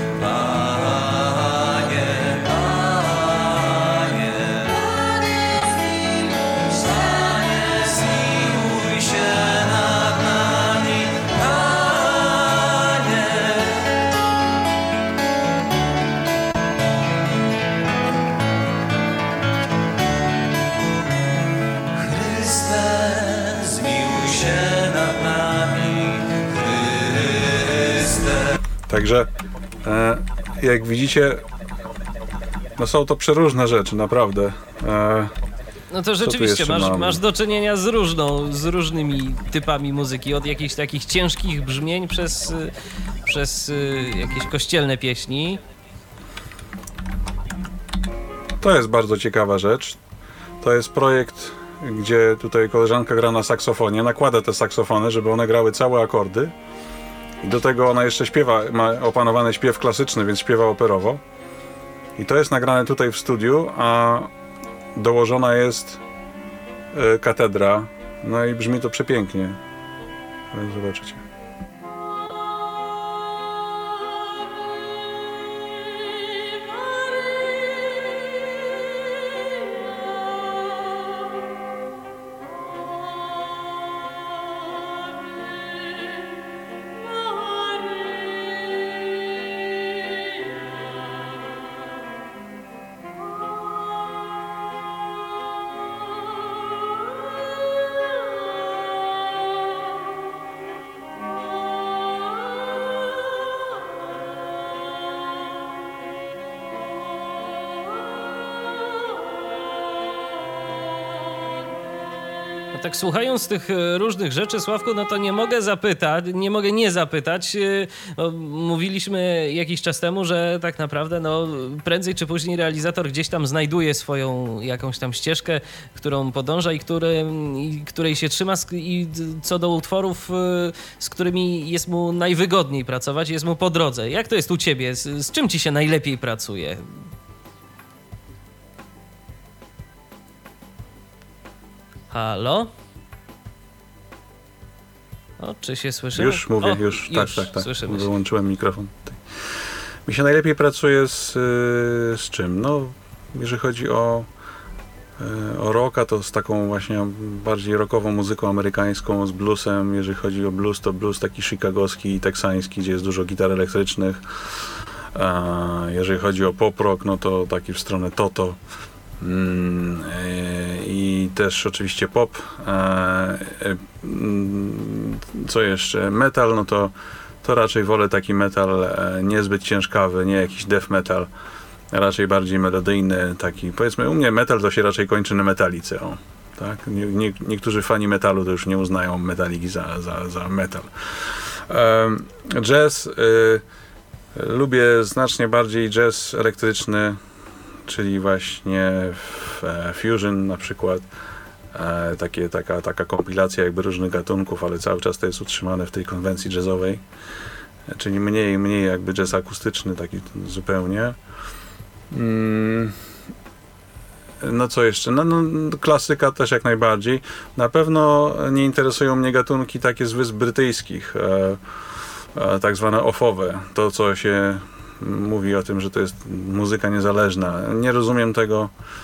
Speaker 6: Panie, Panie. Panie, zmiłuj się nad nami, Panie. Chryste, zmiłuj się nad nami, Chryste.
Speaker 3: Także e, jak widzicie, no są to przeróżne rzeczy, naprawdę. E,
Speaker 2: No to
Speaker 3: tu
Speaker 2: rzeczywiście,
Speaker 3: jeszcze
Speaker 2: masz,
Speaker 3: mamy?
Speaker 2: masz do czynienia z różną, z różnymi typami muzyki, od jakichś takich ciężkich brzmień przez, y, przez y, jakieś kościelne pieśni.
Speaker 3: To jest bardzo ciekawa rzecz. To jest projekt, gdzie tutaj koleżanka gra na saksofonie, nakłada te saksofony, żeby one grały całe akordy. I do tego ona jeszcze śpiewa, ma opanowany śpiew klasyczny, więc śpiewa operowo. I to jest nagrane tutaj w studiu, a dołożona jest y, katedra. No i brzmi to przepięknie. Więc zobaczycie.
Speaker 2: Tak słuchając tych e, różnych rzeczy, Sławku, no to nie mogę zapytać, nie mogę nie zapytać. e, No, mówiliśmy jakiś czas temu, że tak naprawdę no, prędzej czy później realizator gdzieś tam znajduje swoją jakąś tam ścieżkę, którą podąża i, który, i której się trzyma sk- i d- co do utworów, e, z którymi jest mu najwygodniej pracować, jest mu po drodze. Jak to jest u ciebie? Z, z czym ci się najlepiej pracuje? Halo? O, czy się słyszymy?
Speaker 3: Już mówię,
Speaker 2: o,
Speaker 3: już, tak, tak, tak.
Speaker 2: Słyszymy się.
Speaker 3: Wyłączyłem mikrofon. Mi się najlepiej pracuje z, y, z czym? No, jeżeli chodzi o, y, o rocka, to z taką właśnie bardziej rockową muzyką amerykańską, z bluesem. Jeżeli chodzi o blues, to blues taki chicagowski i teksański, gdzie jest dużo gitar elektrycznych. A jeżeli chodzi o pop rock, no to taki w stronę Toto. Mm, i też oczywiście pop. E, e, mm, co jeszcze? Metal, no to, to raczej wolę taki metal e, niezbyt ciężkawy, nie jakiś death metal, raczej bardziej melodyjny, taki, powiedzmy, u mnie metal to się raczej kończy na metalice, o, tak? Nie, nie, niektórzy fani metalu to już nie uznają metaliki za, za, za metal. E, jazz, e, lubię znacznie bardziej jazz elektryczny, czyli właśnie Fusion na przykład, e, takie, taka, taka kompilacja jakby różnych gatunków, ale cały czas to jest utrzymane w tej konwencji jazzowej, e, czyli mniej, mniej jakby jazz akustyczny taki zupełnie. Mm. No co jeszcze? No, no, klasyka też jak najbardziej. Na pewno nie interesują mnie gatunki takie z Wysp Brytyjskich, e, e, tak zwane offowe, to co się mówi o tym, że to jest muzyka niezależna. Nie rozumiem tego.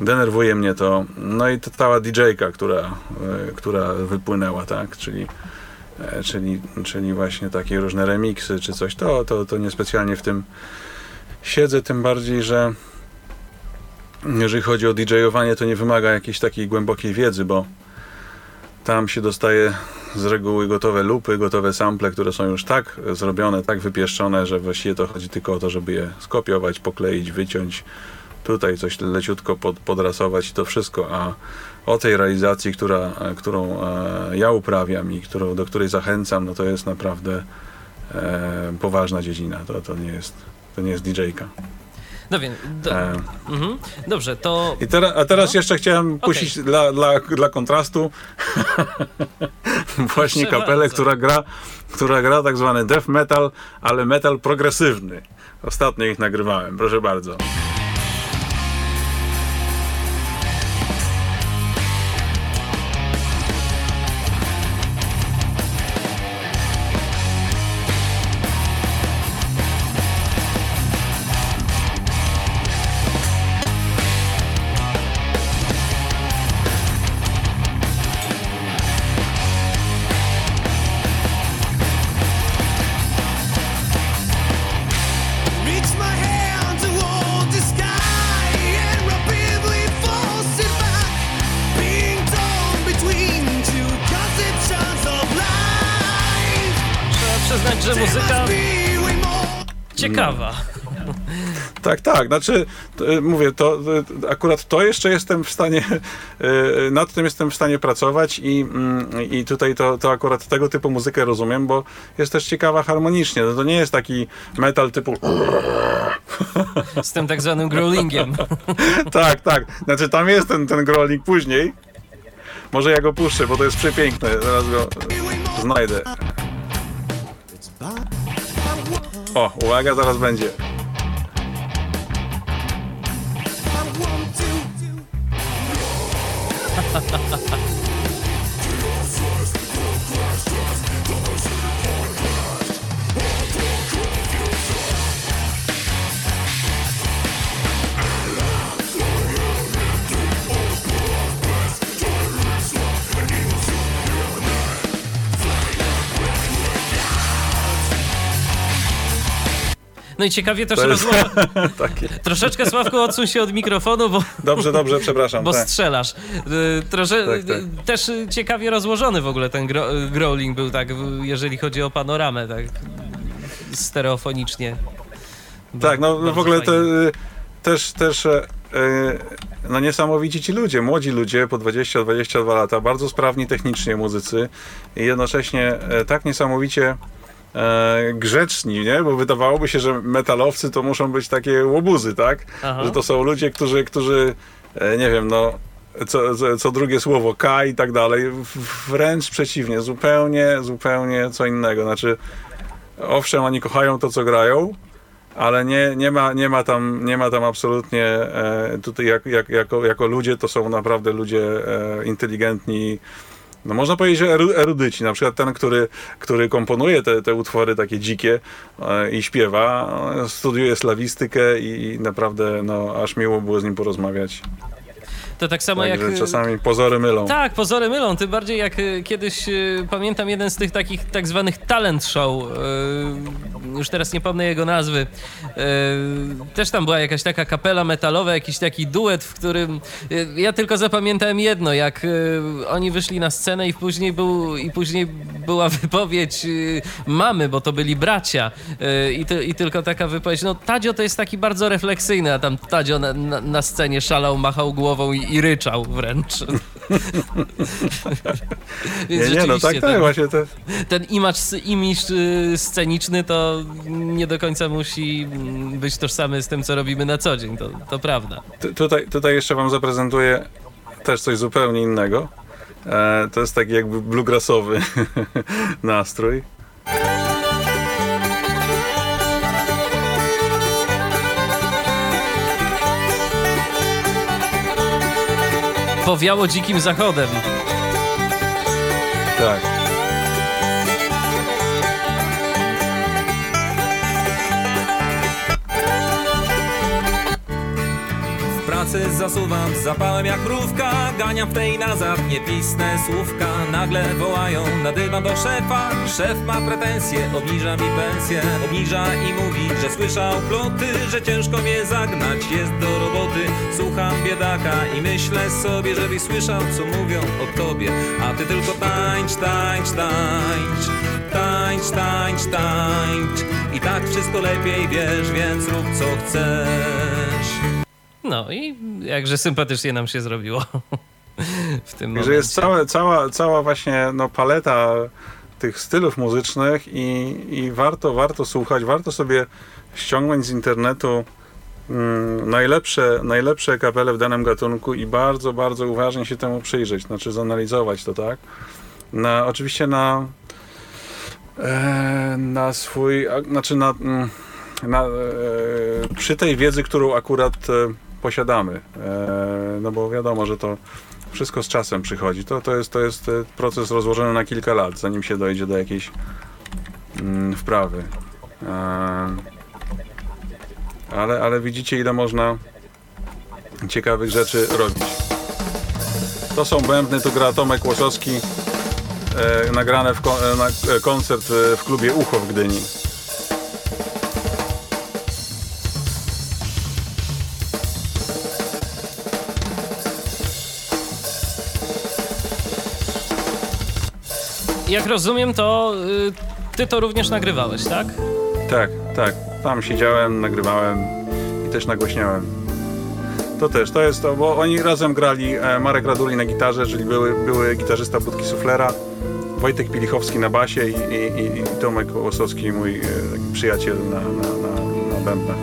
Speaker 3: denerwuje mnie to. No i to cała didżejka, która, e, która wypłynęła, tak? Czyli, e, czyli, czyli właśnie takie różne remiksy czy coś. To, to, to niespecjalnie w tym siedzę, tym bardziej, że jeżeli chodzi o didżejowanie, to nie wymaga jakiejś takiej głębokiej wiedzy, bo tam się dostaje z reguły gotowe loopy, gotowe sample, które są już tak zrobione, tak wypieszczone, że właściwie to chodzi tylko o to, żeby je skopiować, pokleić, wyciąć, tutaj coś leciutko pod, podrasować i to wszystko, a o tej realizacji, która, którą e, ja uprawiam i którą, do której zachęcam, no to jest naprawdę e, poważna dziedzina, to, to, nie jest, to nie jest didżejka.
Speaker 2: No wiem, do,
Speaker 3: E,
Speaker 2: mhm. Dobrze, to...
Speaker 3: I teraz, a teraz
Speaker 2: No.
Speaker 3: jeszcze chciałem puścić
Speaker 2: Okej.
Speaker 3: dla, dla, dla kontrastu właśnie
Speaker 2: Proszę
Speaker 3: kapelę,
Speaker 2: bardzo.
Speaker 3: która gra, która gra tak zwany death metal, ale metal progresywny. Ostatnio ich nagrywałem, proszę bardzo.
Speaker 6: Reach my hand toward the sky and rapidly force it back, being torn between two conceptions of life.
Speaker 2: Trzeba przyznać, że
Speaker 6: There
Speaker 2: muzyka
Speaker 6: must be way more.
Speaker 2: ciekawa.
Speaker 3: Tak, tak, znaczy to, mówię, to, to akurat to jeszcze jestem w stanie, y, nad tym jestem w stanie pracować i, mm, i tutaj to, to akurat tego typu muzykę rozumiem, bo jest też ciekawa harmonicznie. No to nie jest taki metal typu
Speaker 2: Z tym tak zwanym growlingiem.
Speaker 3: tak, tak, znaczy tam jest ten, ten growling później. Może ja go puszczę, bo to jest przepiękne, zaraz go znajdę. O, uwaga, zaraz będzie.
Speaker 2: No i ciekawie też
Speaker 3: To jest-
Speaker 2: rozłożę.
Speaker 3: Takie.
Speaker 2: Troszeczkę, Sławku, odsuń się od mikrofonu, bo,
Speaker 3: Dobrze, dobrze, przepraszam.
Speaker 2: bo
Speaker 3: tak.
Speaker 2: strzelasz. Y, Trosze,
Speaker 3: Tak, tak.
Speaker 2: y, Też y, ciekawie rozłożony w ogóle ten gro, y, growling był, tak, w- jeżeli chodzi o panoramę, tak stereofonicznie.
Speaker 3: Tak, no
Speaker 2: Bardzo
Speaker 3: w ogóle te,
Speaker 2: fajnie.
Speaker 3: y, też, też e, no niesamowici ci ludzie, młodzi ludzie po dwadzieścia dwadzieścia dwa lata, bardzo sprawni technicznie muzycy i jednocześnie e, tak niesamowicie e, grzeczni, nie? Bo wydawałoby się, że metalowcy to muszą być takie łobuzy, tak?
Speaker 2: Aha.
Speaker 3: Że to są ludzie, którzy, którzy e, nie wiem, no co, co, co drugie słowo K i tak dalej. W- Wręcz przeciwnie, zupełnie, zupełnie co innego. Znaczy, owszem, oni kochają to, co grają, ale nie, nie, ma, nie, ma, tam, nie ma tam absolutnie e, tutaj jak, jak, jako, jako ludzie to są naprawdę ludzie e, inteligentni, no można powiedzieć, że eru, erudyci. Na przykład ten, który, który komponuje te, te utwory takie dzikie e, i śpiewa, e, studiuje slawistykę i, i naprawdę no, aż miło było z nim porozmawiać.
Speaker 2: To tak samo jak...
Speaker 3: Także czasami pozory mylą.
Speaker 2: Tak, pozory mylą, tym bardziej jak y, kiedyś y, pamiętam jeden z tych takich tak zwanych talent show, y, już teraz nie pomnę jego nazwy, y, też tam była jakaś taka kapela metalowa, jakiś taki duet, w którym y, ja tylko zapamiętałem jedno, jak y, oni wyszli na scenę i później, był, i później była wypowiedź y, mamy, bo to byli bracia y, i, ty, i tylko taka wypowiedź, no Tadzio to jest taki bardzo refleksyjny, a tam Tadzio na, na, na scenie szalał, machał głową i, i ryczał wręcz. Więc
Speaker 3: Nie, nie, no tak,
Speaker 2: rzeczywiście
Speaker 3: tak,
Speaker 2: ten,
Speaker 3: właśnie to.
Speaker 2: ten imidż, imidż y, sceniczny to nie do końca musi mm, być tożsamy z tym, co robimy na co dzień, to, to prawda.
Speaker 3: Tu- Tutaj, tutaj jeszcze wam zaprezentuję też coś zupełnie innego. E, to jest taki jakby bluegrassowy nastrój.
Speaker 2: Powiało dzikim zachodem.
Speaker 3: Tak.
Speaker 7: pracy zasuwam z zapałem jak mrówka. Ganiam w tej nazad, nie pisnę słówka. Nagle wołają na dywan do szefa. Szef ma pretensje, obniża mi pensję. Obniża i mówi, że słyszał ploty, że ciężko mnie zagnać jest do roboty. Słucham biedaka i myślę sobie, żebyś słyszał, co mówią o tobie. A ty tylko tańcz, tańcz, tańcz. Tańcz, tańcz, tańcz. I tak wszystko lepiej wiesz, więc rób co chcesz.
Speaker 2: No i jakże sympatycznie nam się zrobiło w tym momencie.
Speaker 3: Że jest całe, cała, cała właśnie no, paleta tych stylów muzycznych i, i warto, warto słuchać, warto sobie ściągnąć z internetu mm, najlepsze, najlepsze kapele w danym gatunku i bardzo, bardzo uważnie się temu przyjrzeć, znaczy zanalizować to, tak? Na, oczywiście na e, na swój, a, znaczy na, na e, przy tej wiedzy, którą akurat e, posiadamy, e, no bo wiadomo, że to wszystko z czasem przychodzi. To, to, jest, to jest proces rozłożony na kilka lat, zanim się dojdzie do jakiejś mm, wprawy. E, ale, ale widzicie, ile można ciekawych rzeczy robić. To są bębny, tu gra Tomek Łosowski, e, nagrane w kon, na, koncert w klubie Ucho w Gdyni.
Speaker 2: Jak rozumiem, to y, ty to również nagrywałeś, tak?
Speaker 3: Tak, tak. Tam siedziałem, nagrywałem i też nagłośniałem. To też, to jest to, bo oni razem grali, e, Marek Raduli na gitarze, czyli były, były gitarzysta Budki Suflera, Wojtek Pilichowski na basie i, i, i, i Tomek Łosowski, mój e, taki przyjaciel na, na, na, na bębnach.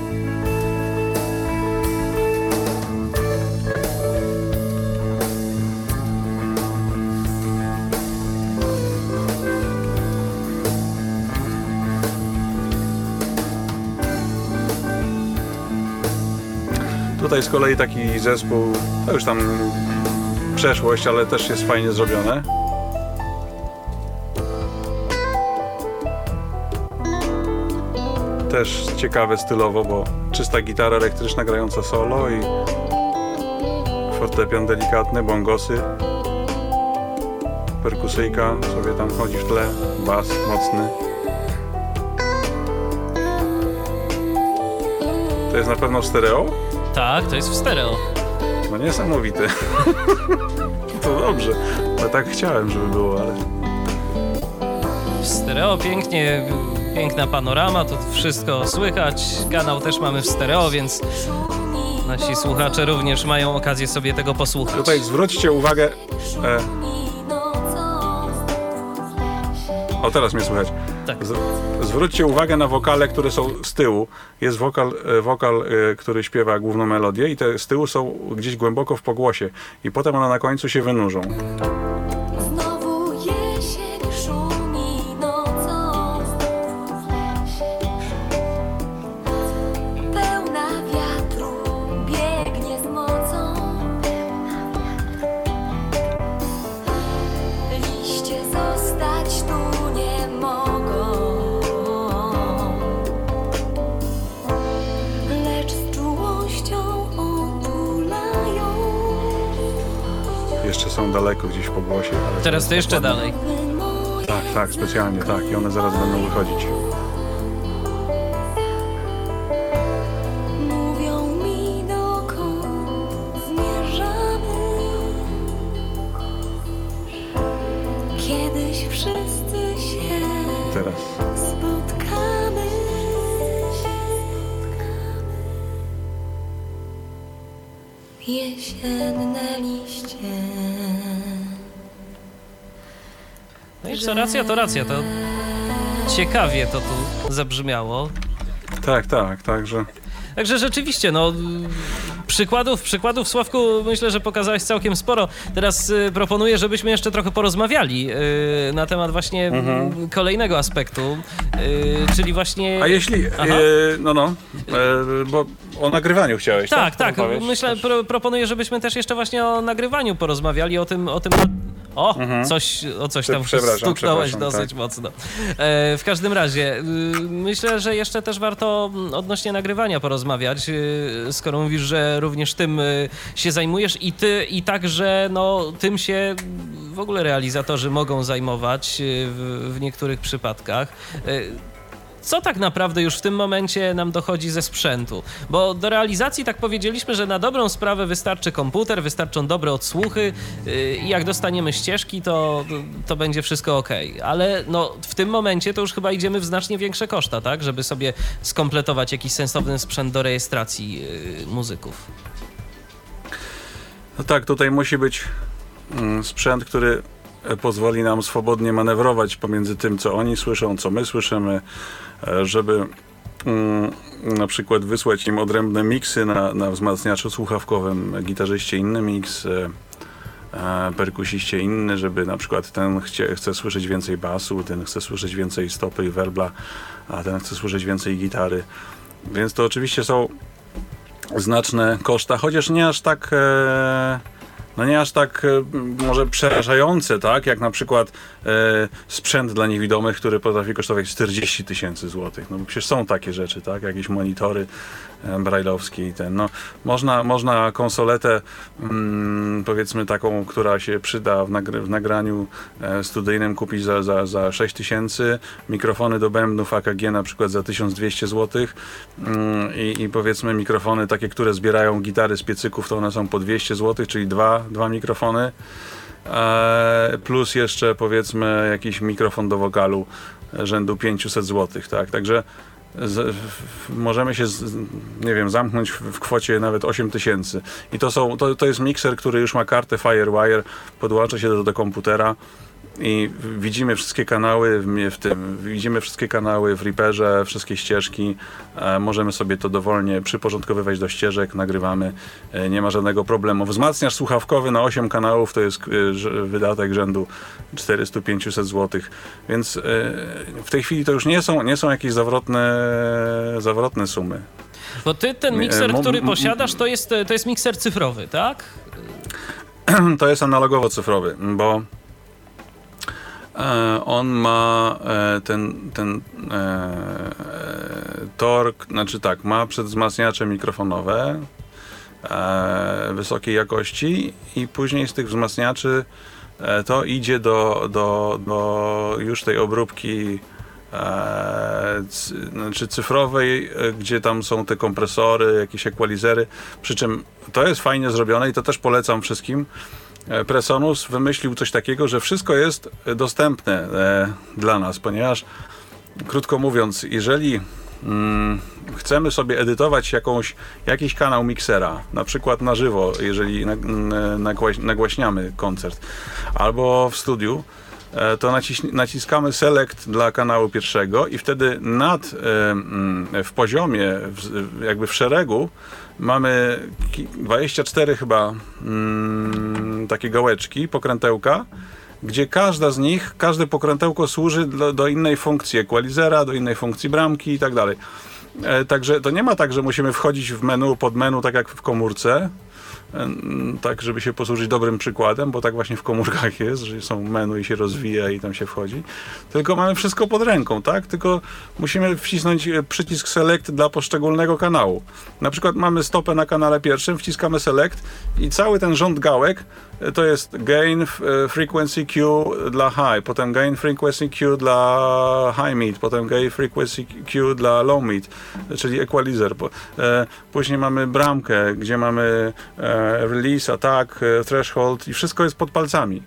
Speaker 3: Tutaj z kolei taki zespół, to już tam przeszłość, ale też jest fajnie zrobione. Też ciekawe stylowo, bo czysta gitara elektryczna grająca solo i fortepian delikatny, bongosy, perkusyjka sobie tam chodzi w tle, bas mocny. To jest na pewno stereo?
Speaker 2: Tak, to jest w stereo.
Speaker 3: No niesamowite. To dobrze. No tak chciałem, żeby było, ale...
Speaker 2: W stereo pięknie, piękna panorama, to wszystko słychać. Kanał też mamy w stereo, więc nasi słuchacze również mają okazję sobie tego posłuchać.
Speaker 3: Tutaj zwróćcie uwagę... E... O, teraz mnie słychać.
Speaker 2: Tak.
Speaker 3: Z, zwróćcie uwagę na wokale, które są z tyłu. Jest wokal, wokal, który śpiewa główną melodię i te z tyłu są gdzieś głęboko w pogłosie. I potem one na końcu się wynurzą.
Speaker 5: Znowu jesień szumi nocą, pełna wiatru biegnie z mocą, liście zostać tu nie mogą, lecz z czułością otulają.
Speaker 3: Jeszcze są daleko gdzieś w pogłosie. Ale
Speaker 2: Teraz to jeszcze dalej.
Speaker 3: tak, tak, specjalnie tak. I one zaraz będą wychodzić.
Speaker 5: Mówią mi, dokąd zmierzamy. Kiedyś wszyscy się
Speaker 3: Teraz.
Speaker 5: spotkamy. Jesienne liście.
Speaker 2: No i co racja, to racja. To ciekawie to tu zabrzmiało.
Speaker 3: Tak, tak, także...
Speaker 2: Także rzeczywiście, no przykładów, przykładów Sławku, myślę, że pokazałeś całkiem sporo. Teraz y, proponuję, żebyśmy jeszcze trochę porozmawiali y, na temat właśnie mhm. kolejnego aspektu, y, czyli właśnie...
Speaker 3: A jeśli... E, no, no, e, bo o nagrywaniu chciałeś, tak?
Speaker 2: Tak, tak. Myślę, pro, proponuję, żebyśmy też jeszcze właśnie o nagrywaniu porozmawiali, o tym, o tym, O, coś, o coś tam
Speaker 3: Przepraszam,
Speaker 2: stuknąłeś
Speaker 3: przepraszam,
Speaker 2: dosyć
Speaker 3: tak.
Speaker 2: mocno. E, w każdym razie, y, myślę, że jeszcze też warto odnośnie nagrywania porozmawiać, y, skoro mówisz, że również tym y, się zajmujesz i ty, i także no, tym się w ogóle realizatorzy mogą zajmować y, w, w niektórych przypadkach. Y, Co tak naprawdę już w tym momencie nam dochodzi ze sprzętu? Bo do realizacji tak powiedzieliśmy, że na dobrą sprawę wystarczy komputer, wystarczą dobre odsłuchy yy, i jak dostaniemy ścieżki, to, to będzie wszystko ok. Ale no, w tym momencie to już chyba idziemy w znacznie większe koszta, tak? Żeby sobie skompletować jakiś sensowny sprzęt do rejestracji yy, muzyków.
Speaker 3: No tak, tutaj musi być mm, sprzęt, który pozwoli nam swobodnie manewrować pomiędzy tym, co oni słyszą, co my słyszymy, żeby mm, na przykład wysłać im odrębne miksy na, na wzmacniaczu słuchawkowym, gitarzyście inny miks, e, perkusiście inny, żeby na przykład ten chcie, chce słyszeć więcej basu, ten chce słyszeć więcej stopy i werbla, a ten chce słyszeć więcej gitary. Więc to oczywiście są znaczne koszta, chociaż nie aż tak... E, No nie aż tak e, może przerażające, tak? Jak na przykład e, sprzęt dla niewidomych, który potrafi kosztować czterdzieści tysięcy złotych. No bo przecież są takie rzeczy, tak? Jakieś monitory e, brajlowskie i ten. No, można, można konsoletę, mm, powiedzmy taką, która się przyda w, nagry, w nagraniu e, studyjnym kupić za, za, za sześć tysięcy. Mikrofony do bębnów A K G na przykład za tysiąc dwieście złotych. Mm, i, I powiedzmy mikrofony takie, które zbierają gitary z piecyków, to one są po dwieście złotych, czyli dwa dwa mikrofony, e, plus jeszcze powiedzmy jakiś mikrofon do wokalu rzędu pięćset złotych, tak, także z, w, możemy się, z, nie wiem, zamknąć w, w kwocie nawet osiem tysięcy i to są, to, to jest mikser, który już ma kartę Firewire, podłącza się do, do komputera i widzimy wszystkie kanały w, w tym, widzimy wszystkie kanały w Reaperze, wszystkie ścieżki, e, możemy sobie to dowolnie przyporządkowywać do ścieżek, nagrywamy, e, nie ma żadnego problemu. Wzmacniacz słuchawkowy na osiem kanałów to jest e, wydatek rzędu czterysta do pięciuset złotych, więc e, w tej chwili to już nie są, nie są jakieś zawrotne, zawrotne sumy.
Speaker 2: Bo ty ten mikser, który posiadasz, to jest, to jest mikser cyfrowy, tak?
Speaker 3: To jest analogowo-cyfrowy, bo on ma ten, ten e, tork, znaczy tak, ma przedwzmacniacze mikrofonowe e, wysokiej jakości i później z tych wzmacniaczy e, to idzie do, do, do już tej obróbki e, c, znaczy cyfrowej, e, gdzie tam są te kompresory, jakieś equalizery, przy czym to jest fajnie zrobione i to też polecam wszystkim. Presonus wymyślił coś takiego, że wszystko jest dostępne e, dla nas, ponieważ krótko mówiąc, jeżeli mm, chcemy sobie edytować jakąś, jakiś kanał miksera, na przykład na żywo, jeżeli nagłaś, nagłaśniamy koncert, albo w studiu, e, to naciś, naciskamy select dla kanału pierwszego i wtedy nad, e, w poziomie, w, jakby w szeregu mamy dwadzieścia cztery chyba mm, takie gałeczki, pokrętełka, gdzie każda z nich, każde pokrętełko służy do, do innej funkcji equalizera, do innej funkcji bramki i tak dalej. E, także to nie ma tak, że musimy wchodzić w menu, pod menu, tak jak w komórce, e, tak żeby się posłużyć dobrym przykładem, bo tak właśnie w komórkach jest, że są menu i się rozwija i tam się wchodzi. Tylko mamy wszystko pod ręką, tak? Tylko musimy wcisnąć przycisk select dla poszczególnego kanału. Na przykład mamy stopę na kanale pierwszym, wciskamy select i cały ten rząd gałek to jest gain, frequency Q dla high, potem gain frequency Q dla high mid, potem gain frequency Q dla low mid, czyli equalizer. Później mamy bramkę, gdzie mamy release, attack, threshold i wszystko jest pod palcami.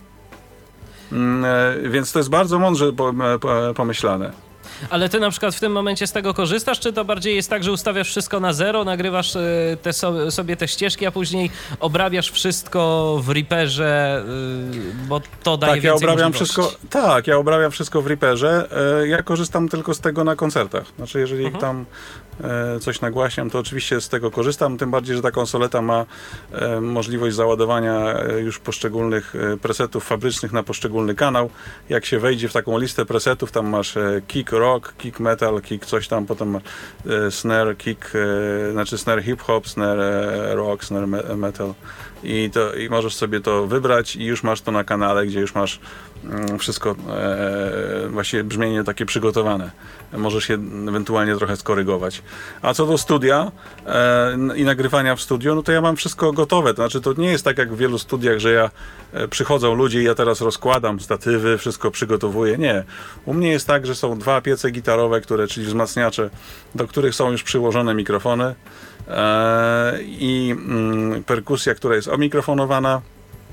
Speaker 3: Więc to jest bardzo mądrze pomyślane.
Speaker 2: Ale ty na przykład w tym momencie z tego korzystasz, czy to bardziej jest tak, że ustawiasz wszystko na zero, nagrywasz te so, sobie te ścieżki, a później obrabiasz wszystko w Reaperze, bo to daje
Speaker 3: tak,
Speaker 2: więcej
Speaker 3: ja obrabiam
Speaker 2: możliwości.
Speaker 3: wszystko. Tak, ja obrabiam wszystko w Reaperze. Ja korzystam tylko z tego na koncertach. Znaczy, jeżeli mhm. tam coś nagłaśniam, to oczywiście z tego korzystam, tym bardziej, że ta konsoleta ma możliwość załadowania już poszczególnych presetów fabrycznych na poszczególny kanał. Jak się wejdzie w taką listę presetów, tam masz kick, roll, rock, kick metal, kick coś tam, potem e, snare, kick, e, znaczy snare hip-hop, snare e, rock, snare me- metal i, to, i możesz sobie to wybrać i już masz to na kanale, gdzie już masz mm, wszystko, e, właściwie brzmienie takie przygotowane. Możesz je ewentualnie trochę skorygować. A co do studia e, i nagrywania w studiu, no to ja mam wszystko gotowe. To znaczy to nie jest tak jak w wielu studiach, że ja e, przychodzą ludzie i ja teraz rozkładam statywy, wszystko przygotowuję. Nie. U mnie jest tak, że są dwa piece gitarowe, które, czyli wzmacniacze, do których są już przyłożone mikrofony e, i mm, perkusja, która jest omikrofonowana.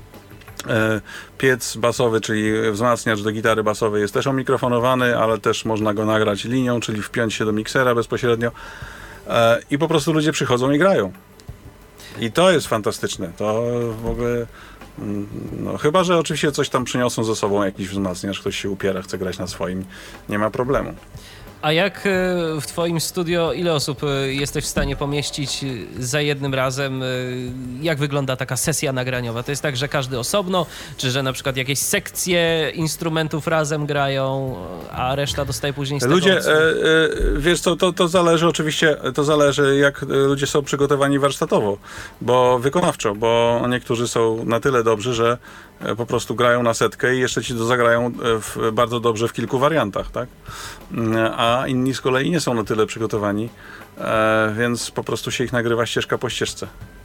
Speaker 3: E, piec basowy, czyli wzmacniacz do gitary basowej jest też omikrofonowany, ale też można go nagrać linią, czyli wpiąć się do miksera bezpośrednio e, i po prostu ludzie przychodzą i grają. I to jest fantastyczne. To w ogóle mm, no, chyba, że oczywiście coś tam przyniosą ze sobą, jakiś wzmacniacz, ktoś się upiera, chce grać na swoim, nie ma problemu.
Speaker 2: A jak e, w twoim studio, ile osób e, jesteś w stanie pomieścić e, za jednym razem? E, Jak wygląda taka sesja nagraniowa? To jest tak, że każdy osobno, czy że na przykład jakieś sekcje instrumentów razem grają, a reszta dostaje później z tego
Speaker 3: Ludzie,
Speaker 2: odsłon?
Speaker 3: e, e, wiesz co, to, to zależy oczywiście, to zależy jak e, ludzie są przygotowani warsztatowo, bo wykonawczo, bo niektórzy są na tyle dobrzy, że e, po prostu grają na setkę i jeszcze ci to zagrają e, w, bardzo dobrze w kilku wariantach, tak? Mm, A inni z kolei nie są na tyle przygotowani, e, więc po prostu się ich nagrywa ścieżka po ścieżce.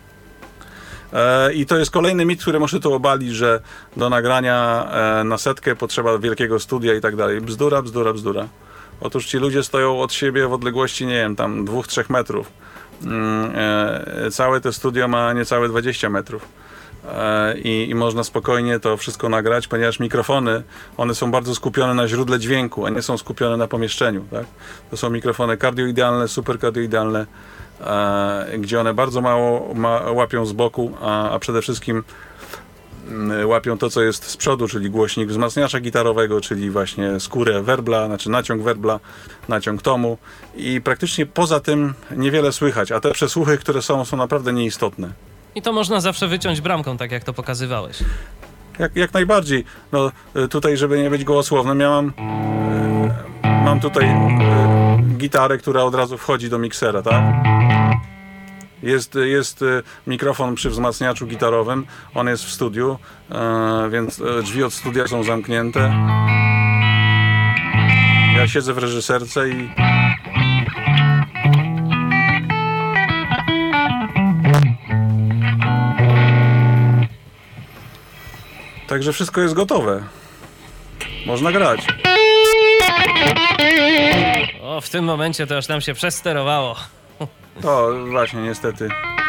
Speaker 3: I to jest kolejny mit, który muszę tu obalić, że do nagrania na setkę potrzeba wielkiego studia i tak dalej. Bzdura, bzdura, bzdura. Otóż ci ludzie stoją od siebie w odległości, nie wiem, tam dwóch, trzech metrów. Całe to studio ma niecałe dwadzieścia metrów. I, I można spokojnie to wszystko nagrać, ponieważ mikrofony, one są bardzo skupione na źródle dźwięku, a nie są skupione na pomieszczeniu, tak? To są mikrofony kardioidealne, superkardioidealne, e, gdzie one bardzo mało ma, łapią z boku, a, a przede wszystkim m, łapią to, co jest z przodu, czyli głośnik wzmacniacza gitarowego, czyli właśnie skórę werbla, znaczy naciąg werbla, naciąg tomu i praktycznie poza tym niewiele słychać, a te przesłuchy, które są, są naprawdę nieistotne.
Speaker 2: I to można zawsze wyciąć bramką, tak jak to pokazywałeś.
Speaker 3: Jak, jak najbardziej. No tutaj, żeby nie być gołosłownym, ja mam, e, mam tutaj e, gitarę, która od razu wchodzi do miksera, tak? Jest, jest e, mikrofon przy wzmacniaczu gitarowym, on jest w studiu, e, więc e, drzwi od studia są zamknięte. Ja siedzę w reżyserce i także wszystko jest gotowe. Można grać.
Speaker 2: O, w tym momencie to już nam się przesterowało.
Speaker 3: To właśnie, niestety.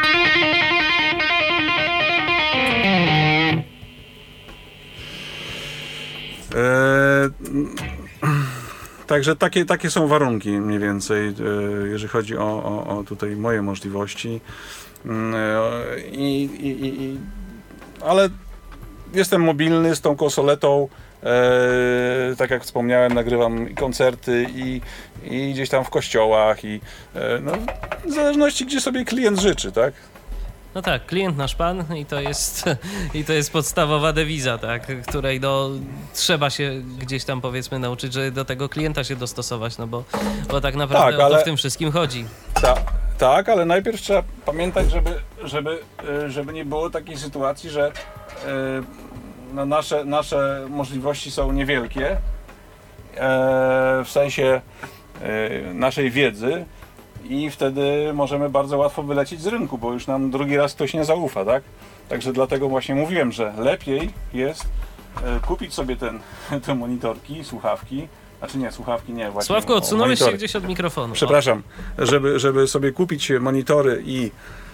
Speaker 3: Eee, także takie, takie są warunki mniej więcej, e, jeżeli chodzi o, o, o tutaj moje możliwości. E, i, i, i, ale jestem mobilny z tą konsoletą, e, tak jak wspomniałem, nagrywam koncerty i, i gdzieś tam w kościołach i e, no, w zależności gdzie sobie klient życzy, tak?
Speaker 2: No tak, klient nasz pan i to jest, i to jest podstawowa dewiza, tak, której no, trzeba się gdzieś tam powiedzmy nauczyć, żeby do tego klienta się dostosować, no bo, bo tak naprawdę
Speaker 3: Tak,
Speaker 2: o
Speaker 3: ale-
Speaker 2: to w tym wszystkim chodzi.
Speaker 3: Ta, tak, ale najpierw trzeba pamiętać, żeby, żeby, e, żeby nie było takiej sytuacji, że e, no nasze, nasze możliwości są niewielkie e, w sensie e, naszej wiedzy i wtedy możemy bardzo łatwo wylecieć z rynku, bo już nam drugi raz ktoś nie zaufa, tak? Także dlatego właśnie mówiłem, że lepiej jest e, kupić sobie ten, te monitorki, słuchawki, znaczy nie, słuchawki nie, właśnie.
Speaker 2: Sławku,
Speaker 3: o,
Speaker 2: odsunąłeś się
Speaker 3: monitory.
Speaker 2: gdzieś od mikrofonu.
Speaker 3: Przepraszam, żeby, żeby sobie kupić monitory i,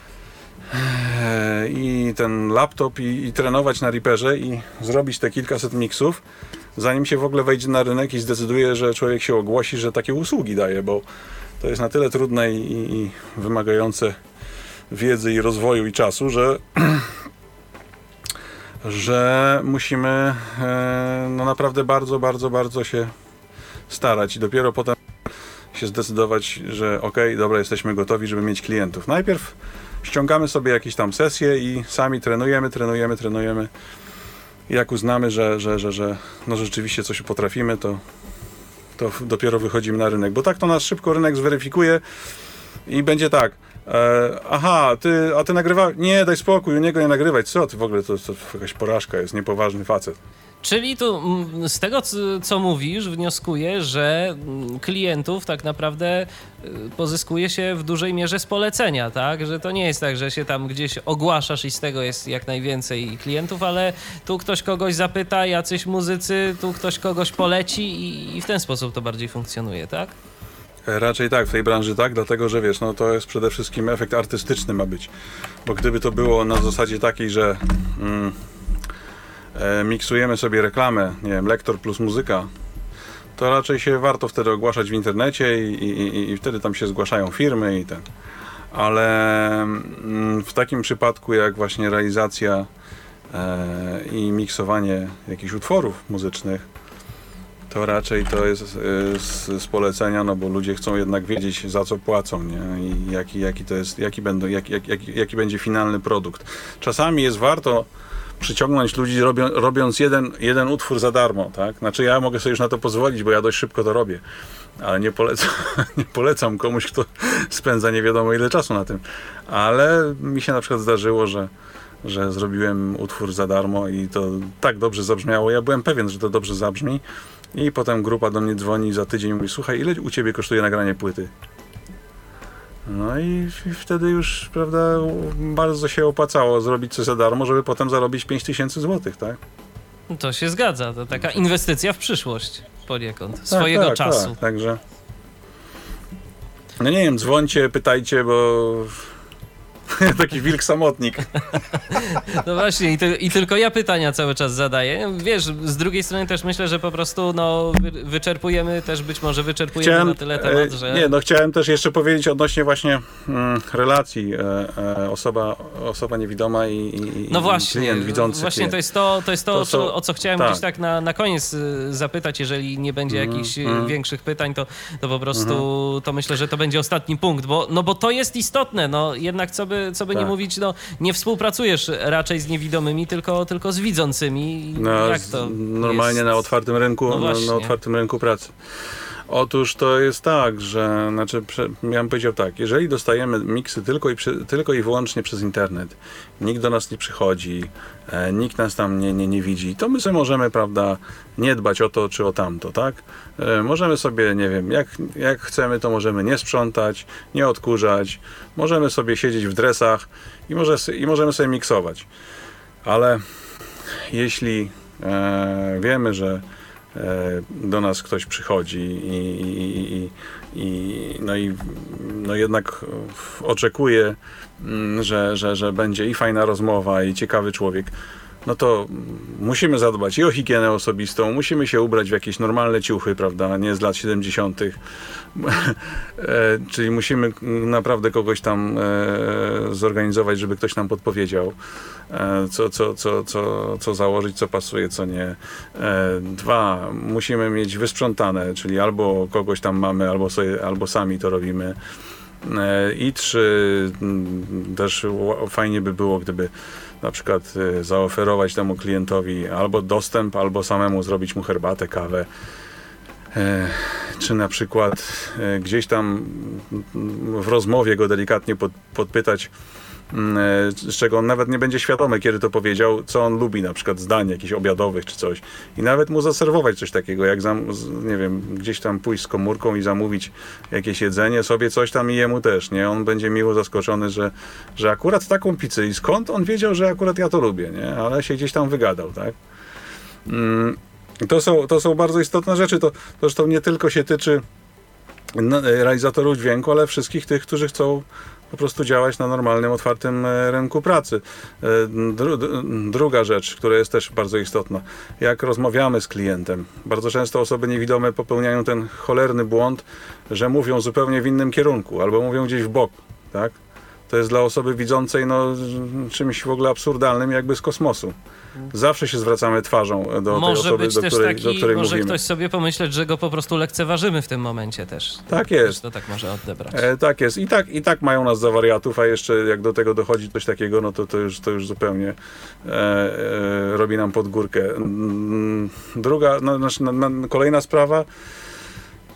Speaker 3: i ten laptop i, i trenować na Reaperze i zrobić te kilkaset miksów, zanim się w ogóle wejdzie na rynek i zdecyduje, że człowiek się ogłosi, że takie usługi daje, bo to jest na tyle trudne i, i wymagające wiedzy i rozwoju i czasu, że że musimy e, no naprawdę bardzo, bardzo, bardzo się starać i dopiero potem się zdecydować, że okej, okay, dobra, jesteśmy gotowi, żeby mieć klientów. Najpierw ściągamy sobie jakieś tam sesje i sami trenujemy, trenujemy, trenujemy. I jak uznamy, że, że, że, że no rzeczywiście coś potrafimy, to, to f- dopiero wychodzimy na rynek, bo tak to nas szybko rynek zweryfikuje i będzie tak, e, aha, ty, a ty nagrywałeś? Nie, daj spokój, u niego nie nagrywaj, co ty w ogóle, to, to jakaś porażka jest, niepoważny facet.
Speaker 2: Czyli tu mm, z tego, co, co mówisz, wnioskuję, że mm, klientów tak naprawdę y, pozyskuje się w dużej mierze z polecenia, tak? Że to nie jest tak, że się tam gdzieś ogłaszasz i z tego jest jak najwięcej klientów, ale tu ktoś kogoś zapyta, jacyś muzycy, tu ktoś kogoś poleci i, i w ten sposób to bardziej funkcjonuje, tak?
Speaker 3: E, Raczej tak, w tej branży tak, dlatego że wiesz, no to jest przede wszystkim efekt artystyczny ma być, bo gdyby to było na zasadzie takiej, że mm, e, miksujemy sobie reklamę, nie wiem, lektor plus muzyka, to raczej się warto wtedy ogłaszać w internecie i, i, i, i wtedy tam się zgłaszają firmy i ten. Ale mm, w takim przypadku jak właśnie realizacja e, i miksowanie jakichś utworów muzycznych, to raczej to jest y, z, z polecenia, no bo ludzie chcą jednak wiedzieć, za co płacą, nie? I jaki, jaki to jest, jaki, będą, jaki, jaki, jaki, jaki będzie finalny produkt. Czasami jest warto przyciągnąć ludzi robią, robiąc jeden, jeden utwór za darmo, tak? Znaczy ja mogę sobie już na to pozwolić, bo ja dość szybko to robię, ale nie polecam, nie polecam komuś, kto spędza nie wiadomo ile czasu na tym. Ale mi się na przykład zdarzyło, że że zrobiłem utwór za darmo i to tak dobrze zabrzmiało. Ja byłem pewien, że to dobrze zabrzmi i potem grupa do mnie dzwoni za tydzień i mówi, słuchaj, ile u ciebie kosztuje nagranie płyty? No i, i wtedy już, prawda, bardzo się opłacało zrobić coś za darmo, żeby potem zarobić pięć tysięcy złotych, tak?
Speaker 2: To się zgadza, to taka inwestycja w przyszłość poniekąd, swojego
Speaker 3: tak, tak,
Speaker 2: czasu.
Speaker 3: Tak, także no nie wiem, dzwońcie, pytajcie, bo taki wilk samotnik.
Speaker 2: No właśnie, i, ty, i tylko ja pytania cały czas zadaję. Wiesz, z drugiej strony też myślę, że po prostu no, wy, wyczerpujemy też, być może wyczerpujemy
Speaker 3: chciałem,
Speaker 2: na tyle temat, że...
Speaker 3: Nie, no chciałem też jeszcze powiedzieć odnośnie właśnie mm, relacji e, e, osoba, osoba niewidoma i, i,
Speaker 2: no
Speaker 3: i
Speaker 2: właśnie,
Speaker 3: klient widzący.
Speaker 2: Właśnie
Speaker 3: klient.
Speaker 2: to jest to, to, jest to,
Speaker 3: To są-
Speaker 2: co, o co chciałem
Speaker 3: tak.
Speaker 2: gdzieś tak na, na koniec y, zapytać, jeżeli nie będzie
Speaker 3: Mhm,
Speaker 2: jakichś y,
Speaker 3: mhm.
Speaker 2: większych pytań, to, to po prostu to myślę, że to będzie ostatni punkt, bo, no bo to jest istotne, no jednak co by, co by nie
Speaker 3: Tak.
Speaker 2: mówić, no nie współpracujesz raczej z niewidomymi, tylko, tylko z widzącymi.
Speaker 3: No,
Speaker 2: Jak
Speaker 3: z-
Speaker 2: to
Speaker 3: normalnie
Speaker 2: jest?
Speaker 3: na otwartym rynku,
Speaker 2: No
Speaker 3: na,
Speaker 2: właśnie.
Speaker 3: na otwartym rynku pracy. Otóż to jest tak, że, znaczy, prze, ja bym powiedział tak, jeżeli dostajemy miksy tylko i, przy, tylko i wyłącznie przez internet, nikt do nas nie przychodzi, e, nikt nas tam nie, nie, nie widzi, to my sobie możemy, prawda, nie dbać o to czy o tamto, tak? E, możemy sobie, nie wiem, jak, jak chcemy, to możemy nie sprzątać, nie odkurzać, możemy sobie siedzieć w dresach i, może, i możemy sobie miksować. Ale jeśli e, wiemy, że e, do nas ktoś przychodzi i, i, i, i, no, i no jednak oczekuje, mm, że, że, że będzie i fajna rozmowa, i ciekawy człowiek, no to musimy zadbać i o higienę osobistą, musimy się ubrać w jakieś normalne ciuchy, prawda, nie z lat siedemdziesiątych. E, czyli musimy naprawdę kogoś tam e, zorganizować, żeby ktoś nam podpowiedział, e, co, co, co, co, co założyć, co pasuje, co nie. E, dwa, musimy mieć wysprzątane, czyli albo kogoś tam mamy, albo, sobie, albo sami to robimy. E, I trzy, m, też ła- fajnie by było, gdyby na przykład e, zaoferować temu klientowi albo dostęp, albo samemu zrobić mu herbatę, kawę. E, czy na przykład e, gdzieś tam mm, w rozmowie go delikatnie pod, podpytać, mm, e, z czego on nawet nie będzie świadomy, kiedy to powiedział, co on lubi, na przykład zdań jakichś obiadowych czy coś. I nawet mu zaserwować coś takiego, jak zam, z- nie wiem, gdzieś tam pójść z komórką i zamówić jakieś jedzenie, sobie coś tam i jemu też, nie? On będzie miło zaskoczony, że, że akurat taką pizzę i skąd on wiedział, że akurat ja to lubię, nie? Ale się gdzieś tam wygadał, tak? Mm. To są, to są bardzo istotne rzeczy. To, to zresztą nie tylko się tyczy no, realizatorów dźwięku, ale wszystkich tych, którzy chcą po prostu działać na normalnym, otwartym e, rynku pracy. E, Dru, dru- druga rzecz, która jest też bardzo istotna. Jak rozmawiamy z klientem, bardzo często osoby niewidome popełniają ten cholerny błąd, że mówią zupełnie w innym kierunku albo mówią gdzieś w bok, tak? To jest dla osoby widzącej no, czymś w ogóle absurdalnym, jakby z kosmosu. Zawsze się zwracamy twarzą do tej
Speaker 2: Może
Speaker 3: osoby,
Speaker 2: być
Speaker 3: do
Speaker 2: też
Speaker 3: której,
Speaker 2: taki,
Speaker 3: do której
Speaker 2: może
Speaker 3: mówimy.
Speaker 2: ktoś sobie pomyśleć, że go po prostu lekceważymy w tym momencie też.
Speaker 3: Tak
Speaker 2: Też
Speaker 3: jest.
Speaker 2: to tak może odebrać.
Speaker 3: E, tak jest. I tak, I tak mają nas za wariatów, a jeszcze jak do tego dochodzi coś takiego, no to to już, to już zupełnie e, e, robi nam pod górkę. Mm, Druga, no, znaczy, na, na, kolejna sprawa,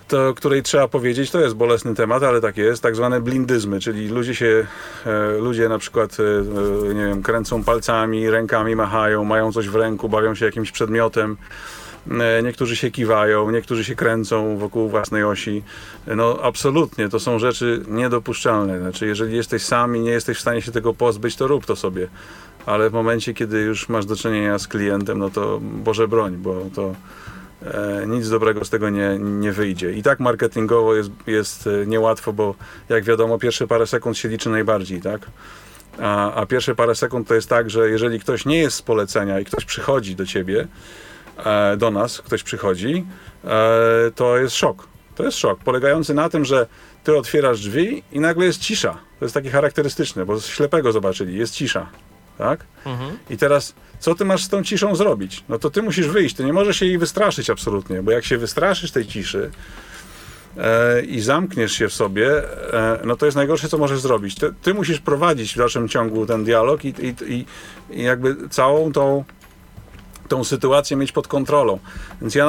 Speaker 3: to, której trzeba powiedzieć, to jest bolesny temat, ale tak jest, tak zwane blindyzmy, czyli ludzie się, e, ludzie na przykład, e, nie wiem, kręcą palcami, rękami machają, mają coś w ręku, bawią się jakimś przedmiotem, e, niektórzy się kiwają, niektórzy się kręcą wokół własnej osi. No absolutnie, to są rzeczy niedopuszczalne. Znaczy, jeżeli jesteś sam i nie jesteś w stanie się tego pozbyć, to rób to sobie. Ale w momencie, kiedy już masz do czynienia z klientem, no to Boże broń, bo to E, nic dobrego z tego nie, nie wyjdzie. I tak marketingowo jest, jest niełatwo, bo jak wiadomo, pierwsze parę sekund się liczy najbardziej, tak? A, a pierwsze parę sekund to jest tak, że jeżeli ktoś nie jest z polecenia i ktoś przychodzi do ciebie, e, do nas, ktoś przychodzi, e, to jest szok. To jest szok, polegający na tym, że ty otwierasz drzwi i nagle jest cisza. To jest takie charakterystyczne, bo ślepego zobaczyli, jest cisza. Tak? Mhm. I teraz, co ty masz z tą ciszą zrobić? No to ty musisz wyjść, ty nie możesz się jej wystraszyć absolutnie, bo jak się wystraszysz tej ciszy e, i zamkniesz się w sobie, e, no to jest najgorsze, co możesz zrobić. Ty, ty musisz prowadzić w dalszym ciągu ten dialog i, i, i, i jakby całą tą tą sytuację mieć pod kontrolą. Więc ja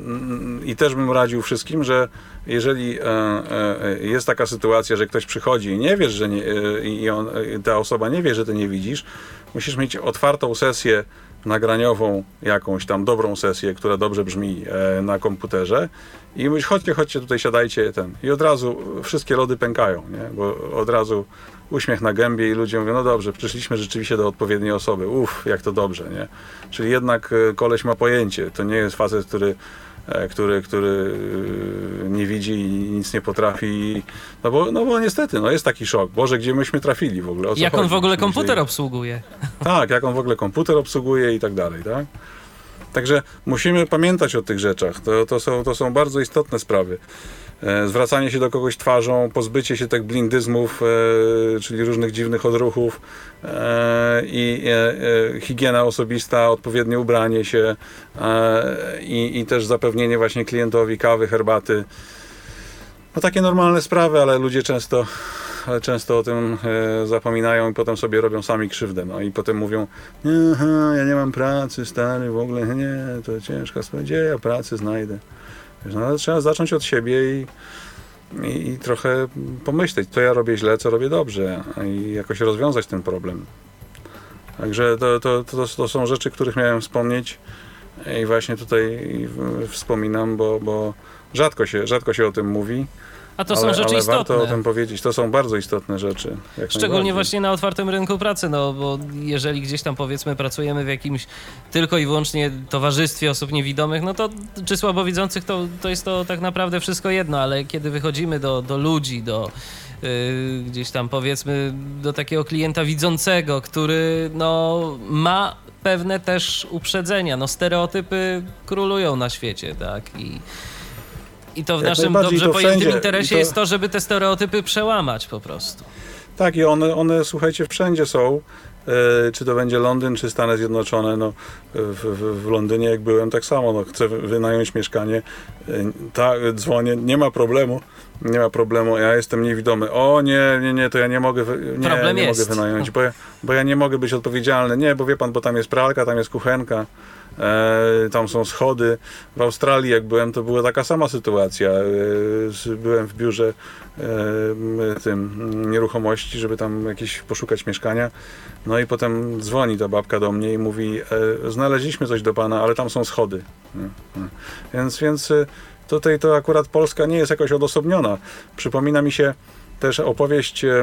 Speaker 3: i też bym radził wszystkim, że jeżeli e, e, jest taka sytuacja, że ktoś przychodzi i nie wiesz, że nie, e, i on, ta osoba nie wie, że ty nie widzisz, musisz mieć otwartą sesję nagraniową, jakąś tam dobrą sesję, która dobrze brzmi e, na komputerze i mówisz, chodźcie, chodźcie tutaj, siadajcie ten. I od razu wszystkie lody pękają, nie? Bo od razu uśmiech na gębie i ludzie mówią, no dobrze, przyszliśmy rzeczywiście do odpowiedniej osoby. Uff, jak to dobrze, nie? Czyli jednak koleś ma pojęcie. To nie jest facet, który, który, który nie widzi i nic nie potrafi. No bo, no bo niestety, no jest taki szok. Boże, gdzie myśmy trafili w ogóle? O co
Speaker 2: jak
Speaker 3: chodzi?
Speaker 2: on w ogóle komputer
Speaker 3: Myślę,
Speaker 2: obsługuje. Tak,
Speaker 3: jak on w ogóle komputer obsługuje i tak dalej, tak? Także musimy pamiętać o tych rzeczach. To, to, są, to są bardzo istotne sprawy. E, zwracanie się do kogoś twarzą, pozbycie się tych blindyzmów, e, czyli różnych dziwnych odruchów e, i e, e, higiena osobista, odpowiednie ubranie się e, i, i też zapewnienie właśnie klientowi kawy, herbaty. No takie normalne sprawy, ale ludzie często, ale często o tym e, zapominają i potem sobie robią sami krzywdę. No i potem mówią, aha, ja nie mam pracy, stary, w ogóle nie, to ciężka sprawa, gdzie ja pracy znajdę? No, ale trzeba zacząć od siebie i, i, i trochę pomyśleć, co ja robię źle, co robię dobrze i jakoś rozwiązać ten problem. Także to, to, to, to są rzeczy, których miałem wspomnieć i właśnie tutaj wspominam, bo, bo rzadko się, rzadko się o tym mówi.
Speaker 2: A to
Speaker 3: ale,
Speaker 2: są rzeczy
Speaker 3: ale
Speaker 2: istotne.
Speaker 3: warto o tym powiedzieć. To są bardzo istotne rzeczy.
Speaker 2: Szczególnie właśnie na otwartym rynku pracy, no bo jeżeli gdzieś tam powiedzmy pracujemy w jakimś tylko i wyłącznie towarzystwie osób niewidomych, no to czy słabowidzących, to, to jest to tak naprawdę wszystko jedno, ale kiedy wychodzimy do, do ludzi, do yy, gdzieś tam powiedzmy do takiego klienta widzącego, który no ma pewne też uprzedzenia, no stereotypy królują na świecie, tak, i I to w
Speaker 3: Jak
Speaker 2: naszym dobrze
Speaker 3: to
Speaker 2: pojętym
Speaker 3: wszędzie.
Speaker 2: interesie
Speaker 3: to...
Speaker 2: jest to, żeby te stereotypy przełamać po prostu.
Speaker 3: Tak, i one, one słuchajcie, wszędzie są. E, czy to będzie Londyn, czy Stany Zjednoczone. No, w, w, w Londynie jak byłem, tak samo. No, chcę wynająć mieszkanie. E, ta, dzwonię, nie ma problemu. Nie ma problemu, ja jestem niewidomy. O nie, nie, nie, to ja nie mogę, nie,
Speaker 2: Problem
Speaker 3: nie
Speaker 2: jest.
Speaker 3: mogę wynająć, bo ja, bo ja nie mogę być odpowiedzialny. Nie, bo wie pan, bo tam jest pralka, tam jest kuchenka. E, tam są schody. W Australii jak byłem, to była taka sama sytuacja. E, byłem w biurze e, tym nieruchomości, żeby tam jakieś poszukać mieszkania. No i potem dzwoni ta babka do mnie i mówi, e, znaleźliśmy coś do pana, ale tam są schody. E, e. Więc, więc tutaj to akurat Polska nie jest jakoś odosobniona. Przypomina mi się też opowieść e,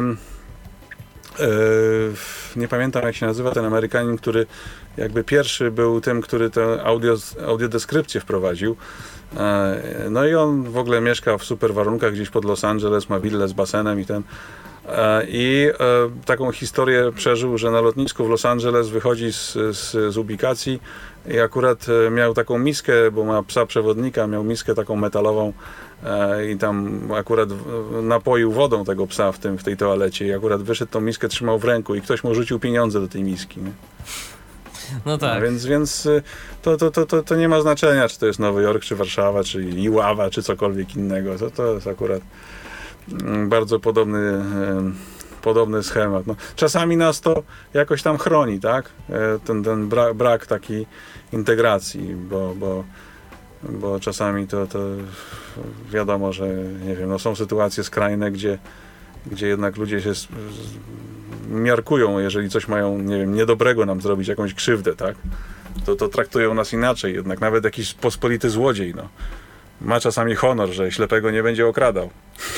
Speaker 3: nie pamiętam jak się nazywa ten Amerykanin, który jakby pierwszy był tym, który tę audio, audiodeskrypcję wprowadził. No i on w ogóle mieszka w super warunkach gdzieś pod Los Angeles, ma willę z basenem i ten. I taką historię przeżył, że na lotnisku w Los Angeles wychodzi z, z, z ubikacji i akurat miał taką miskę, bo ma psa przewodnika, miał miskę taką metalową i tam akurat napoił wodą tego psa w, tym, w tej toalecie i akurat wyszedł, tą miskę trzymał w ręku i ktoś mu rzucił pieniądze do tej miski. Nie?
Speaker 2: No tak.
Speaker 3: No, więc więc to, to, to, to, to nie ma znaczenia, czy to jest Nowy Jork, czy Warszawa, czy Iława, czy cokolwiek innego. To, to jest akurat bardzo podobny, podobny schemat. No, czasami nas to jakoś tam chroni, tak? Ten, ten brak, brak takiej integracji, bo, bo bo czasami to, to wiadomo, że nie wiem, no są sytuacje skrajne, gdzie, gdzie jednak ludzie się z, z, miarkują, jeżeli coś mają, nie wiem, niedobrego nam zrobić, jakąś krzywdę, tak? To, to traktują nas inaczej, jednak nawet jakiś pospolity złodziej, no, ma czasami honor, że ślepego nie będzie okradał.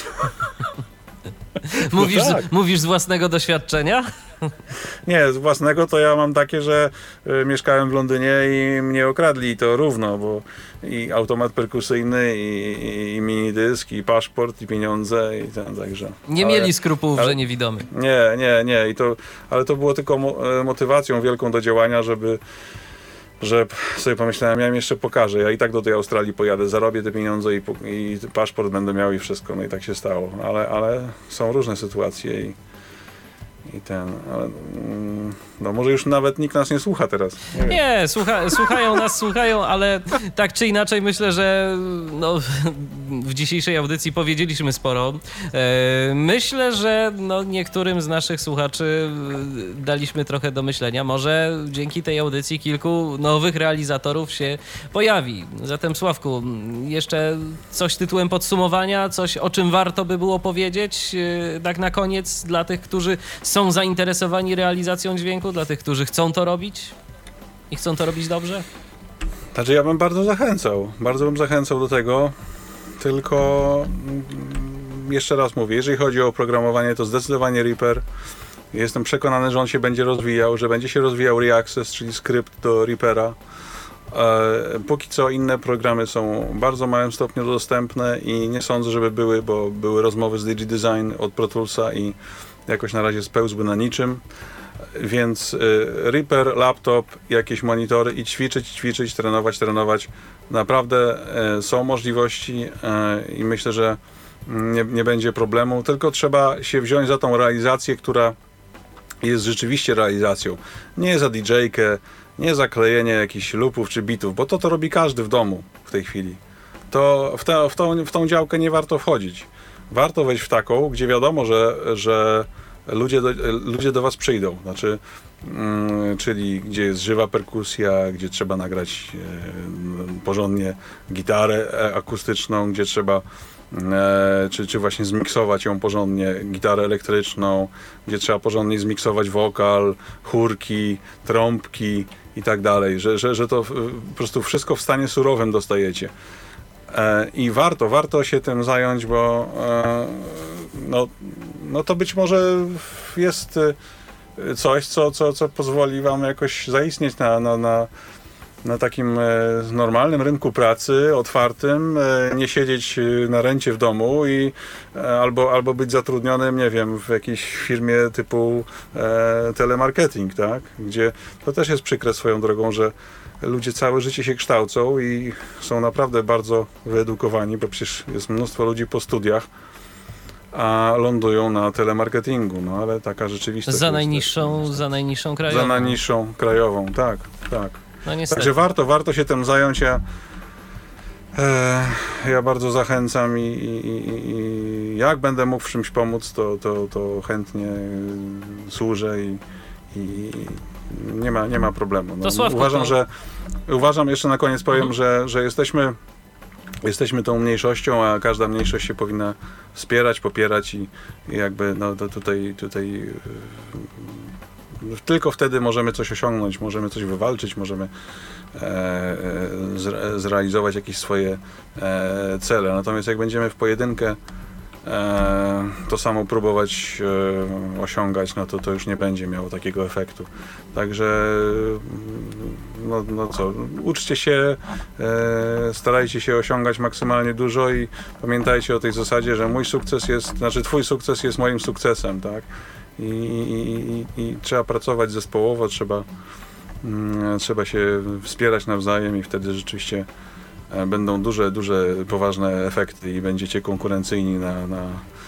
Speaker 2: Mówisz,
Speaker 3: no tak.
Speaker 2: z, mówisz z własnego doświadczenia?
Speaker 3: Nie, z własnego to ja mam takie, że y, mieszkałem w Londynie i mnie okradli, i to równo, bo i automat perkusyjny, i, i, i minidysk, i paszport, i pieniądze, i ten, także.
Speaker 2: Nie
Speaker 3: ale,
Speaker 2: mieli skrupułów,
Speaker 3: ale,
Speaker 2: że niewidomy.
Speaker 3: Nie, nie, nie, i to, ale to było tylko mo, motywacją wielką do działania, żeby że sobie pomyślałem, ja im jeszcze pokażę, ja i tak do tej Australii pojadę, zarobię te pieniądze i, i paszport będę miał i wszystko, no i tak się stało, ale, ale są różne sytuacje i, i ten, ale, no może już nawet nikt nas nie słucha teraz. Nie,
Speaker 2: nie słucha, słuchają nas, słuchają, ale tak czy inaczej myślę, że no, w dzisiejszej audycji powiedzieliśmy sporo. E, myślę, że no, niektórym z naszych słuchaczy daliśmy trochę do myślenia. Może dzięki tej audycji kilku nowych realizatorów się pojawi. Zatem Sławku, jeszcze coś tytułem podsumowania, coś o czym warto by było powiedzieć, e, tak na koniec dla tych, którzy są zainteresowani realizacją dźwięku, dla tych, którzy chcą to robić i chcą to robić dobrze?
Speaker 3: Znaczy ja bym bardzo zachęcał, bardzo bym zachęcał do tego, tylko jeszcze raz mówię, jeżeli chodzi o oprogramowanie, to zdecydowanie Reaper. Jestem przekonany, że on się będzie rozwijał, że będzie się rozwijał Reaccess, czyli skrypt do Reapera. E, póki co inne programy są w bardzo małym stopniu dostępne i nie sądzę, żeby były, bo były rozmowy z DigiDesign od Pro Toolsa i jakoś na razie spełzły na niczym. Więc y, Reaper, laptop, jakieś monitory i ćwiczyć, ćwiczyć, trenować, trenować. Naprawdę y, są możliwości y, i myślę, że nie, nie będzie problemu, tylko trzeba się wziąć za tą realizację, która jest rzeczywiście realizacją. Nie za didżejkę, nie za klejenie jakichś loopów czy bitów, bo to to robi każdy w domu w tej chwili. To w, te, w, tą, w tą działkę nie warto wchodzić. Warto wejść w taką, gdzie wiadomo, że, że Ludzie do, ludzie do was przyjdą, znaczy, mm, czyli gdzie jest żywa perkusja, gdzie trzeba nagrać e, porządnie gitarę akustyczną, gdzie trzeba e, czy, czy właśnie zmiksować ją porządnie, gitarę elektryczną, gdzie trzeba porządnie zmiksować wokal, chórki, trąbki i tak dalej, że, że, że to po prostu wszystko w stanie surowym dostajecie. E, I warto, warto się tym zająć, bo e, no, no to być może jest coś, co, co, co pozwoli wam jakoś zaistnieć na, na, na, na takim normalnym rynku pracy, otwartym, nie siedzieć na rencie w domu i albo, albo być zatrudnionym, nie wiem, w jakiejś firmie typu e, telemarketing, tak? Gdzie to też jest przykre swoją drogą, że ludzie całe życie się kształcą i są naprawdę bardzo wyedukowani, bo przecież jest mnóstwo ludzi po studiach, a lądują na telemarketingu, no ale taka rzeczywistość.
Speaker 2: Za
Speaker 3: jest
Speaker 2: najniższą,
Speaker 3: też,
Speaker 2: za najniższą krajową.
Speaker 3: Za najniższą krajową, tak, tak.
Speaker 2: No niestety.
Speaker 3: Także warto, warto się tym zająć. Ja, e, ja bardzo zachęcam i, i, i, i jak będę mógł w czymś pomóc, to, to, to chętnie służę i, i nie ma, nie ma problemu. No,
Speaker 2: to Sławku,
Speaker 3: uważam,
Speaker 2: to...
Speaker 3: że uważam, jeszcze na koniec powiem, mhm. że, że jesteśmy Jesteśmy tą mniejszością, a każda mniejszość się powinna wspierać, popierać i, i jakby no to tutaj, tutaj yy, tylko wtedy możemy coś osiągnąć, możemy coś wywalczyć, możemy e, zre, zrealizować jakieś swoje e, cele. Natomiast jak będziemy w pojedynkę e, to samo próbować e, osiągać, no to to już nie będzie miało takiego efektu. Także no, no co, uczcie się, e, starajcie się osiągać maksymalnie dużo i pamiętajcie o tej zasadzie, że mój sukces jest, znaczy twój sukces jest moim sukcesem, tak? I, i, i, i trzeba pracować zespołowo, trzeba, mm, trzeba się wspierać nawzajem i wtedy rzeczywiście będą duże, duże, poważne efekty i będziecie konkurencyjni na, na,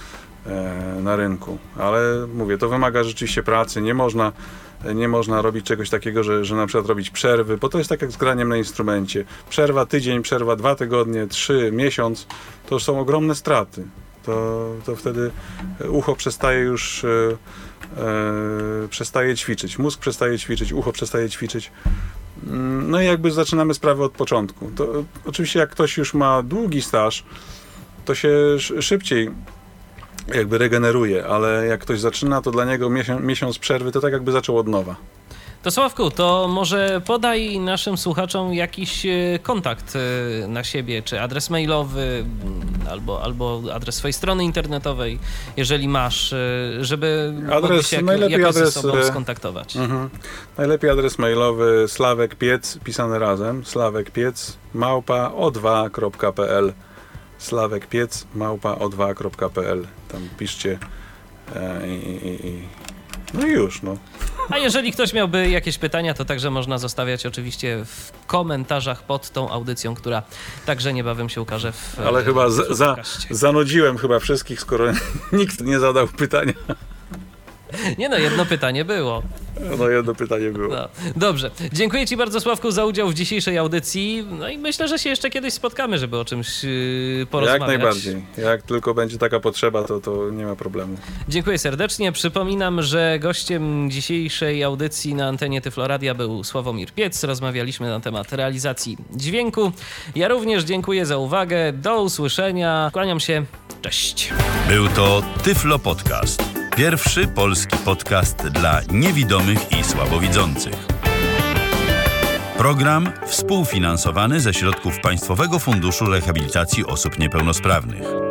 Speaker 3: na rynku. Ale mówię, to wymaga rzeczywiście pracy. Nie można, nie można robić czegoś takiego, że, że na przykład robić przerwy, bo to jest tak jak z graniem na instrumencie. Przerwa tydzień, przerwa dwa tygodnie, trzy, miesiąc, to są ogromne straty. To, to wtedy ucho przestaje już e, e, przestaje ćwiczyć, mózg przestaje ćwiczyć, ucho przestaje ćwiczyć. No i jakby zaczynamy sprawę od początku. To, oczywiście jak ktoś już ma długi staż, to się sz- szybciej jakby regeneruje, ale jak ktoś zaczyna, to dla niego miesiąc, miesiąc przerwy to tak jakby zaczął od nowa.
Speaker 2: To Sławku, to może podaj naszym słuchaczom jakiś e, kontakt e, na siebie, czy adres mailowy, m, albo, albo adres swojej strony internetowej, jeżeli masz, e, żeby
Speaker 3: Adres,
Speaker 2: mogli się jak,
Speaker 3: najlepiej
Speaker 2: jakoś
Speaker 3: adres,
Speaker 2: ze sobą
Speaker 3: e,
Speaker 2: skontaktować.
Speaker 3: Mhm. Najlepiej adres mailowy Sławek Piec, pisane razem, Sławek Piec, małpa o dwa kropka p l. Sławek Piec, małpa o dwa kropka p l. Tam piszcie e, i, i, i no i już, no.
Speaker 2: A jeżeli ktoś miałby jakieś pytania, to także można zostawiać oczywiście w komentarzach pod tą audycją, która także niebawem się ukaże w
Speaker 3: Ale chyba
Speaker 2: w
Speaker 3: za, za,
Speaker 2: podcaście.
Speaker 3: zanudziłem chyba wszystkich, skoro nikt nie zadał pytania.
Speaker 2: Nie no, jedno pytanie było.
Speaker 3: No jedno pytanie było.
Speaker 2: No, dobrze. Dziękuję Ci bardzo, Sławku, za udział w dzisiejszej audycji. No i myślę, że się jeszcze kiedyś spotkamy, żeby o czymś yy, porozmawiać.
Speaker 3: Jak najbardziej. Jak tylko będzie taka potrzeba, to, to nie ma problemu.
Speaker 2: Dziękuję serdecznie. Przypominam, że gościem dzisiejszej audycji na antenie Tyfloradia był Sławomir Piec. Rozmawialiśmy na temat realizacji dźwięku. Ja również dziękuję za uwagę. Do usłyszenia. Kłaniam się. Cześć.
Speaker 1: Był to Tyflo Podcast. Pierwszy polski podcast dla niewidomych i słabowidzących. Program współfinansowany ze środków Państwowego Funduszu Rehabilitacji Osób Niepełnosprawnych.